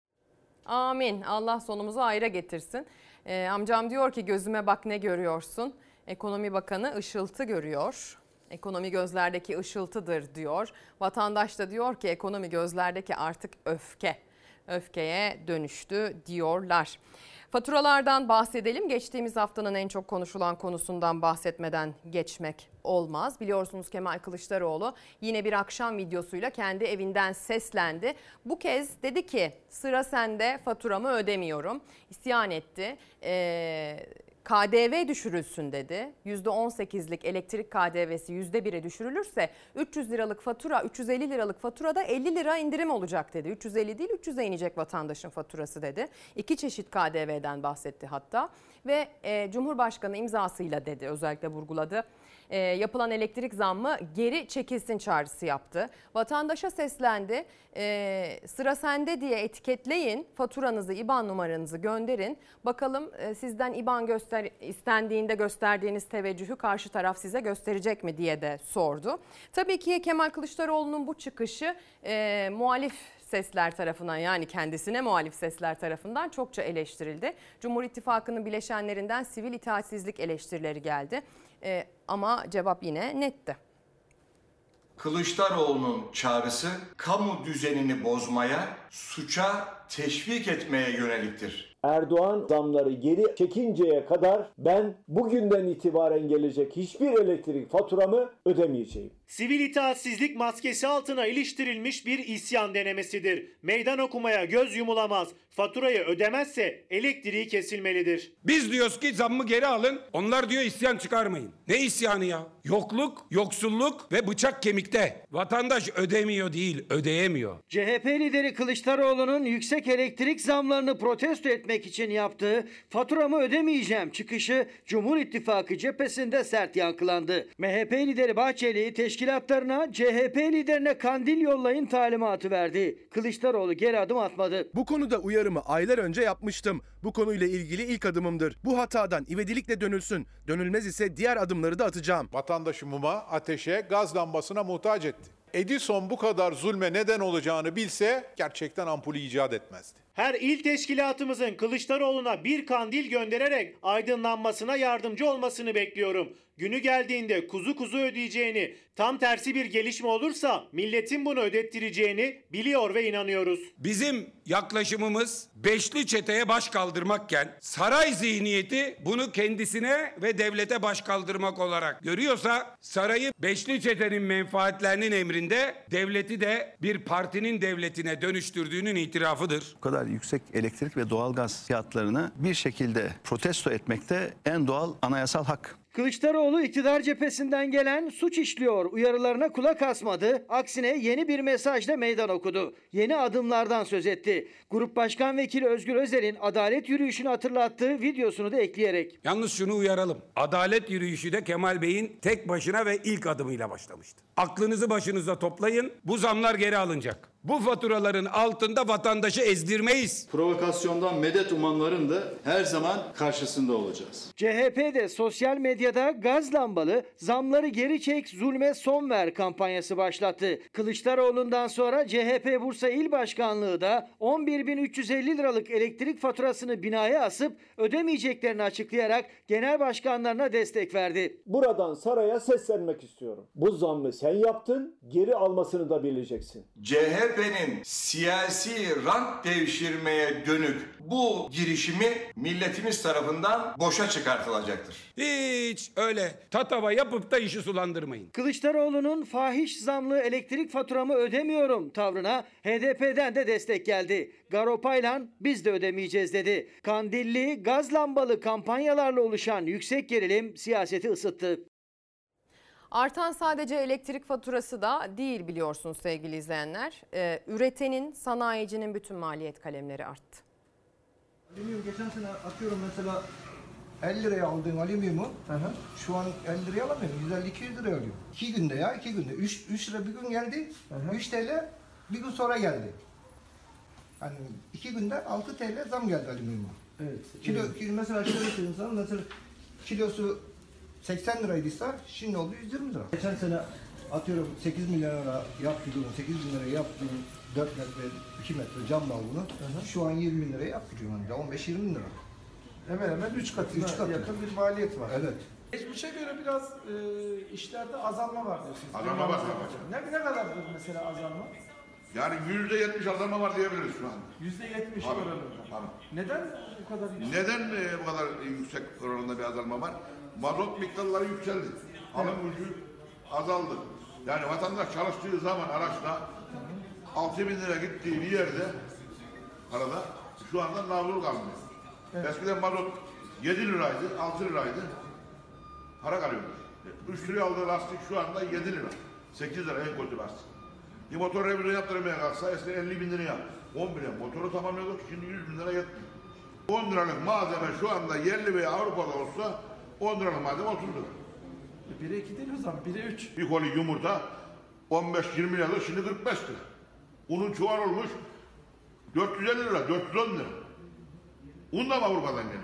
Amin. Allah sonumuzu hayra getirsin. Amcam diyor ki gözüme bak ne görüyorsun? Ekonomi Bakanı ışıltı görüyor. Ekonomi gözlerdeki ışıltıdır diyor. Vatandaş da diyor ki ekonomi gözlerdeki artık öfke. öfkeye dönüştü diyorlar. Faturalardan bahsedelim. Geçtiğimiz haftanın en çok konuşulan konusundan bahsetmeden geçmek olmaz. Biliyorsunuz Kemal Kılıçdaroğlu yine bir akşam videosuyla kendi evinden seslendi. Bu kez dedi ki sıra sende, faturamı ödemiyorum. İsyan etti. KDV düşürülsün dedi. %18'lik elektrik KDV'si %1'e düşürülürse 300 liralık fatura, 350 liralık faturada 50 lira indirim olacak dedi. 350 değil 300'e inecek vatandaşın faturası dedi. 2 çeşit KDV'den bahsetti hatta ve Cumhurbaşkanı imzasıyla dedi, özellikle vurguladı. Yapılan elektrik zammı geri çekilsin çağrısı yaptı. Vatandaşa seslendi. Sıra sende diye etiketleyin, faturanızı, IBAN numaranızı gönderin. Bakalım sizden IBAN istendiğinde gösterdiğiniz teveccühü karşı taraf size gösterecek mi diye de sordu. Tabii ki Kemal Kılıçdaroğlu'nun bu çıkışı muhalif sesler tarafından, yani kendisine muhalif sesler tarafından çokça eleştirildi. Cumhur İttifakı'nın bileşenlerinden sivil itaatsizlik eleştirileri geldi. Ama cevap yine netti. Kılıçdaroğlu'nun çağrısı kamu düzenini bozmaya, suça teşvik etmeye yöneliktir. Erdoğan zamları geri çekinceye kadar ben bugünden itibaren gelecek hiçbir elektrik faturamı ödemeyeceğim. Sivil itaatsizlik maskesi altına iliştirilmiş bir isyan denemesidir. Meydan okumaya göz yumulamaz. Faturayı ödemezse elektriği kesilmelidir. Biz diyoruz ki zammı geri alın. Onlar diyor isyan çıkarmayın. Ne isyanı ya? Yokluk, yoksulluk ve bıçak kemikte. Vatandaş ödemiyor değil, ödeyemiyor. CHP lideri Kılıçdaroğlu'nun yüksek elektrik zamlarını protesto etmek için yaptığı faturamı ödemeyeceğim çıkışı Cumhur İttifakı cephesinde sert yankılandı. MHP lideri Bahçeli teşkilatlarına CHP liderine kandil yollayın talimatı verdi. Kılıçdaroğlu geri adım atmadı. Bu konuda uyarımı aylar önce yapmıştım. Bu konuyla ilgili ilk adımımdır. Bu hatadan ivedilikle dönülsün. Dönülmez ise diğer adımları da atacağım. Vatandaşı muma, ateşe, gaz lambasına muhtaç etti. Edison bu kadar zulme neden olacağını bilse gerçekten ampulü icat etmezdi. Her il teşkilatımızın Kılıçdaroğlu'na bir kandil göndererek aydınlanmasına yardımcı olmasını bekliyorum. Günü geldiğinde kuzu kuzu ödeyeceğini, tam tersi bir gelişme olursa milletin bunu ödettireceğini biliyor ve inanıyoruz. Bizim yaklaşımımız beşli çeteye baş kaldırmakken saray zihniyeti bunu kendisine ve devlete baş kaldırmak olarak görüyorsa sarayı beşli çetenin menfaatlerinin emrinde, devleti de bir partinin devletine dönüştürdüğünün itirafıdır. Bu kadar yüksek elektrik ve doğalgaz fiyatlarını bir şekilde protesto etmekte en doğal anayasal hak. Kılıçdaroğlu iktidar cephesinden gelen suç işliyor uyarılarına kulak asmadı. Aksine yeni bir mesajla meydan okudu. Yeni adımlardan söz etti. Grup Başkan Vekili Özgür Özel'in adalet yürüyüşünü hatırlattığı videosunu da ekleyerek. Yalnız şunu uyaralım. Adalet yürüyüşü de Kemal Bey'in tek başına ve ilk adımıyla başlamıştı. Aklınızı başınıza toplayın. Bu zamlar geri alınacak. Bu faturaların altında vatandaşı ezdirmeyiz. Provokasyondan medet umanların da her zaman karşısında olacağız. CHP de sosyal medyada gaz lambalı zamları geri çek, zulme son ver kampanyası başlattı. Kılıçdaroğlu'ndan sonra CHP Bursa İl Başkanlığı da 11.350 liralık elektrik faturasını binaya asıp ödemeyeceklerini açıklayarak genel başkanlarına destek verdi. Buradan saraya seslenmek istiyorum. Bu zammı sen yaptın, geri almasını da bileceksin. CHP'nin siyasi rant devşirmeye dönük bu girişimi milletimiz tarafından boşa çıkartılacaktır. Hiç öyle tatava yapıp da işi sulandırmayın. Kılıçdaroğlu'nun fahiş zamlı elektrik faturamı ödemiyorum tavrına HDP'den de destek geldi. Garopaylan biz de ödemeyeceğiz dedi. Kandilli, gaz lambalı kampanyalarla oluşan yüksek gerilim siyaseti ısıttı. Artan sadece elektrik faturası da değil biliyorsunuz sevgili izleyenler. Üretenin, sanayicinin bütün maliyet kalemleri arttı. Alüminyum geçen sene atıyorum mesela 50 liraya aldığın alüminyumu şu an 50 liraya alamıyorum. 150-200 liraya alıyorum. 2 günde ya 2 günde. 3 lira bir gün geldi. 3 TL bir gün sonra geldi. Yani 2 günde 6 TL zam geldi alüminyuma. Evet. Kilo mesela şöyle söyleyeyim sana, mesela kilosu 80 liraydıysa şimdi oldu 120 lira. Geçen sene atıyorum 8 milyar lira yaptığım, 8 bin liraya yaptığım 4 metre, 2 metre cam balonu şu an 20 bin liraya yaptırıyorum. 15-20 lira. Hemen hemen 3 katına yakın bir maliyet var. Evet. Geçmişe göre biraz işlerde azalma var diyorsunuz. Azalma var. Ne kadardır mesela azalma? Yani %70 azalma var diyebiliriz şu anda. %70 Tabii, oranında. tabii. Neden bu kadar yüksek? Neden bu kadar yüksek oranında bir azalma var? Mazot miktarları yükseldi. Alım gücü azaldı. Yani vatandaş çalıştığı zaman araçta 6.000 lira gittiği bir yerde arada şu anda navlur kalmıyor. Evet. Eskiden mazot 7 liraydı, 6 liraydı. Para kalıyordu. 3 liraya aldığı lastik şu anda 7 lira. 8 lira en kötü lastik. Bir motor revizyon yaptırmaya kalksa eskiden 50.000 liraya 10 liraya motoru tamamlıyorduk, şimdi 100.000 lira yetmiyor. 10 liralık malzeme şu anda yerli veya Avrupa'da olsa 10 liralık malzeme 30 lira. 1'e 2 değil o zaman, 1'e 3. Bir koli yumurta 15-20 liralık, şimdi 45 lira. Unun çuval olmuş 450 lira, 410 lira. Un da mı Avrupa'dan geliyor?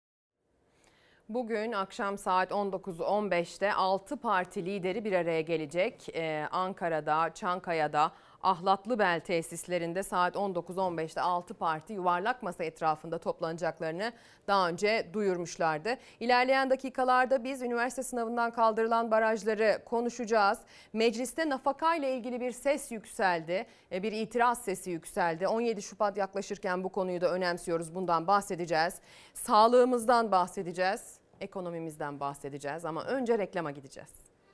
Bugün akşam saat 19.15'te 6 parti lideri bir araya gelecek. Ankara'da, Çankaya'da, Ahlatlıbel tesislerinde saat 19.15'te 6 parti yuvarlak masa etrafında toplanacaklarını daha önce duyurmuşlardı. İlerleyen dakikalarda biz üniversite sınavından kaldırılan barajları konuşacağız. Mecliste nafaka ile ilgili bir ses yükseldi, bir itiraz sesi yükseldi. 17 Şubat yaklaşırken bu konuyu da önemsiyoruz, bundan bahsedeceğiz. Sağlığımızdan bahsedeceğiz, ekonomimizden bahsedeceğiz ama önce reklama gideceğiz.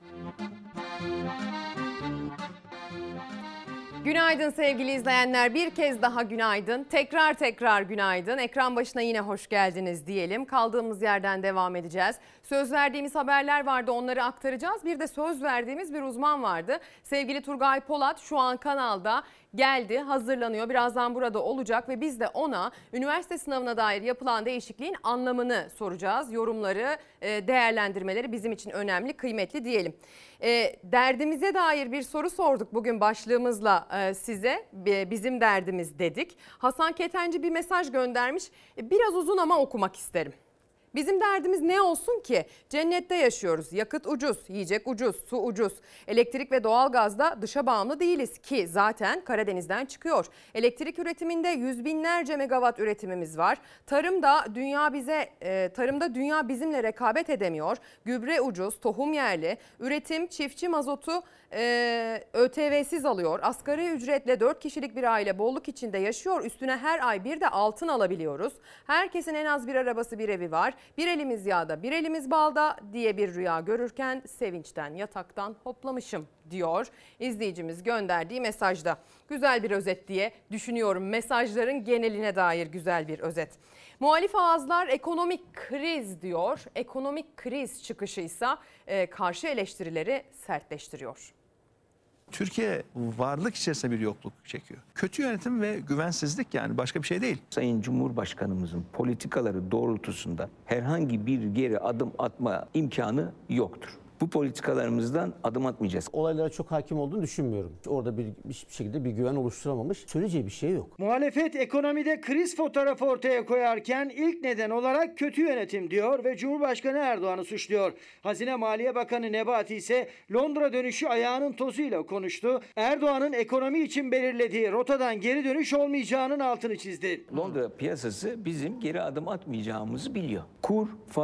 Günaydın sevgili izleyenler, bir kez daha günaydın, tekrar günaydın. Ekran başına yine hoş geldiniz diyelim. Kaldığımız yerden devam edeceğiz. Söz verdiğimiz haberler vardı, onları aktaracağız. Bir de söz verdiğimiz bir uzman vardı. Sevgili Turgay Polat şu an kanalda, geldi, hazırlanıyor. Birazdan burada olacak ve biz de ona üniversite sınavına dair yapılan değişikliğin anlamını soracağız. Yorumları, değerlendirmeleri bizim için önemli, kıymetli diyelim. Derdimize dair bir soru sorduk bugün başlığımızla size. Bizim derdimiz dedik. Hasan Ketenci bir mesaj göndermiş. Biraz uzun ama okumak isterim. Bizim derdimiz ne olsun ki? Cennette yaşıyoruz. Yakıt ucuz, yiyecek ucuz, su ucuz. Elektrik ve doğalgazda dışa bağımlı değiliz ki zaten Karadeniz'den çıkıyor. Elektrik üretiminde yüz binlerce megawatt üretimimiz var. Tarımda dünya bizimle rekabet edemiyor. Gübre ucuz, tohum yerli. Üretim çiftçi mazotu ÖTV'siz alıyor. Asgari ücretle 4 kişilik bir aile bolluk içinde yaşıyor. Üstüne her ay bir de altın alabiliyoruz. Herkesin en az bir arabası, bir evi var. Bir elimiz yağda, bir elimiz balda diye bir rüya görürken sevinçten yataktan hoplamışım diyor izleyicimiz gönderdiği mesajda. Güzel bir özet diye düşünüyorum. Mesajların geneline dair güzel bir özet. Muhalif ağızlar ekonomik kriz diyor. Ekonomik kriz çıkışıysa karşı eleştirileri sertleştiriyor. Türkiye varlık içerisinde bir yokluk çekiyor. Kötü yönetim ve güvensizlik, yani başka bir şey değil. Sayın Cumhurbaşkanımızın politikaları doğrultusunda herhangi bir geri adım atma imkanı yoktur. Bu politikalarımızdan adım atmayacağız. Olaylara çok hakim olduğunu düşünmüyorum. Orada hiçbir şekilde bir güven oluşturamamış. Söyleyeceği bir şey yok. Muhalefet ekonomide kriz fotoğrafı ortaya koyarken ilk neden olarak kötü yönetim diyor ve Cumhurbaşkanı Erdoğan'ı suçluyor. Hazine Maliye Bakanı Nebati ise Londra dönüşü ayağının tozuyla konuştu. Erdoğan'ın ekonomi için belirlediği rotadan geri dönüş olmayacağının altını çizdi. Londra piyasası bizim geri adım atmayacağımızı biliyor. Kur,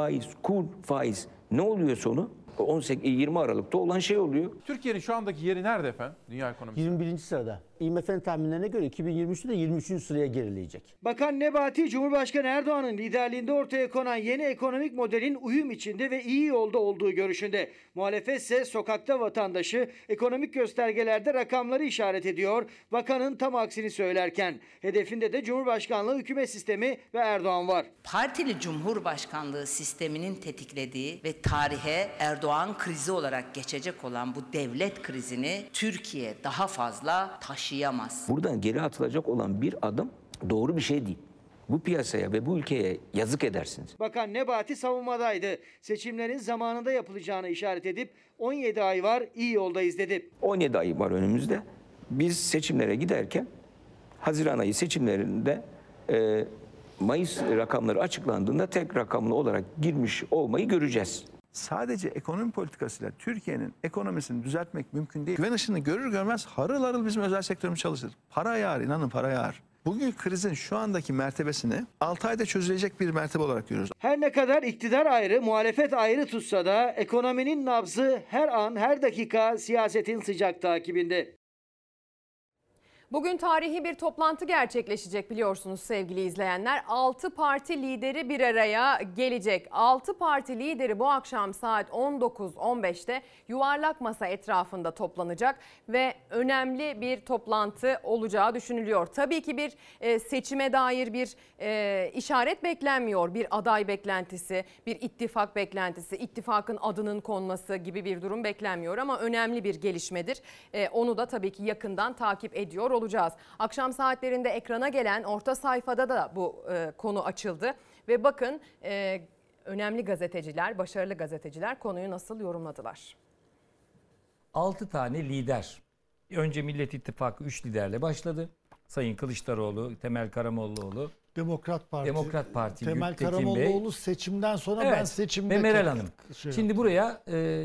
faiz. Ne oluyor sonu? 20 Aralık'ta olan şey oluyor. Türkiye'nin şu andaki yeri nerede efendim? Dünya ekonomisi. 21. sırada. IMF'nin tahminlerine göre 2023'te de 23. sıraya gerileyecek. Bakan Nebati, Cumhurbaşkanı Erdoğan'ın liderliğinde ortaya konan yeni ekonomik modelin uyum içinde ve iyi yolda olduğu görüşünde. Muhalefet ise sokakta vatandaşı ekonomik göstergelerde rakamları işaret ediyor. Bakanın tam aksini söylerken hedefinde de Cumhurbaşkanlığı hükümet sistemi ve Erdoğan var. Partili Cumhurbaşkanlığı sisteminin tetiklediği ve tarihe Erdoğan krizi olarak geçecek olan bu devlet krizini Türkiye daha fazla taşıyamaz. Buradan geri atılacak olan bir adım doğru bir şey değil. Bu piyasaya ve bu ülkeye yazık edersiniz. Bakan Nebati savunmadaydı. Seçimlerin zamanında yapılacağını işaret edip 17 ay var, iyi yoldayız dedi. 17 ay var önümüzde. Biz seçimlere giderken Haziran ayı seçimlerinde Mayıs rakamları açıklandığında tek rakamlı olarak girmiş olmayı göreceğiz. Sadece ekonomi politikasıyla Türkiye'nin ekonomisini düzeltmek mümkün değil. Güven ışığını görür görmez harıl harıl bizim özel sektörümüz çalışır. Para yağar, inanın para yağar. Bugün krizin şu andaki mertebesini 6 ayda çözülecek bir mertebe olarak görüyoruz. Her ne kadar iktidar ayrı, muhalefet ayrı tutsa da ekonominin nabzı her an, her dakika siyasetin sıcak takibinde. Bugün tarihi bir toplantı gerçekleşecek biliyorsunuz sevgili izleyenler. 6 parti lideri bir araya gelecek. 6 parti lideri bu akşam saat 19.15'te yuvarlak masa etrafında toplanacak ve önemli bir toplantı olacağı düşünülüyor. Tabii ki bir seçime dair bir işaret beklenmiyor. Bir aday beklentisi, bir ittifak beklentisi, ittifakın adının konması gibi bir durum beklenmiyor ama önemli bir gelişmedir. Onu da tabii ki yakından takip ediyor olacağız. Akşam saatlerinde ekrana gelen orta sayfada da bu konu açıldı ve bakın önemli gazeteciler, başarılı gazeteciler konuyu nasıl yorumladılar. 6 tane lider. Önce Millet İttifakı 3 liderle başladı. Sayın Kılıçdaroğlu, Temel Karamollaoğlu, Demokrat Parti, Temel Gültekin Karamollaoğlu Bey. seçimden sonra Evet, ben seçimde... ve Meral Hanım. Şimdi buraya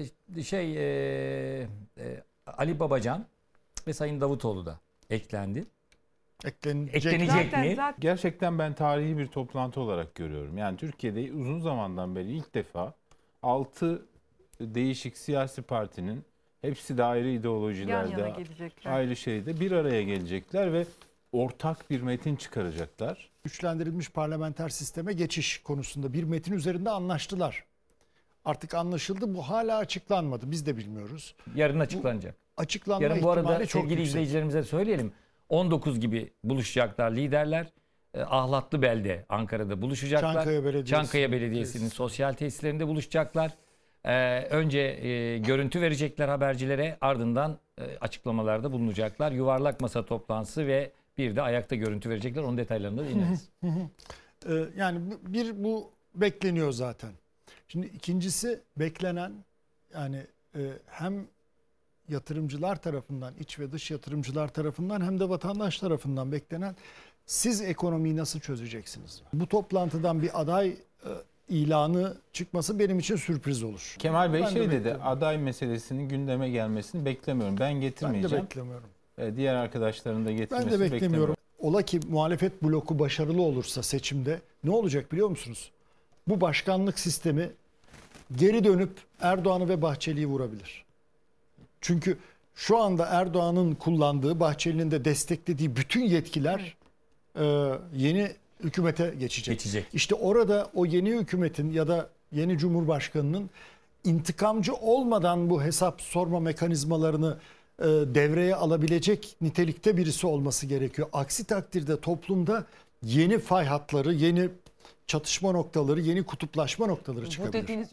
Ali Babacan ve Sayın Davutoğlu da eklendi. Eklenecek mi? Gerçekten ben tarihi bir toplantı olarak görüyorum. Yani Türkiye'de uzun zamandan beri ilk defa 6 değişik siyasi partinin hepsi de ayrı ideolojilerde, ayrı şeyde bir araya gelecekler ve ortak bir metin çıkaracaklar. Güçlendirilmiş parlamenter sisteme geçiş konusunda bir metin üzerinde anlaştılar. Artık anlaşıldı. Bu hala açıklanmadı. Biz de bilmiyoruz. Yarın açıklanacak. Açıklanma Yarın bu arada ihtimali çok sevgili yüksek. izleyicilerimize söyleyelim. 19 gibi buluşacaklar liderler. Ahlatlıbel'de Ankara'da buluşacaklar. Çankaya Belediyesi'nin sosyal tesislerinde buluşacaklar. Önce görüntü verecekler habercilere, ardından açıklamalarda bulunacaklar. Yuvarlak masa toplantısı ve bir de ayakta görüntü verecekler. Onun detaylarını da dinleriz. Yani bir bu bekleniyor zaten. Şimdi ikincisi beklenen, yani hem yatırımcılar tarafından, iç ve dış yatırımcılar tarafından hem de vatandaş tarafından beklenen, siz ekonomiyi nasıl çözeceksiniz? Bu toplantıdan bir aday ilanı çıkması benim için sürpriz olur. Kemal Bey Ben de dedi, aday meselesinin gündeme gelmesini beklemiyorum. Ben getirmeyeceğim. Ben de beklemiyorum. Diğer arkadaşların da getirmesini Ben de beklemiyorum. beklemiyorum. Ola ki muhalefet bloku başarılı olursa seçimde ne olacak biliyor musunuz? Bu başkanlık sistemi geri dönüp Erdoğan'ı ve Bahçeli'yi vurabilir. Çünkü şu anda Erdoğan'ın kullandığı, Bahçeli'nin de desteklediği bütün yetkiler yeni hükümete geçecek. İşte orada o yeni hükümetin ya da yeni Cumhurbaşkanı'nın intikamcı olmadan bu hesap sorma mekanizmalarını devreye alabilecek nitelikte birisi olması gerekiyor. Aksi takdirde toplumda yeni fay hatları, yeni çatışma noktaları, yeni kutuplaşma noktaları çıkabilir.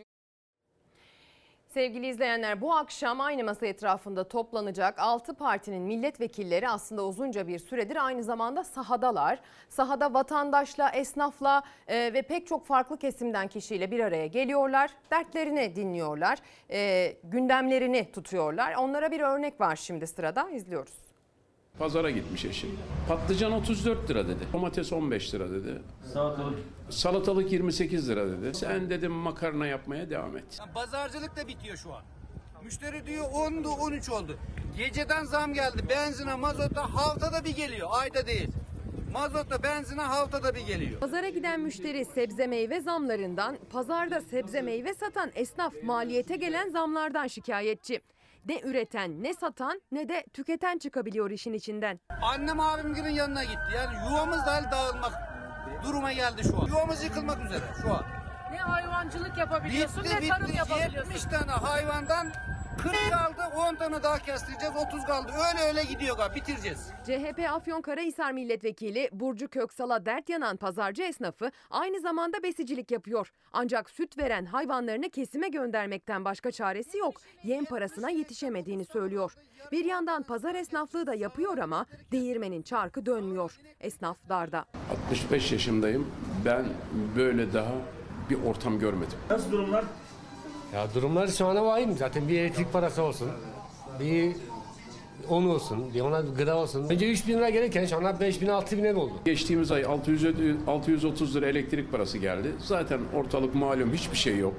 Sevgili izleyenler, bu akşam aynı masa etrafında toplanacak 6 partinin milletvekilleri aslında uzunca bir süredir aynı zamanda sahadalar. Sahada vatandaşla, esnafla ve pek çok farklı kesimden kişiyle bir araya geliyorlar. Dertlerini dinliyorlar, gündemlerini tutuyorlar. Onlara bir örnek var şimdi sırada, izliyoruz. Pazara gitmiş eşim. Patlıcan 34 lira dedi. Domates 15 lira dedi. Salatalık 28 lira dedi. Sen dedim makarna yapmaya devam et. Pazarcılık da bitiyor şu an. Müşteri diyor 10'du 13 oldu. Geceden zam geldi. Benzine, mazota haftada bir geliyor. Ayda değil. Mazota, benzine haftada bir geliyor. Pazara giden müşteri sebze meyve zamlarından, pazarda sebze meyve satan esnaf maliyete gelen zamlardan şikayetçi. Ne üreten, ne satan, ne de tüketen çıkabiliyor işin içinden. Annem abimgilin yanına gitti. Yani yuvamız da dağılmak duruma geldi şu an. Yuvamız yıkılmak üzere şu an. Ne hayvancılık yapabiliyorsun Bitti, ne tarım yapabiliyorsun. 70 tane hayvandan 40 kaldı, 10 tane daha kestireceğiz, 30 kaldı. Öyle gidiyor galiba, bitireceğiz. CHP Afyonkarahisar Milletvekili Burcu Köksal'a dert yanan pazarcı esnafı aynı zamanda besicilik yapıyor. Ancak süt veren hayvanlarını kesime göndermekten başka çaresi yok. Yem parasına yetişemediğini söylüyor. Bir yandan pazar esnaflığı da yapıyor ama değirmenin çarkı dönmüyor. Esnaf darda. 65 yaşındayım. Ben böyle daha bir ortam görmedim. Nasıl durumlar? Ya durumlar şu ana vahim. Zaten bir elektrik parası olsun, bir un olsun, bir ona gıda olsun. Önce 3 bin lira gelirken şu anda 5 bin 6 bin oldu. Geçtiğimiz ay 630 lira elektrik parası geldi. Zaten ortalık malum, hiçbir şey yok.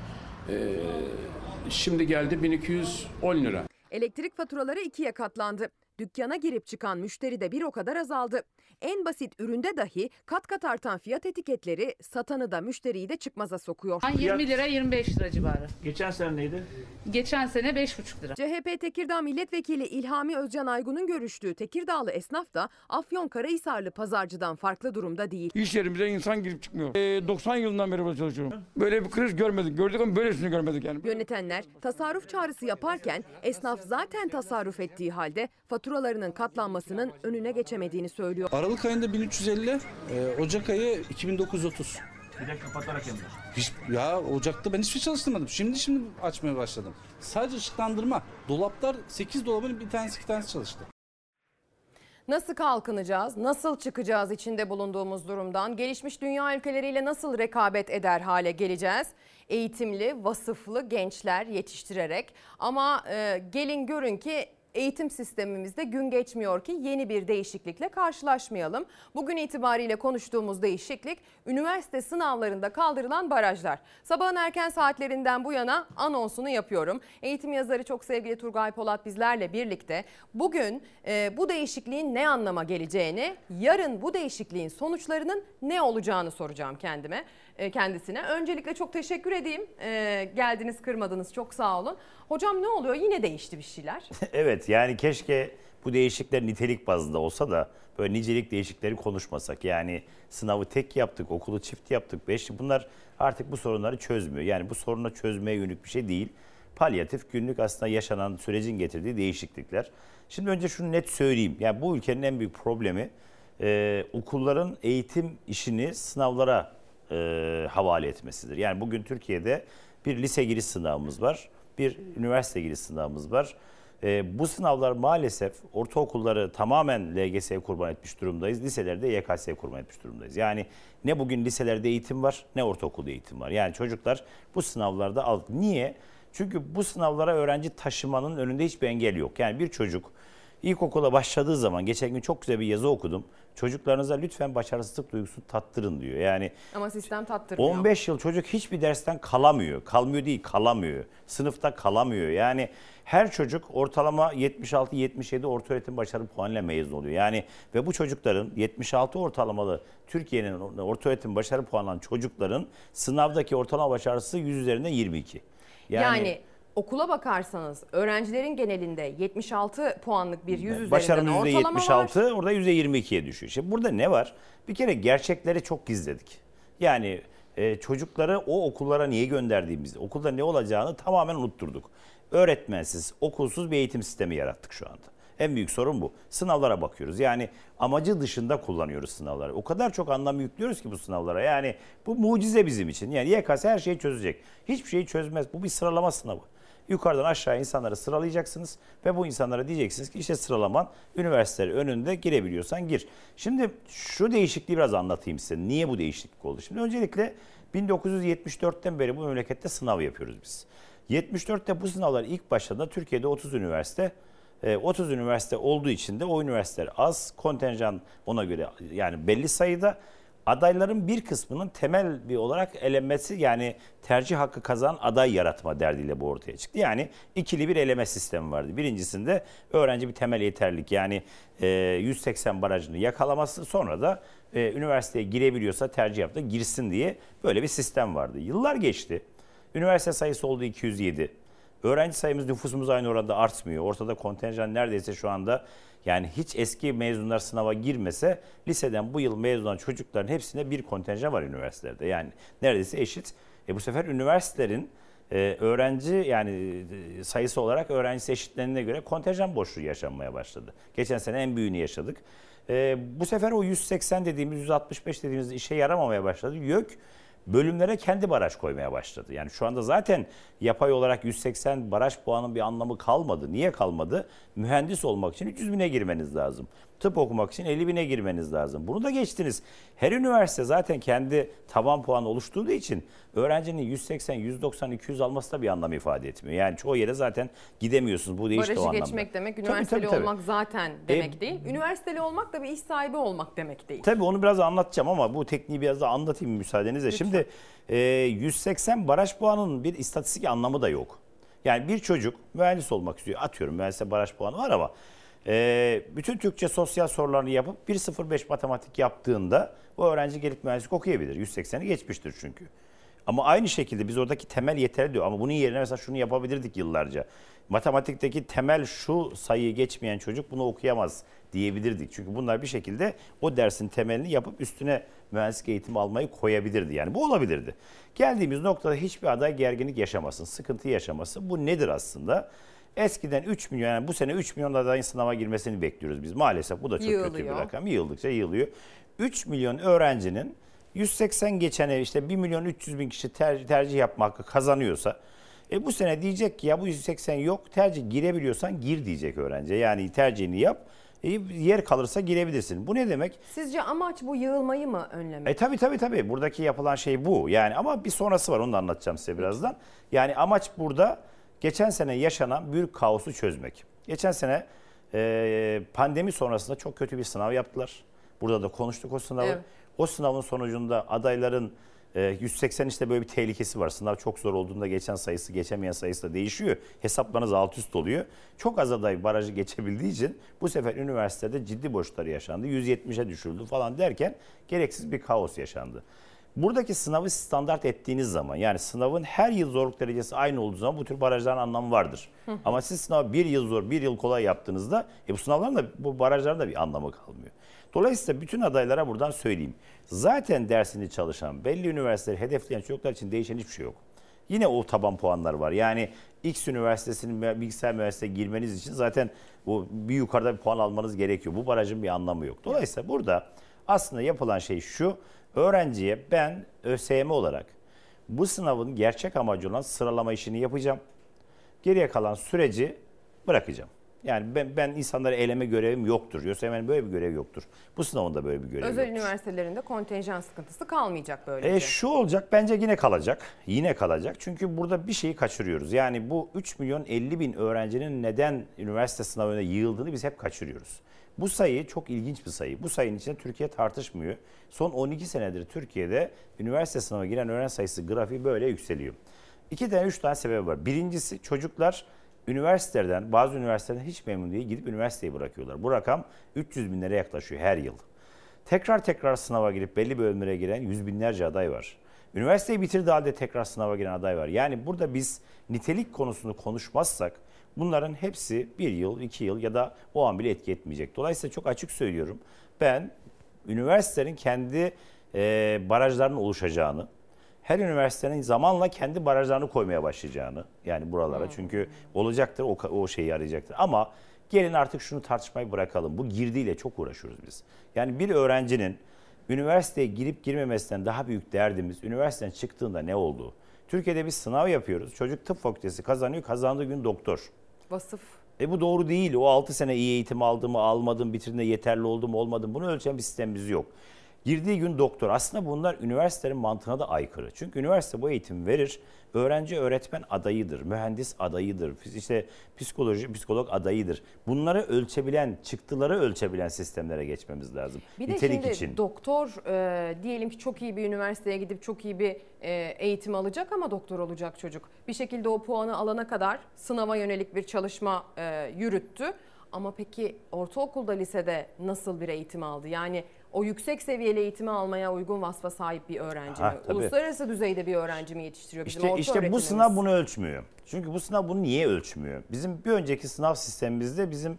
Şimdi geldi 1210 lira. Elektrik faturaları 2'ye katlandı. Dükkana girip çıkan müşteri de bir o kadar azaldı. en basit üründe dahi kat kat artan fiyat etiketleri satanı da müşteriyi de çıkmaza sokuyor. 20 lira 25 lira civarı. Geçen sene neydi? Geçen sene 5,5 lira. CHP Tekirdağ Milletvekili İlhami Özcan Aygun'un görüştüğü Tekirdağlı esnaf da Afyonkarahisarlı pazarcıdan farklı durumda değil. İş yerimize insan girip çıkmıyor. 90 yılından beri burada çalışıyorum. Böyle bir kriz görmedik. Gördük ama böylesini görmedik yani. Yönetenler tasarruf çağrısı yaparken esnaf zaten tasarruf ettiği halde faturalarının katlanmasının önüne geçemediğini söylüyor. Aralık ayında 1350, Ocak ayı 2930. Bir de kapatarak yandı. Ya Ocak'ta ben hiçbir şey çalıştırmadım. Şimdi açmaya başladım. Sadece ışıklandırma. Dolaplar 8 dolabın bir tanesi 2 tanesi çalıştı. Nasıl kalkınacağız, nasıl çıkacağız içinde bulunduğumuz durumdan, gelişmiş dünya ülkeleriyle nasıl rekabet eder hale geleceğiz? Eğitimli, vasıflı gençler yetiştirerek ama gelin görün ki eğitim sistemimizde gün geçmiyor ki yeni bir değişiklikle karşılaşmayalım. Bugün itibariyle konuştuğumuz değişiklik üniversite sınavlarında kaldırılan barajlar. Sabahın erken saatlerinden bu yana anonsunu yapıyorum. Eğitim yazarı çok sevgili Turgay Polat bizlerle birlikte bugün bu değişikliğin ne anlama geleceğini, yarın bu değişikliğin sonuçlarının ne olacağını soracağım kendisine. Öncelikle çok teşekkür edeyim. Geldiniz, kırmadınız. Çok sağ olun. Hocam ne oluyor? Yine değişti bir şeyler. Evet, yani keşke bu değişiklikler nitelik bazında olsa da böyle nicelik değişiklikleri konuşmasak. Yani sınavı tek yaptık, okulu çift yaptık. Bunlar artık bu sorunları çözmüyor. Yani bu sorunu çözmeye yönelik bir şey değil. Palyatif, günlük aslında yaşanan sürecin getirdiği değişiklikler. Şimdi önce şunu net söyleyeyim. Yani bu ülkenin en büyük problemi okulların eğitim işini sınavlara havale etmesidir. Yani bugün Türkiye'de bir lise giriş sınavımız var, bir üniversite giriş sınavımız var. Bu sınavlar maalesef ortaokulları tamamen LGS'ye kurban etmiş durumdayız. Liselerde YKS'ye kurban etmiş durumdayız. Yani ne bugün liselerde eğitim var ne ortaokulda eğitim var. Yani çocuklar bu sınavlarda niye? Çünkü bu sınavlara öğrenci taşımanın önünde hiçbir engel yok. Yani bir çocuk İlkokula başladığı zaman geçen gün çok güzel bir yazı okudum. Çocuklarınıza lütfen başarısızlık duygusunu tattırın diyor. Yani ama sistem tattırmıyor. 15 yıl çocuk hiçbir dersten kalamıyor. Kalmıyor değil, kalamıyor. Sınıfta kalamıyor. Yani her çocuk ortalama 76-77 ortaöğretim başarı puanıyla mezun oluyor. Yani ve bu çocukların 76 ortalamalı Türkiye'nin ortaöğretim başarı puanı alan çocukların sınavdaki ortalama başarısı 100 üzerinden 22. Yani okula bakarsanız öğrencilerin genelinde 76 puanlık bir 100 üzerinden başarımız ortalama %76, var. orada %22'ye düşüyor. Şimdi burada ne var? Bir kere gerçekleri çok gizledik. Yani çocukları o okullara niye gönderdiğimizi, okulda ne olacağını tamamen unutturduk. Öğretmensiz, okulsuz bir eğitim sistemi yarattık şu anda. En büyük sorun bu. Sınavlara bakıyoruz. Yani amacı dışında kullanıyoruz sınavları. O kadar çok anlam yüklüyoruz ki bu sınavlara. Yani bu mucize bizim için. Yani YKS her şeyi çözecek. Hiçbir şeyi çözmez. Bu bir sıralama sınavı. Yukarıdan aşağı insanları sıralayacaksınız ve bu insanlara diyeceksiniz ki işte sıralaman üniversiteler önünde, girebiliyorsan gir. Şimdi şu değişikliği biraz anlatayım size. Niye bu değişiklik oldu? Şimdi öncelikle 1974'ten beri bu memlekette sınav yapıyoruz biz. 74'te bu sınavlar ilk başladığında Türkiye'de 30 üniversite olduğu için de o üniversiteler az, kontenjan ona göre yani belli sayıda. Adayların bir kısmının temel bir olarak elenmesi, yani tercih hakkı kazanan aday yaratma derdiyle bu ortaya çıktı. Yani ikili bir eleme sistemi vardı. Birincisinde öğrenci bir temel yeterlilik, yani 180 barajını yakalaması, sonra da üniversiteye girebiliyorsa tercih yaptı, girsin diye böyle bir sistem vardı. Yıllar geçti. Üniversite sayısı oldu 207. Öğrenci sayımız, nüfusumuz aynı oranda artmıyor. Ortada kontenjan neredeyse şu anda, yani hiç eski mezunlar sınava girmese liseden bu yıl mezun olan çocukların hepsinde bir kontenjan var üniversitelerde. Yani neredeyse eşit. Bu sefer üniversitelerin öğrenci yani sayısı olarak öğrencisi eşitlenene göre kontenjan boşluğu yaşanmaya başladı. Geçen sene en büyüğünü yaşadık. Bu sefer o 180 dediğimiz, 165 dediğimiz işe yaramamaya başladı. YÖK bölümlere kendi baraj koymaya başladı. Yani şu anda zaten yapay olarak 180 baraj puanının bir anlamı kalmadı. Niye kalmadı? Mühendis olmak için 300 bine girmeniz lazım. Tıp okumak için 50 bine girmeniz lazım. Bunu da geçtiniz. Her üniversite zaten kendi taban puanı oluşturduğu için öğrencinin 180, 190, 200 alması da bir anlam ifade etmiyor. Yani çoğu yere zaten gidemiyorsunuz. Bu değişti o anlamda. Barajı geçmek demek, üniversiteli olmak zaten demek değil. Üniversiteli olmak da bir iş sahibi olmak demek değil. Tabii onu biraz anlatacağım ama bu tekniği biraz daha anlatayım müsaadenizle. Lütfen. Şimdi 180 baraj puanının bir istatistik anlamı da yok. Yani bir çocuk mühendis olmak istiyor. Atıyorum mühendisliğe baraj puanı var ama Bütün Türkçe sosyal sorularını yapıp 1.05 matematik yaptığında o öğrenci gelip mühendislik okuyabilir. 180'i geçmiştir çünkü. Ama aynı şekilde biz oradaki temel yeterli diyor. Ama bunun yerine mesela şunu yapabilirdik yıllarca. Matematikteki temel şu sayıyı geçmeyen çocuk bunu okuyamaz diyebilirdik. Çünkü bunlar bir şekilde o dersin temelini yapıp üstüne mühendislik eğitimi almayı koyabilirdi. Yani bu olabilirdi. Geldiğimiz noktada hiçbir aday gerginlik yaşamasın, sıkıntı yaşamasın. Bu nedir aslında? Eskiden 3 milyon, yani bu sene 3 milyon adayın sınava girmesini bekliyoruz biz. Maalesef bu da çok kötü bir rakam. Yığıldıkça yığılıyor. 3 milyon öğrencinin 180 geçene işte 1.300.000 kişi tercih yapma hakkı kazanıyorsa bu sene diyecek ki ya bu 180 yok, tercih girebiliyorsan gir diyecek öğrenci. Yani tercihini yap, yer kalırsa girebilirsin. Bu ne demek? Sizce amaç bu yığılmayı mı önlemek? Tabii. Buradaki yapılan şey bu. Yani ama bir sonrası var, onu da anlatacağım size birazdan. Yani amaç burada geçen sene yaşanan büyük kaosu çözmek. Geçen sene pandemi sonrasında çok kötü bir sınav yaptılar. Burada da konuştuk o sınavı. Evet. O sınavın sonucunda adayların 180 işte böyle bir tehlikesi var. Sınav çok zor olduğunda geçen sayısı, geçemeyen sayısı da değişiyor. Hesaplarınız alt üst oluyor. Çok az aday barajı geçebildiği için bu sefer üniversitede ciddi boşluklar yaşandı. 170'e düşürüldü falan derken gereksiz bir kaos yaşandı. Buradaki sınavı standart ettiğiniz zaman, yani sınavın her yıl zorluk derecesi aynı olduğu zaman bu tür barajların anlamı vardır. Ama siz sınavı bir yıl zor, bir yıl kolay yaptığınızda bu sınavların da, bu barajların da bir anlamı kalmıyor. Dolayısıyla bütün adaylara buradan söyleyeyim. Zaten dersini çalışan, belli üniversiteleri hedefleyen çocuklar için değişen hiçbir şey yok. Yine o taban puanlar var. Yani X üniversitesinin bilgisayar mühendisliğine girmeniz için zaten bu bir yukarıda bir puan almanız gerekiyor. Bu barajın bir anlamı yok. Dolayısıyla burada aslında yapılan şey şu: öğrenciye ben ÖSYM olarak bu sınavın gerçek amacı olan sıralama işini yapacağım. Geriye kalan süreci bırakacağım. Yani ben insanları eleme görevim yoktur. ÖSYM'nin böyle bir görevi yoktur. Bu sınavın da böyle bir görevi yoktur. Özel üniversitelerinde kontenjan sıkıntısı kalmayacak böylece. Şu olacak, bence yine kalacak. Yine kalacak. Çünkü burada bir şeyi kaçırıyoruz. Yani bu 3 milyon 50 bin öğrencinin neden üniversite sınavına yığıldığını biz hep kaçırıyoruz. Bu sayı çok ilginç bir sayı. Bu sayının içinde Türkiye tartışmıyor. Son 12 senedir Türkiye'de üniversite sınavına giren öğrenci sayısı grafiği böyle yükseliyor. 3 tane sebebi var. Birincisi, çocuklar üniversitelerden, bazı üniversitelerden hiç memnun değil, gidip üniversiteyi bırakıyorlar. Bu rakam 300 binlere yaklaşıyor her yıl. Tekrar sınava girip belli bölümlere giren yüz binlerce aday var. Üniversiteyi bitirdiği halde tekrar sınava giren aday var. Yani burada biz nitelik konusunu konuşmazsak bunların hepsi 1 yıl, 2 yıl ya da o an bile etki etmeyecek. Dolayısıyla çok açık söylüyorum. Ben üniversitelerin kendi barajlarının oluşacağını, her üniversitenin zamanla kendi barajlarını koymaya başlayacağını, yani buralara, çünkü olacaktır, o şeyi arayacaktır. Ama gelin artık şunu tartışmayı bırakalım. Bu girdiyle çok uğraşıyoruz biz. Yani bir öğrencinin üniversiteye girip girmemesinden daha büyük derdimiz üniversiteden çıktığında ne olduğu. Türkiye'de biz sınav yapıyoruz. Çocuk tıp fakültesi kazanıyor, kazandığı gün doktor. Vasıf. Bu doğru değil. O 6 sene iyi eğitim aldı mı, almadı mı, bitirdiğinde yeterli oldu mu, olmadı mı, bunu ölçen bir sistemimiz yok. Girdiği gün doktor. Aslında bunlar üniversitelerin mantığına da aykırı. Çünkü üniversite bu eğitim verir. Öğrenci öğretmen adayıdır, mühendis adayıdır, işte psikolog adayıdır. Bunları ölçebilen, çıktıları ölçebilen sistemlere geçmemiz lazım. Bir de nitelik şimdi için. Doktor diyelim ki çok iyi bir üniversiteye gidip çok iyi bir eğitim alacak ama doktor olacak çocuk. Bir şekilde o puanı alana kadar sınava yönelik bir çalışma yürüttü. Ama peki ortaokulda, lisede nasıl bir eğitim aldı? Yani o yüksek seviyeli eğitimi almaya uygun vasfa sahip bir öğrenci mi? Tabii. Uluslararası düzeyde bir öğrenci mi yetiştiriyor bizim orta İşte bu öğretimimiz? sınav bunu ölçmüyor. Çünkü bu sınav bunu niye ölçmüyor? Bizim bir önceki sınav sistemimizde bizim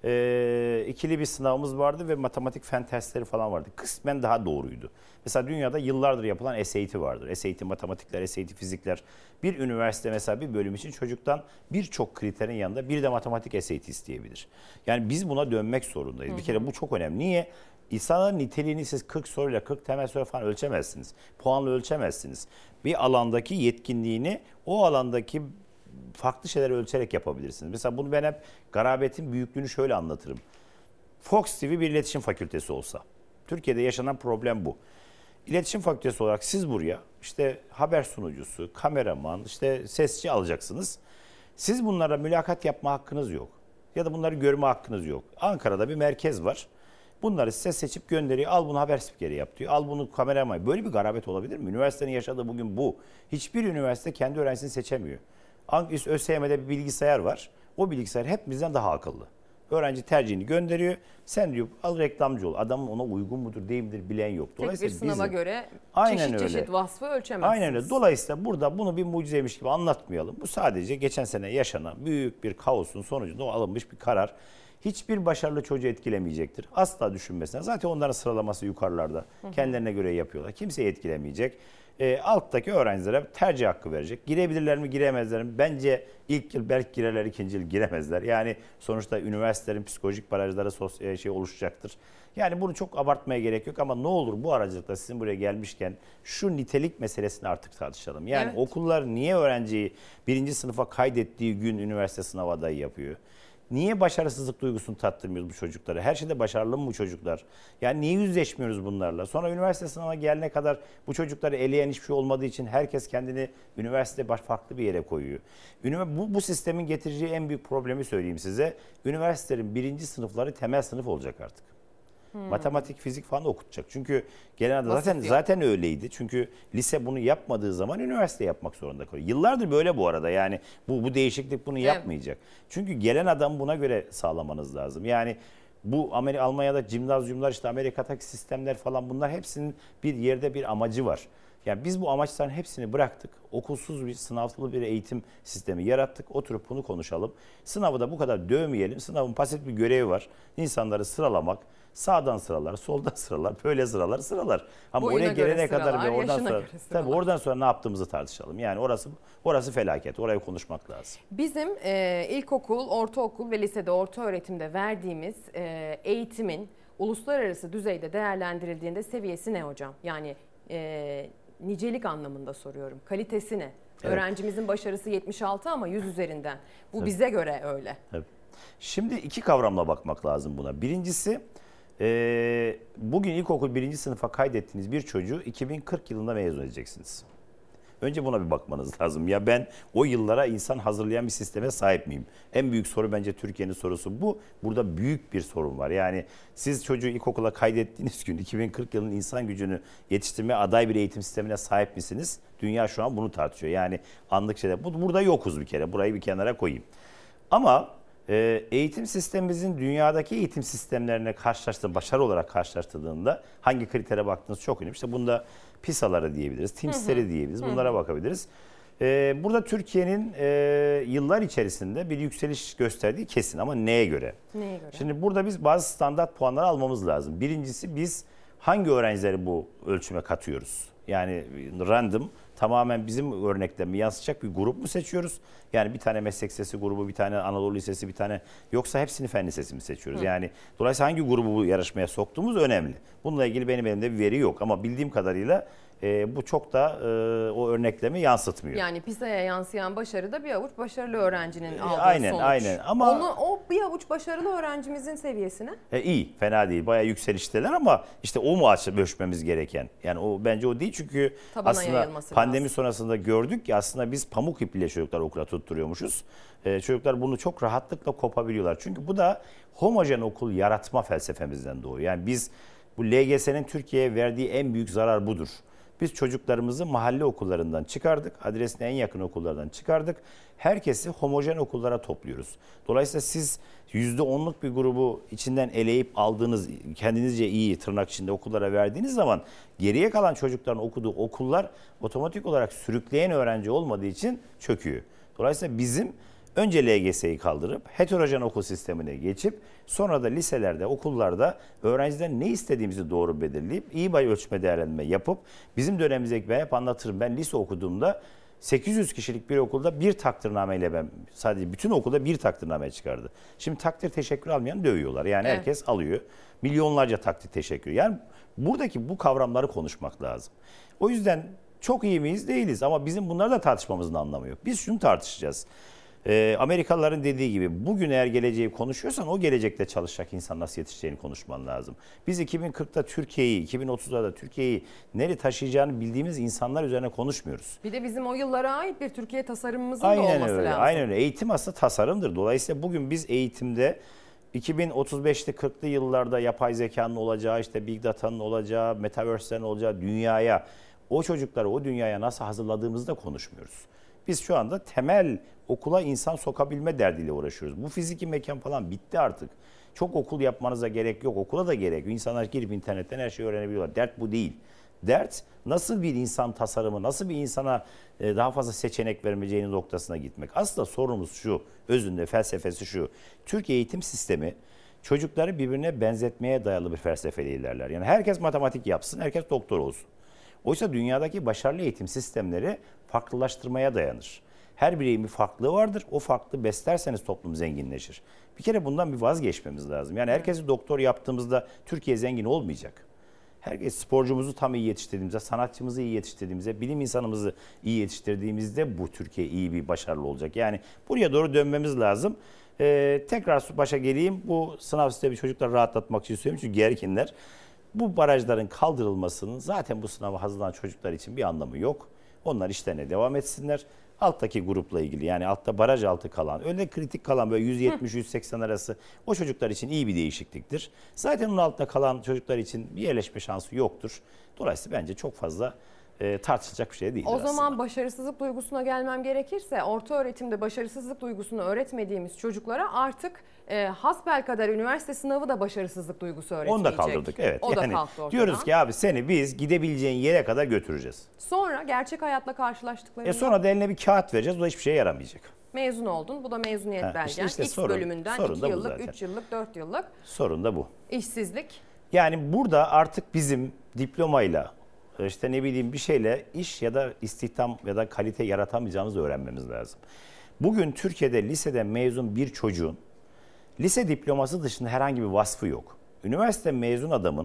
ikili bir sınavımız vardı ve matematik fen testleri falan vardı. Kısmen daha doğruydu. Mesela dünyada yıllardır yapılan SAT vardır. SAT matematikler, SAT fizikler. Bir üniversite mesela bir bölüm için çocuktan birçok kriterin yanında bir de matematik SAT isteyebilir. Yani biz buna dönmek zorundayız. Bir kere bu çok önemli. Niye? İnsanların niteliğini siz 40 soruyla, 40 temel soru falan ölçemezsiniz. Puanla ölçemezsiniz. Bir alandaki yetkinliğini o alandaki farklı şeyleri ölçerek yapabilirsiniz. Mesela bunu ben hep garabetin büyüklüğünü şöyle anlatırım. Fox TV bir iletişim fakültesi olsa. Türkiye'de yaşanan problem bu. İletişim fakültesi olarak siz buraya işte haber sunucusu, kameraman, işte sesçi alacaksınız. Siz bunlara mülakat yapma hakkınız yok. Ya da bunları görme hakkınız yok. Ankara'da bir merkez var. Bunları size seçip gönderiyor. Al bunu haber spikeri yap diyor. Al bunu kameraman. Böyle bir garabet olabilir mi? Üniversitenin yaşadığı bugün bu. Hiçbir üniversite kendi öğrencisini seçemiyor. ÖSYM'de bir bilgisayar var. O bilgisayar hepimizden daha akıllı. Öğrenci tercihini gönderiyor. Sen diyor al reklamcı ol. Adamın ona uygun mudur değil midir bilen yok. Tek bir sınava göre aynen çeşit vasfı ölçemezsiniz. Aynen öyle. Dolayısıyla burada bunu bir mucizeymiş gibi anlatmayalım. Bu sadece geçen sene yaşanan büyük bir kaosun sonucunda alınmış bir karar. Hiçbir başarılı çocuğu etkilemeyecektir. Asla düşünmesinler. Zaten onların sıralaması yukarılarda. Kendilerine göre yapıyorlar. Kimseyi etkilemeyecek. Alttaki öğrencilere tercih hakkı verecek. Girebilirler mi, giremezler mi? Bence ilk yıl belki girerler, ikinci yıl giremezler. Yani sonuçta üniversitelerin psikolojik barajları oluşacaktır. Yani bunu çok abartmaya gerek yok ama ne olur bu aracılıkta sizin buraya gelmişken şu nitelik meselesini artık tartışalım. Yani okullar niye öğrenciyi 1. sınıfa kaydettiği gün üniversite sınavı adayı yapıyor? Niye başarısızlık duygusunu tattırmıyoruz bu çocuklara? Her şeyde başarılı mı bu çocuklar? Yani niye yüzleşmiyoruz bunlarla? Sonra üniversite sınavına gelene kadar bu çocukları eleyen hiçbir şey olmadığı için herkes kendini üniversitede farklı bir yere koyuyor. Bu sistemin getireceği en büyük problemi söyleyeyim size. Üniversitelerin 1. sınıfları temel sınıf olacak artık. Matematik, fizik falan okutacak. Çünkü genelde zaten öyleydi. Çünkü lise bunu yapmadığı zaman üniversite yapmak zorunda kalıyor. Yıllardır böyle bu arada. Yani bu değişiklik bunu yapmayacak. Çünkü gelen adam buna göre sağlamanız lazım. Yani bu Almanya'da gimnazyumlar, işte Amerika'daki sistemler falan, bunlar hepsinin bir yerde bir amacı var. Yani biz bu amaçların hepsini bıraktık. Okulsuz bir, sınavlı bir eğitim sistemi yarattık. Oturup bunu konuşalım. Sınavı da bu kadar dövmeyelim. Sınavın basit bir görevi var. İnsanları sıralamak. Sağdan sıralar, soldan sıralar, böyle sıralar. Ama boyuna oraya gelene kadar sıralar, ve oradan sonra ne yaptığımızı tartışalım. Yani orası felaket. Orayı konuşmak lazım. Bizim ilkokul, ortaokul ve lisede, orta öğretimde verdiğimiz eğitimin uluslararası düzeyde değerlendirildiğinde seviyesi ne hocam? Yani nicelik anlamında soruyorum. Kalitesi ne? Evet. Öğrencimizin başarısı 76 ama 100 üzerinden. Bu bize göre öyle. Evet. Şimdi iki kavramla bakmak lazım buna. Birincisi, bugün ilkokul 1. sınıfa kaydettiğiniz bir çocuğu 2040 yılında mezun edeceksiniz. Önce buna bir bakmanız lazım. Ya ben o yıllara insan hazırlayan bir sisteme sahip miyim? En büyük soru bence Türkiye'nin sorusu bu. Burada büyük bir sorun var. Yani siz çocuğu ilkokula kaydettiğiniz gün 2040 yılının insan gücünü yetiştirmeye aday bir eğitim sistemine sahip misiniz? Dünya şu an bunu tartışıyor. Yani anlık şeyler. Burada yokuz bir kere. Burayı bir kenara koyayım. Ama eğitim sistemimizin dünyadaki eğitim sistemlerine başarı olarak karşılaştırdığında hangi kritere baktığınız çok önemli. İşte bunda PISA'ları diyebiliriz, TIMSS'leri diyebiliriz. Bunlara bakabiliriz. Burada Türkiye'nin yıllar içerisinde bir yükseliş gösterdiği kesin ama neye göre? Neye göre? Şimdi burada biz bazı standart puanları almamız lazım. Birincisi, biz hangi öğrencileri bu ölçüme katıyoruz? Yani random, tamamen bizim örneklerimi yansıtacak bir grup mu seçiyoruz? Yani bir tane meslek lisesi grubu, bir tane Anadolu Lisesi, bir tane, yoksa hepsini fen lisesi mi seçiyoruz? Yani dolayısıyla hangi grubu bu yarışmaya soktuğumuz önemli. Bununla ilgili benim elimde bir veri yok ama bildiğim kadarıyla bu çok da o örneklemi yansıtmıyor. Yani PISA'ya yansıyan başarı da bir avuç başarılı öğrencinin aldığı sonuç. Aynen. Ama o bir avuç başarılı öğrencimizin seviyesine? İyi, fena değil. Bayağı yükselişteler ama işte o mu ölçmemiz gereken? Yani bence o değil, çünkü aslında pandemi sonrasında gördük ki aslında biz pamuk ipliğiyle çocukları okula tutturuyormuşuz. Çocuklar bunu çok rahatlıkla kopabiliyorlar. Çünkü bu da homojen okul yaratma felsefemizden doğuyor. Yani biz, bu LGS'nin Türkiye'ye verdiği en büyük zarar budur. Biz çocuklarımızı mahalle okullarından çıkardık, adresine en yakın okullardan çıkardık. Herkesi homojen okullara topluyoruz. Dolayısıyla siz %10'luk bir grubu içinden eleyip aldığınız, kendinizce iyi tırnak içinde okullara verdiğiniz zaman geriye kalan çocukların okuduğu okullar otomatik olarak sürükleyen öğrenci olmadığı için çöküyor. Dolayısıyla bizim önce LGS'yi kaldırıp heterojen okul sistemine geçip sonra da liselerde, okullarda öğrenciden ne istediğimizi doğru belirleyip iyi bir ölçme değerlendirme yapıp, bizim dönemimizdeki, ben hep anlatırım, ben lise okuduğumda 800 kişilik bir okulda bir takdirnameyle, ben sadece bütün okulda bir takdirname çıkardı. Şimdi takdir teşekkür almayan dövüyorlar. Yani herkes alıyor. Milyonlarca takdir teşekkür. Yani buradaki bu kavramları konuşmak lazım. O yüzden çok iyi miyiz? Değiliz. Ama bizim bunları da tartışmamızın anlamı yok. Biz şunu tartışacağız. Amerikalıların dediği gibi, bugün eğer geleceği konuşuyorsan o gelecekte çalışacak insan nasıl yetişeceğini konuşman lazım. Biz 2040'ta Türkiye'yi, 2030'larda Türkiye'yi nereye taşıyacağını bildiğimiz insanlar üzerine konuşmuyoruz. Bir de bizim o yıllara ait bir Türkiye tasarımımızın da olması lazım. Aynen öyle. Eğitim aslında tasarımdır. Dolayısıyla bugün biz eğitimde 2035'li 40'lı yıllarda yapay zekanın olacağı, işte big data'nın olacağı, metaverse'lerin olacağı dünyaya, o çocukları o dünyaya nasıl hazırladığımızı da konuşmuyoruz. Biz şu anda temel okula insan sokabilme derdiyle uğraşıyoruz. Bu fiziki mekan falan bitti artık. Çok okul yapmanıza gerek yok. Okula da gerek yok. İnsanlar girip internetten her şeyi öğrenebiliyorlar. Dert bu değil. Dert nasıl bir insan tasarımı, nasıl bir insana daha fazla seçenek vermeyeceğinin noktasına gitmek. Aslında sorunumuz şu, özünde felsefesi şu. Türk eğitim sistemi çocukları birbirine benzetmeye dayalı bir felsefeyle ilerler. Yani herkes matematik yapsın, herkes doktor olsun. Oysa dünyadaki başarılı eğitim sistemleri farklılaştırmaya dayanır. Her bireyin bir farklılığı vardır. O farklılığı beslerseniz toplum zenginleşir. Bir kere bundan bir vazgeçmemiz lazım. Yani herkesi doktor yaptığımızda Türkiye zengin olmayacak. Herkes sporcumuzu tam iyi yetiştirdiğimizde, sanatçımızı iyi yetiştirdiğimizde, bilim insanımızı iyi yetiştirdiğimizde bu Türkiye iyi bir başarılı olacak. Yani buraya doğru dönmemiz lazım. Tekrar başa geleyim. Bu sınav sistemi çocukları rahatlatmak için söylüyorum. Çünkü gerginler. Bu barajların kaldırılmasının zaten bu sınava hazırlanan çocuklar için bir anlamı yok. Onlar işlerine devam etsinler. Alttaki grupla ilgili, yani altta baraj altı kalan, öyle kritik kalan böyle 170-180 arası o çocuklar için iyi bir değişikliktir. Zaten onun altında kalan çocuklar için bir yerleşme şansı yoktur. Dolayısıyla bence çok fazla tartışılacak bir şey değil. O zaman başarısızlık duygusuna gelmem gerekirse, orta öğretimde başarısızlık duygusunu öğretmediğimiz çocuklara artık hasbelkader üniversite sınavı da başarısızlık duygusu öğretmeyecek. Onu da kaldırdık, evet. O da kalktı ortadan. Diyoruz ki abi seni biz gidebileceğin yere kadar götüreceğiz. Sonra gerçek hayatla karşılaştıklarında... Sonra da eline bir kağıt vereceğiz, o da hiçbir şeye yaramayacak. Mezun oldun, bu da mezuniyet belgen. İşte X bölümünden 2 yıllık, 3 yıllık, 4 yıllık. Sorun da bu. İşsizlik. Yani burada artık bizim diplomayla, işte ne bileyim bir şeyle iş ya da istihdam ya da kalite yaratamayacağımızı öğrenmemiz lazım. Bugün Türkiye'de liseden mezun bir çocuğun lise diploması dışında herhangi bir vasfı yok. Üniversite mezun adamın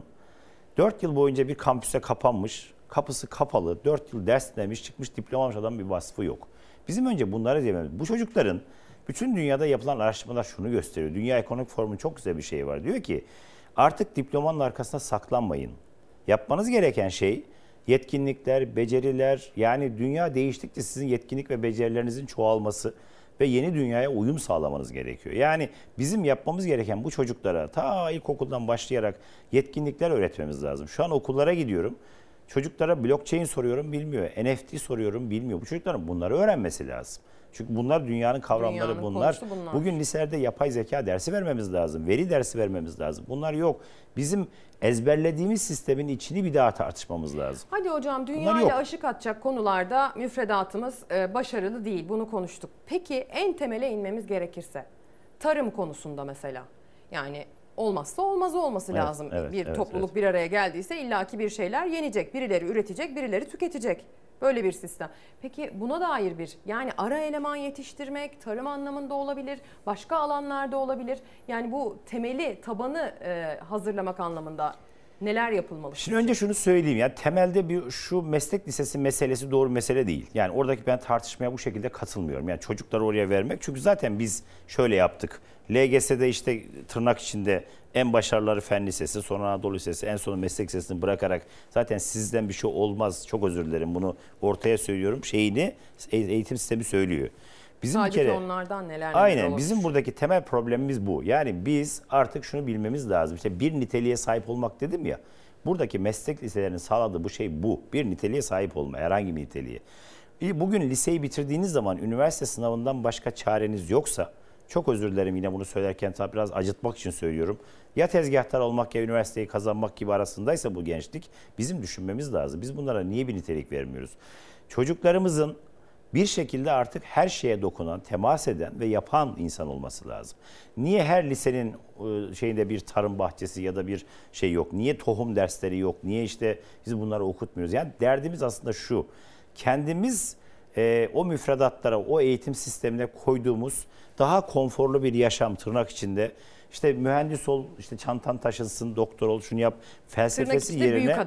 4 yıl boyunca bir kampüse kapanmış, kapısı kapalı, 4 yıl ders dinlemiş, çıkmış diplomamış adam bir vasfı yok. Bizim önce bunları diyememiz. Bu çocukların bütün dünyada yapılan araştırmalar şunu gösteriyor. Dünya Ekonomik Forumu'nun çok güzel bir şeyi var. Diyor ki artık diplomanın arkasına saklanmayın. Yapmanız gereken şey yetkinlikler, beceriler, yani dünya değiştikçe sizin yetkinlik ve becerilerinizin çoğalması ve yeni dünyaya uyum sağlamanız gerekiyor. Yani bizim yapmamız gereken bu çocuklara ta ilkokuldan başlayarak yetkinlikler öğretmemiz lazım. Şu an okullara gidiyorum. Çocuklara blockchain soruyorum bilmiyor. NFT soruyorum bilmiyor. Bu çocukların bunları öğrenmesi lazım. Çünkü bunlar dünyanın kavramları, bunlar. Bugün liselerde yapay zeka dersi vermemiz lazım. Veri dersi vermemiz lazım. Bunlar yok. Bizim ezberlediğimiz sistemin içini bir daha tartışmamız lazım. Hadi hocam, dünyayla aşık atacak konularda müfredatımız başarılı değil. Bunu konuştuk. Peki en temele inmemiz gerekirse tarım konusunda mesela, yani olmazsa olmazı olması lazım. Bir topluluk bir araya geldiyse illaki bir şeyler yenecek. Birileri üretecek, birileri tüketecek. Böyle bir sistem. Peki buna dair bir, yani ara eleman yetiştirmek tarım anlamında olabilir, başka alanlarda olabilir. Yani bu temeli, tabanı hazırlamak anlamında neler yapılmalı? Şimdi önce şunu söyleyeyim, yani temelde bir şu meslek lisesi meselesi doğru mesele değil. Yani oradaki ben tartışmaya bu şekilde katılmıyorum. Yani çocukları oraya vermek, çünkü zaten biz şöyle yaptık. LGS'de işte tırnak içinde en başarıları Fen Lisesi, sonra Anadolu Lisesi, en son Meslek Lisesi'ni bırakarak zaten sizden bir şey olmaz, çok özür dilerim bunu ortaya söylüyorum, şeyini eğitim sistemi söylüyor. Bizim sadece bir kere, onlardan neler aynen olmuş. Bizim buradaki temel problemimiz bu. Yani biz artık şunu bilmemiz lazım. İşte bir niteliğe sahip olmak dedim ya. Buradaki meslek liselerinin sağladığı bu şey bu. Bir niteliğe sahip olma, herhangi bir niteliğe. Bugün liseyi bitirdiğiniz zaman üniversite sınavından başka çareniz yoksa, çok özür dilerim yine bunu söylerken tabii biraz acıtmak için söylüyorum. Ya tezgahtar olmak ya üniversiteyi kazanmak gibi arasındaysa bu gençlik, bizim düşünmemiz lazım. Biz bunlara niye bir nitelik vermiyoruz? Çocuklarımızın bir şekilde artık her şeye dokunan, temas eden ve yapan insan olması lazım. Niye her lisenin şeyinde bir tarım bahçesi ya da bir şey yok? Niye tohum dersleri yok? Niye işte biz bunları okutmuyoruz? Yani derdimiz aslında şu. Kendimiz o müfredatlara, o eğitim sistemine koyduğumuz daha konforlu bir yaşam, tırnak içinde, işte mühendis ol, işte çantan taşınsın, doktor ol, şunu yap felsefesi yerine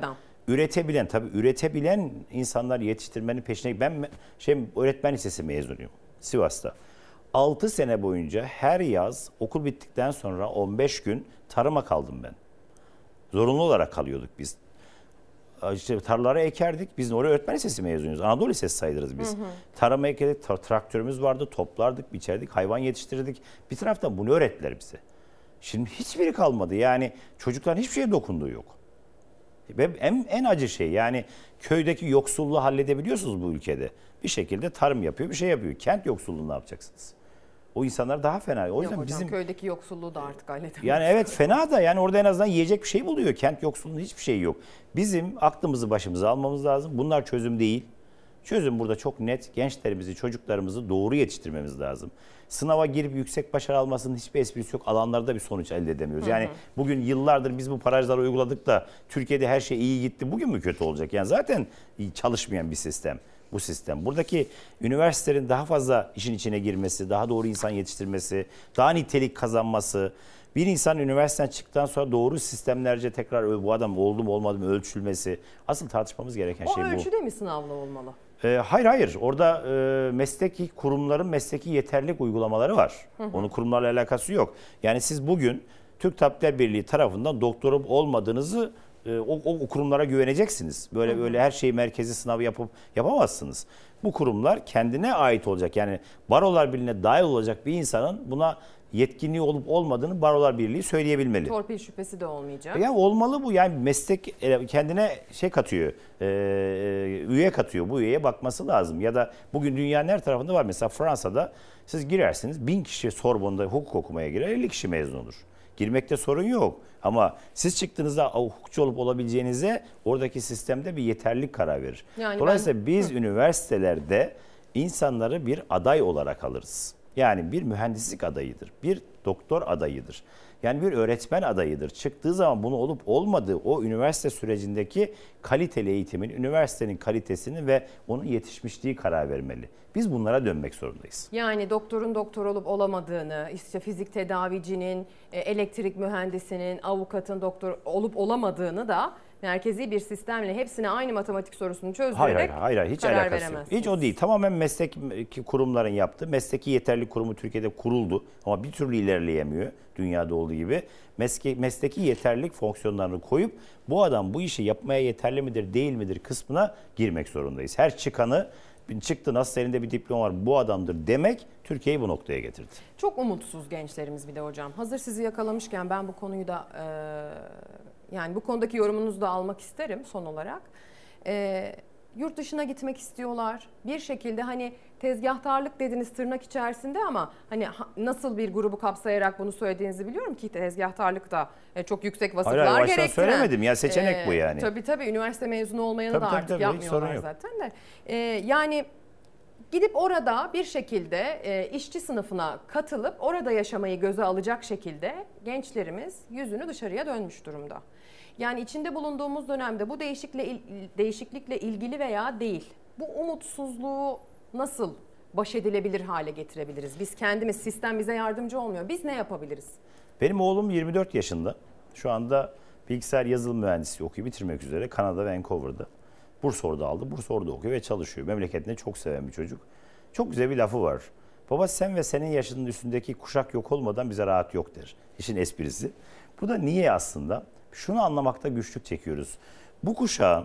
üretebilen insanlar yetiştirmenin peşine. Ben öğretmen lisesi mezunuyum Sivas'ta. 6 sene boyunca her yaz okul bittikten sonra 15 gün tarıma kaldım ben. Zorunlu olarak kalıyorduk biz. İşte tarlalara ekerdik. Biz oraya öğretmen lisesi mezunuyuz. Anadolu Lisesi sayılırız biz. Tarıma ekerdik, traktörümüz vardı, toplardık, biçerdik, hayvan yetiştirirdik. Bir taraftan bunu öğrettiler bize. Şimdi hiçbiri kalmadı. Yani çocukların hiçbir şeye dokunduğu yok. Ve en acı şey, yani köydeki yoksulluğu halledebiliyorsunuz bu ülkede. Bir şekilde tarım yapıyor, bir şey yapıyor. Kent yoksulluğunu ne yapacaksınız? O insanlar daha fena. O yüzden Yok hocam, bizim köydeki yoksulluğu da artık halledemeyiz. yani evet fena da, yani orada en azından yiyecek bir şey buluyor. Kent yoksulluğunda hiçbir şey yok. Bizim aklımızı başımıza almamız lazım. Bunlar çözüm değil. Çözüm burada çok net. Gençlerimizi, çocuklarımızı doğru yetiştirmemiz lazım. Sınava girip yüksek başarı almasının hiçbir esprisi yok. Alanlarda bir sonuç elde edemiyoruz. Yani bugün yıllardır biz bu barajları uyguladık da Türkiye'de her şey iyi gitti. Bugün mü kötü olacak? Yani zaten çalışmayan bir sistem bu sistem. Buradaki üniversitelerin daha fazla işin içine girmesi, daha doğru insan yetiştirmesi, daha nitelik kazanması, bir insan üniversiteden çıktıktan sonra doğru sistemlerce tekrar bu adam oldu mu olmadı mı ölçülmesi, asıl tartışmamız gereken şey bu. O ölçüde mi sınavla olmalı? Hayır. Orada mesleki kurumların mesleki yeterlilik uygulamaları var. Onun kurumlarla alakası yok. Yani siz bugün Türk Tabipler Birliği tarafından doktor olup olmadığınızı o kurumlara güveneceksiniz. Böyle her şeyi merkezi sınavı yapamazsınız. Bu kurumlar kendine ait olacak. Yani Barolar Birliği'ne dahil olacak bir insanın buna yetkinliği olup olmadığını Barolar Birliği söyleyebilmeli. Torpil şüphesi de olmayacak. Ya olmalı bu, yani meslek kendine şey katıyor, üye katıyor. Bu üyeye bakması lazım. Ya da bugün dünyanın her tarafında var. Mesela Fransa'da siz girersiniz, 1000 kişi Sorbonne'da hukuk okumaya girer, 50 kişi mezun olur. Girmekte sorun yok. Ama siz çıktığınızda hukukçu olup olabileceğinize oradaki sistemde bir yeterlilik karar verir. Yani dolayısıyla biz üniversitelerde insanları bir aday olarak alırız. Yani bir mühendislik adayıdır, bir doktor adayıdır. Yani bir öğretmen adayıdır. Çıktığı zaman bunu olup olmadığı o üniversite sürecindeki kaliteli eğitimin, üniversitenin kalitesini ve onun yetişmişliği karar vermeli. Biz bunlara dönmek zorundayız. Yani doktorun doktor olup olamadığını, işte fizik tedavicinin, elektrik mühendisinin, avukatın doktor olup olamadığını da merkezi bir sistemle hepsine aynı matematik sorusunu çözdürerek hayır, hiç karar alakası yok. veremezsiniz. Hiç o değil. Tamamen mesleki kurumların yaptığı. Mesleki Yeterlilik Kurumu Türkiye'de kuruldu ama bir türlü ilerleyemiyor dünyada olduğu gibi. Mesleki yeterlilik fonksiyonlarını koyup bu adam bu işi yapmaya yeterli midir değil midir kısmına girmek zorundayız. Her çıktı nasıl elinde bir diploma var bu adamdır demek Türkiye'yi bu noktaya getirdi. Çok umutsuz gençlerimiz bir de hocam. Hazır sizi yakalamışken ben bu konuyu da yani bu konudaki yorumunuzu da almak isterim son olarak. Yurt dışına gitmek istiyorlar. Bir şekilde hani tezgahtarlık dediniz tırnak içerisinde ama hani nasıl bir grubu kapsayarak bunu söylediğinizi biliyorum ki tezgahtarlık da çok yüksek vasıflar gerektiren. Söylemedim ya, seçenek bu yani. Tabii üniversite mezunu olmayanı da artık yapmıyorlar zaten de. Yani gidip orada bir şekilde işçi sınıfına katılıp orada yaşamayı göze alacak şekilde gençlerimiz yüzünü dışarıya dönmüş durumda. Yani içinde bulunduğumuz dönemde bu değişiklikle ilgili veya değil, bu umutsuzluğu nasıl baş edilebilir hale getirebiliriz? Biz kendimiz, sistem bize yardımcı olmuyor. Biz ne yapabiliriz? Benim oğlum 24 yaşında. Şu anda bilgisayar yazılım mühendisliği okuyor, bitirmek üzere. Kanada, Vancouver'da. Burs orada aldı. Burs orada okuyor ve çalışıyor. Memleketini çok seven bir çocuk. Çok güzel bir lafı var. Baba sen ve senin yaşının üstündeki kuşak yok olmadan bize rahat yok der. İşin esprisi. Bu da niye aslında? Şunu anlamakta güçlük çekiyoruz. Bu kuşağın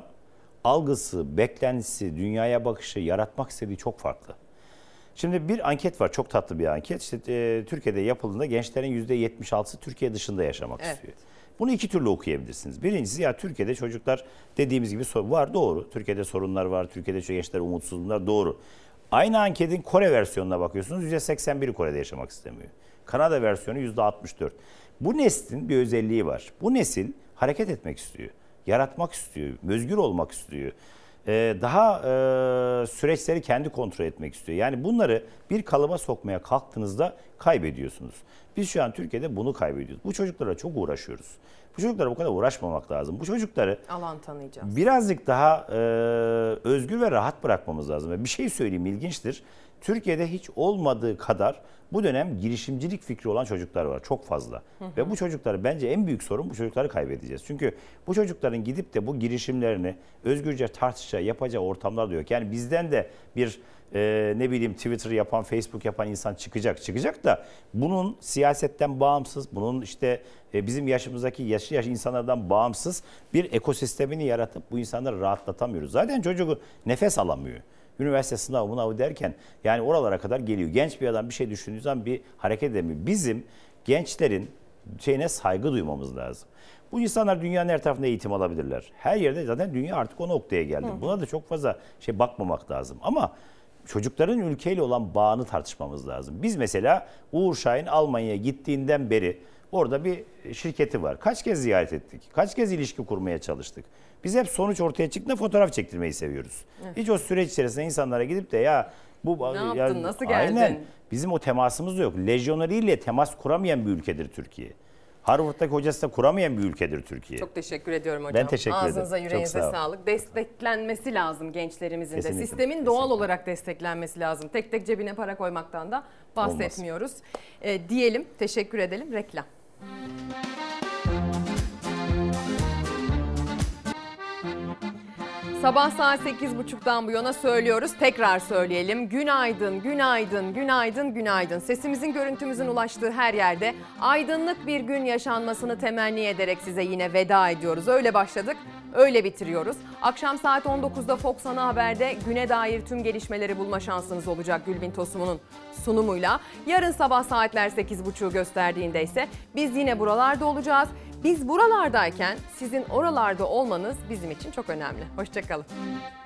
algısı, beklentisi, dünyaya bakışı, yaratmak istediği çok farklı. Şimdi bir anket var, çok tatlı bir anket. İşte Türkiye'de yapıldığında gençlerin %76'sı Türkiye dışında yaşamak istiyor. Bunu iki türlü okuyabilirsiniz. Birincisi ya Türkiye'de çocuklar dediğimiz gibi var, doğru. Türkiye'de sorunlar var, Türkiye'de gençler umutsuz, bunlar doğru. Aynı anketin Kore versiyonuna bakıyorsunuz, %81'i Kore'de yaşamak istemiyor. Kanada versiyonu %64. Bu neslin bir özelliği var. Bu nesil hareket etmek istiyor, yaratmak istiyor, özgür olmak istiyor. Daha süreçleri kendi kontrol etmek istiyor. Yani bunları bir kalıba sokmaya kalktığınızda kaybediyorsunuz. Biz şu an Türkiye'de bunu kaybediyoruz. Bu çocuklara çok uğraşıyoruz. Bu çocuklara bu kadar uğraşmamak lazım. Bu çocukları alan tanıyacağız. Birazcık daha özgür ve rahat bırakmamız lazım. Ve bir şey söyleyeyim, ilginçtir. Türkiye'de hiç olmadığı kadar bu dönem girişimcilik fikri olan çocuklar var. Çok fazla. Ve bu çocukları, bence en büyük sorun, bu çocukları kaybedeceğiz. Çünkü bu çocukların gidip de bu girişimlerini özgürce tartışacağı, yapacağı ortamlar da yok. Yani bizden de bir ne bileyim Twitter yapan, Facebook yapan insan çıkacak da bunun siyasetten bağımsız, bunun işte bizim yaşımızdaki yaş insanlardan bağımsız bir ekosistemini yaratıp bu insanları rahatlatamıyoruz. Zaten çocuğu nefes alamıyor. Üniversite sınavı derken yani oralara kadar geliyor. Genç bir adam bir şey düşündüğü zaman bir hareket edemiyor. Bizim gençlerin şeyine saygı duymamız lazım. Bu insanlar dünyanın her tarafında eğitim alabilirler. Her yerde zaten dünya artık o noktaya geldi. Buna da çok fazla bakmamak lazım. Ama çocukların ülkeyle olan bağını tartışmamız lazım. Biz mesela Uğur Şahin Almanya'ya gittiğinden beri orada bir şirketi var. Kaç kez ziyaret ettik? Kaç kez ilişki kurmaya çalıştık? Biz hep sonuç ortaya çıktığında fotoğraf çektirmeyi seviyoruz. Evet. Hiç o süreç içerisinde insanlara gidip de ya bu ne yaptın, nasıl geldin? Aynen. Bizim o temasımız da yok. Lejyoneriyle temas kuramayan bir ülkedir Türkiye. Harvard'daki hocası da kuramayan bir ülkedir Türkiye. Çok teşekkür ediyorum hocam. Ben teşekkür ederim. Ağzınıza, yüreğinize sağlık. Desteklenmesi lazım gençlerimizin Kesinlikle, de. Sistemin kesinlikle. doğal olarak desteklenmesi lazım. Tek tek cebine para koymaktan da bahsetmiyoruz. Diyelim, teşekkür edelim. Reklam. Sabah saat 8.30'dan bu yana söylüyoruz. Tekrar söyleyelim. Günaydın, günaydın, günaydın, günaydın. Sesimizin, görüntümüzün ulaştığı her yerde aydınlık bir gün yaşanmasını temenni ederek size yine veda ediyoruz. Öyle başladık, öyle bitiriyoruz. Akşam saat 19'da Fox Ana Haber'de güne dair tüm gelişmeleri bulma şansınız olacak Gülbin Tosun'un sunumuyla. Yarın sabah saatler 8.30'u gösterdiğinde ise biz yine buralarda olacağız. Biz buralardayken sizin oralarda olmanız bizim için çok önemli. Hoşça kalın.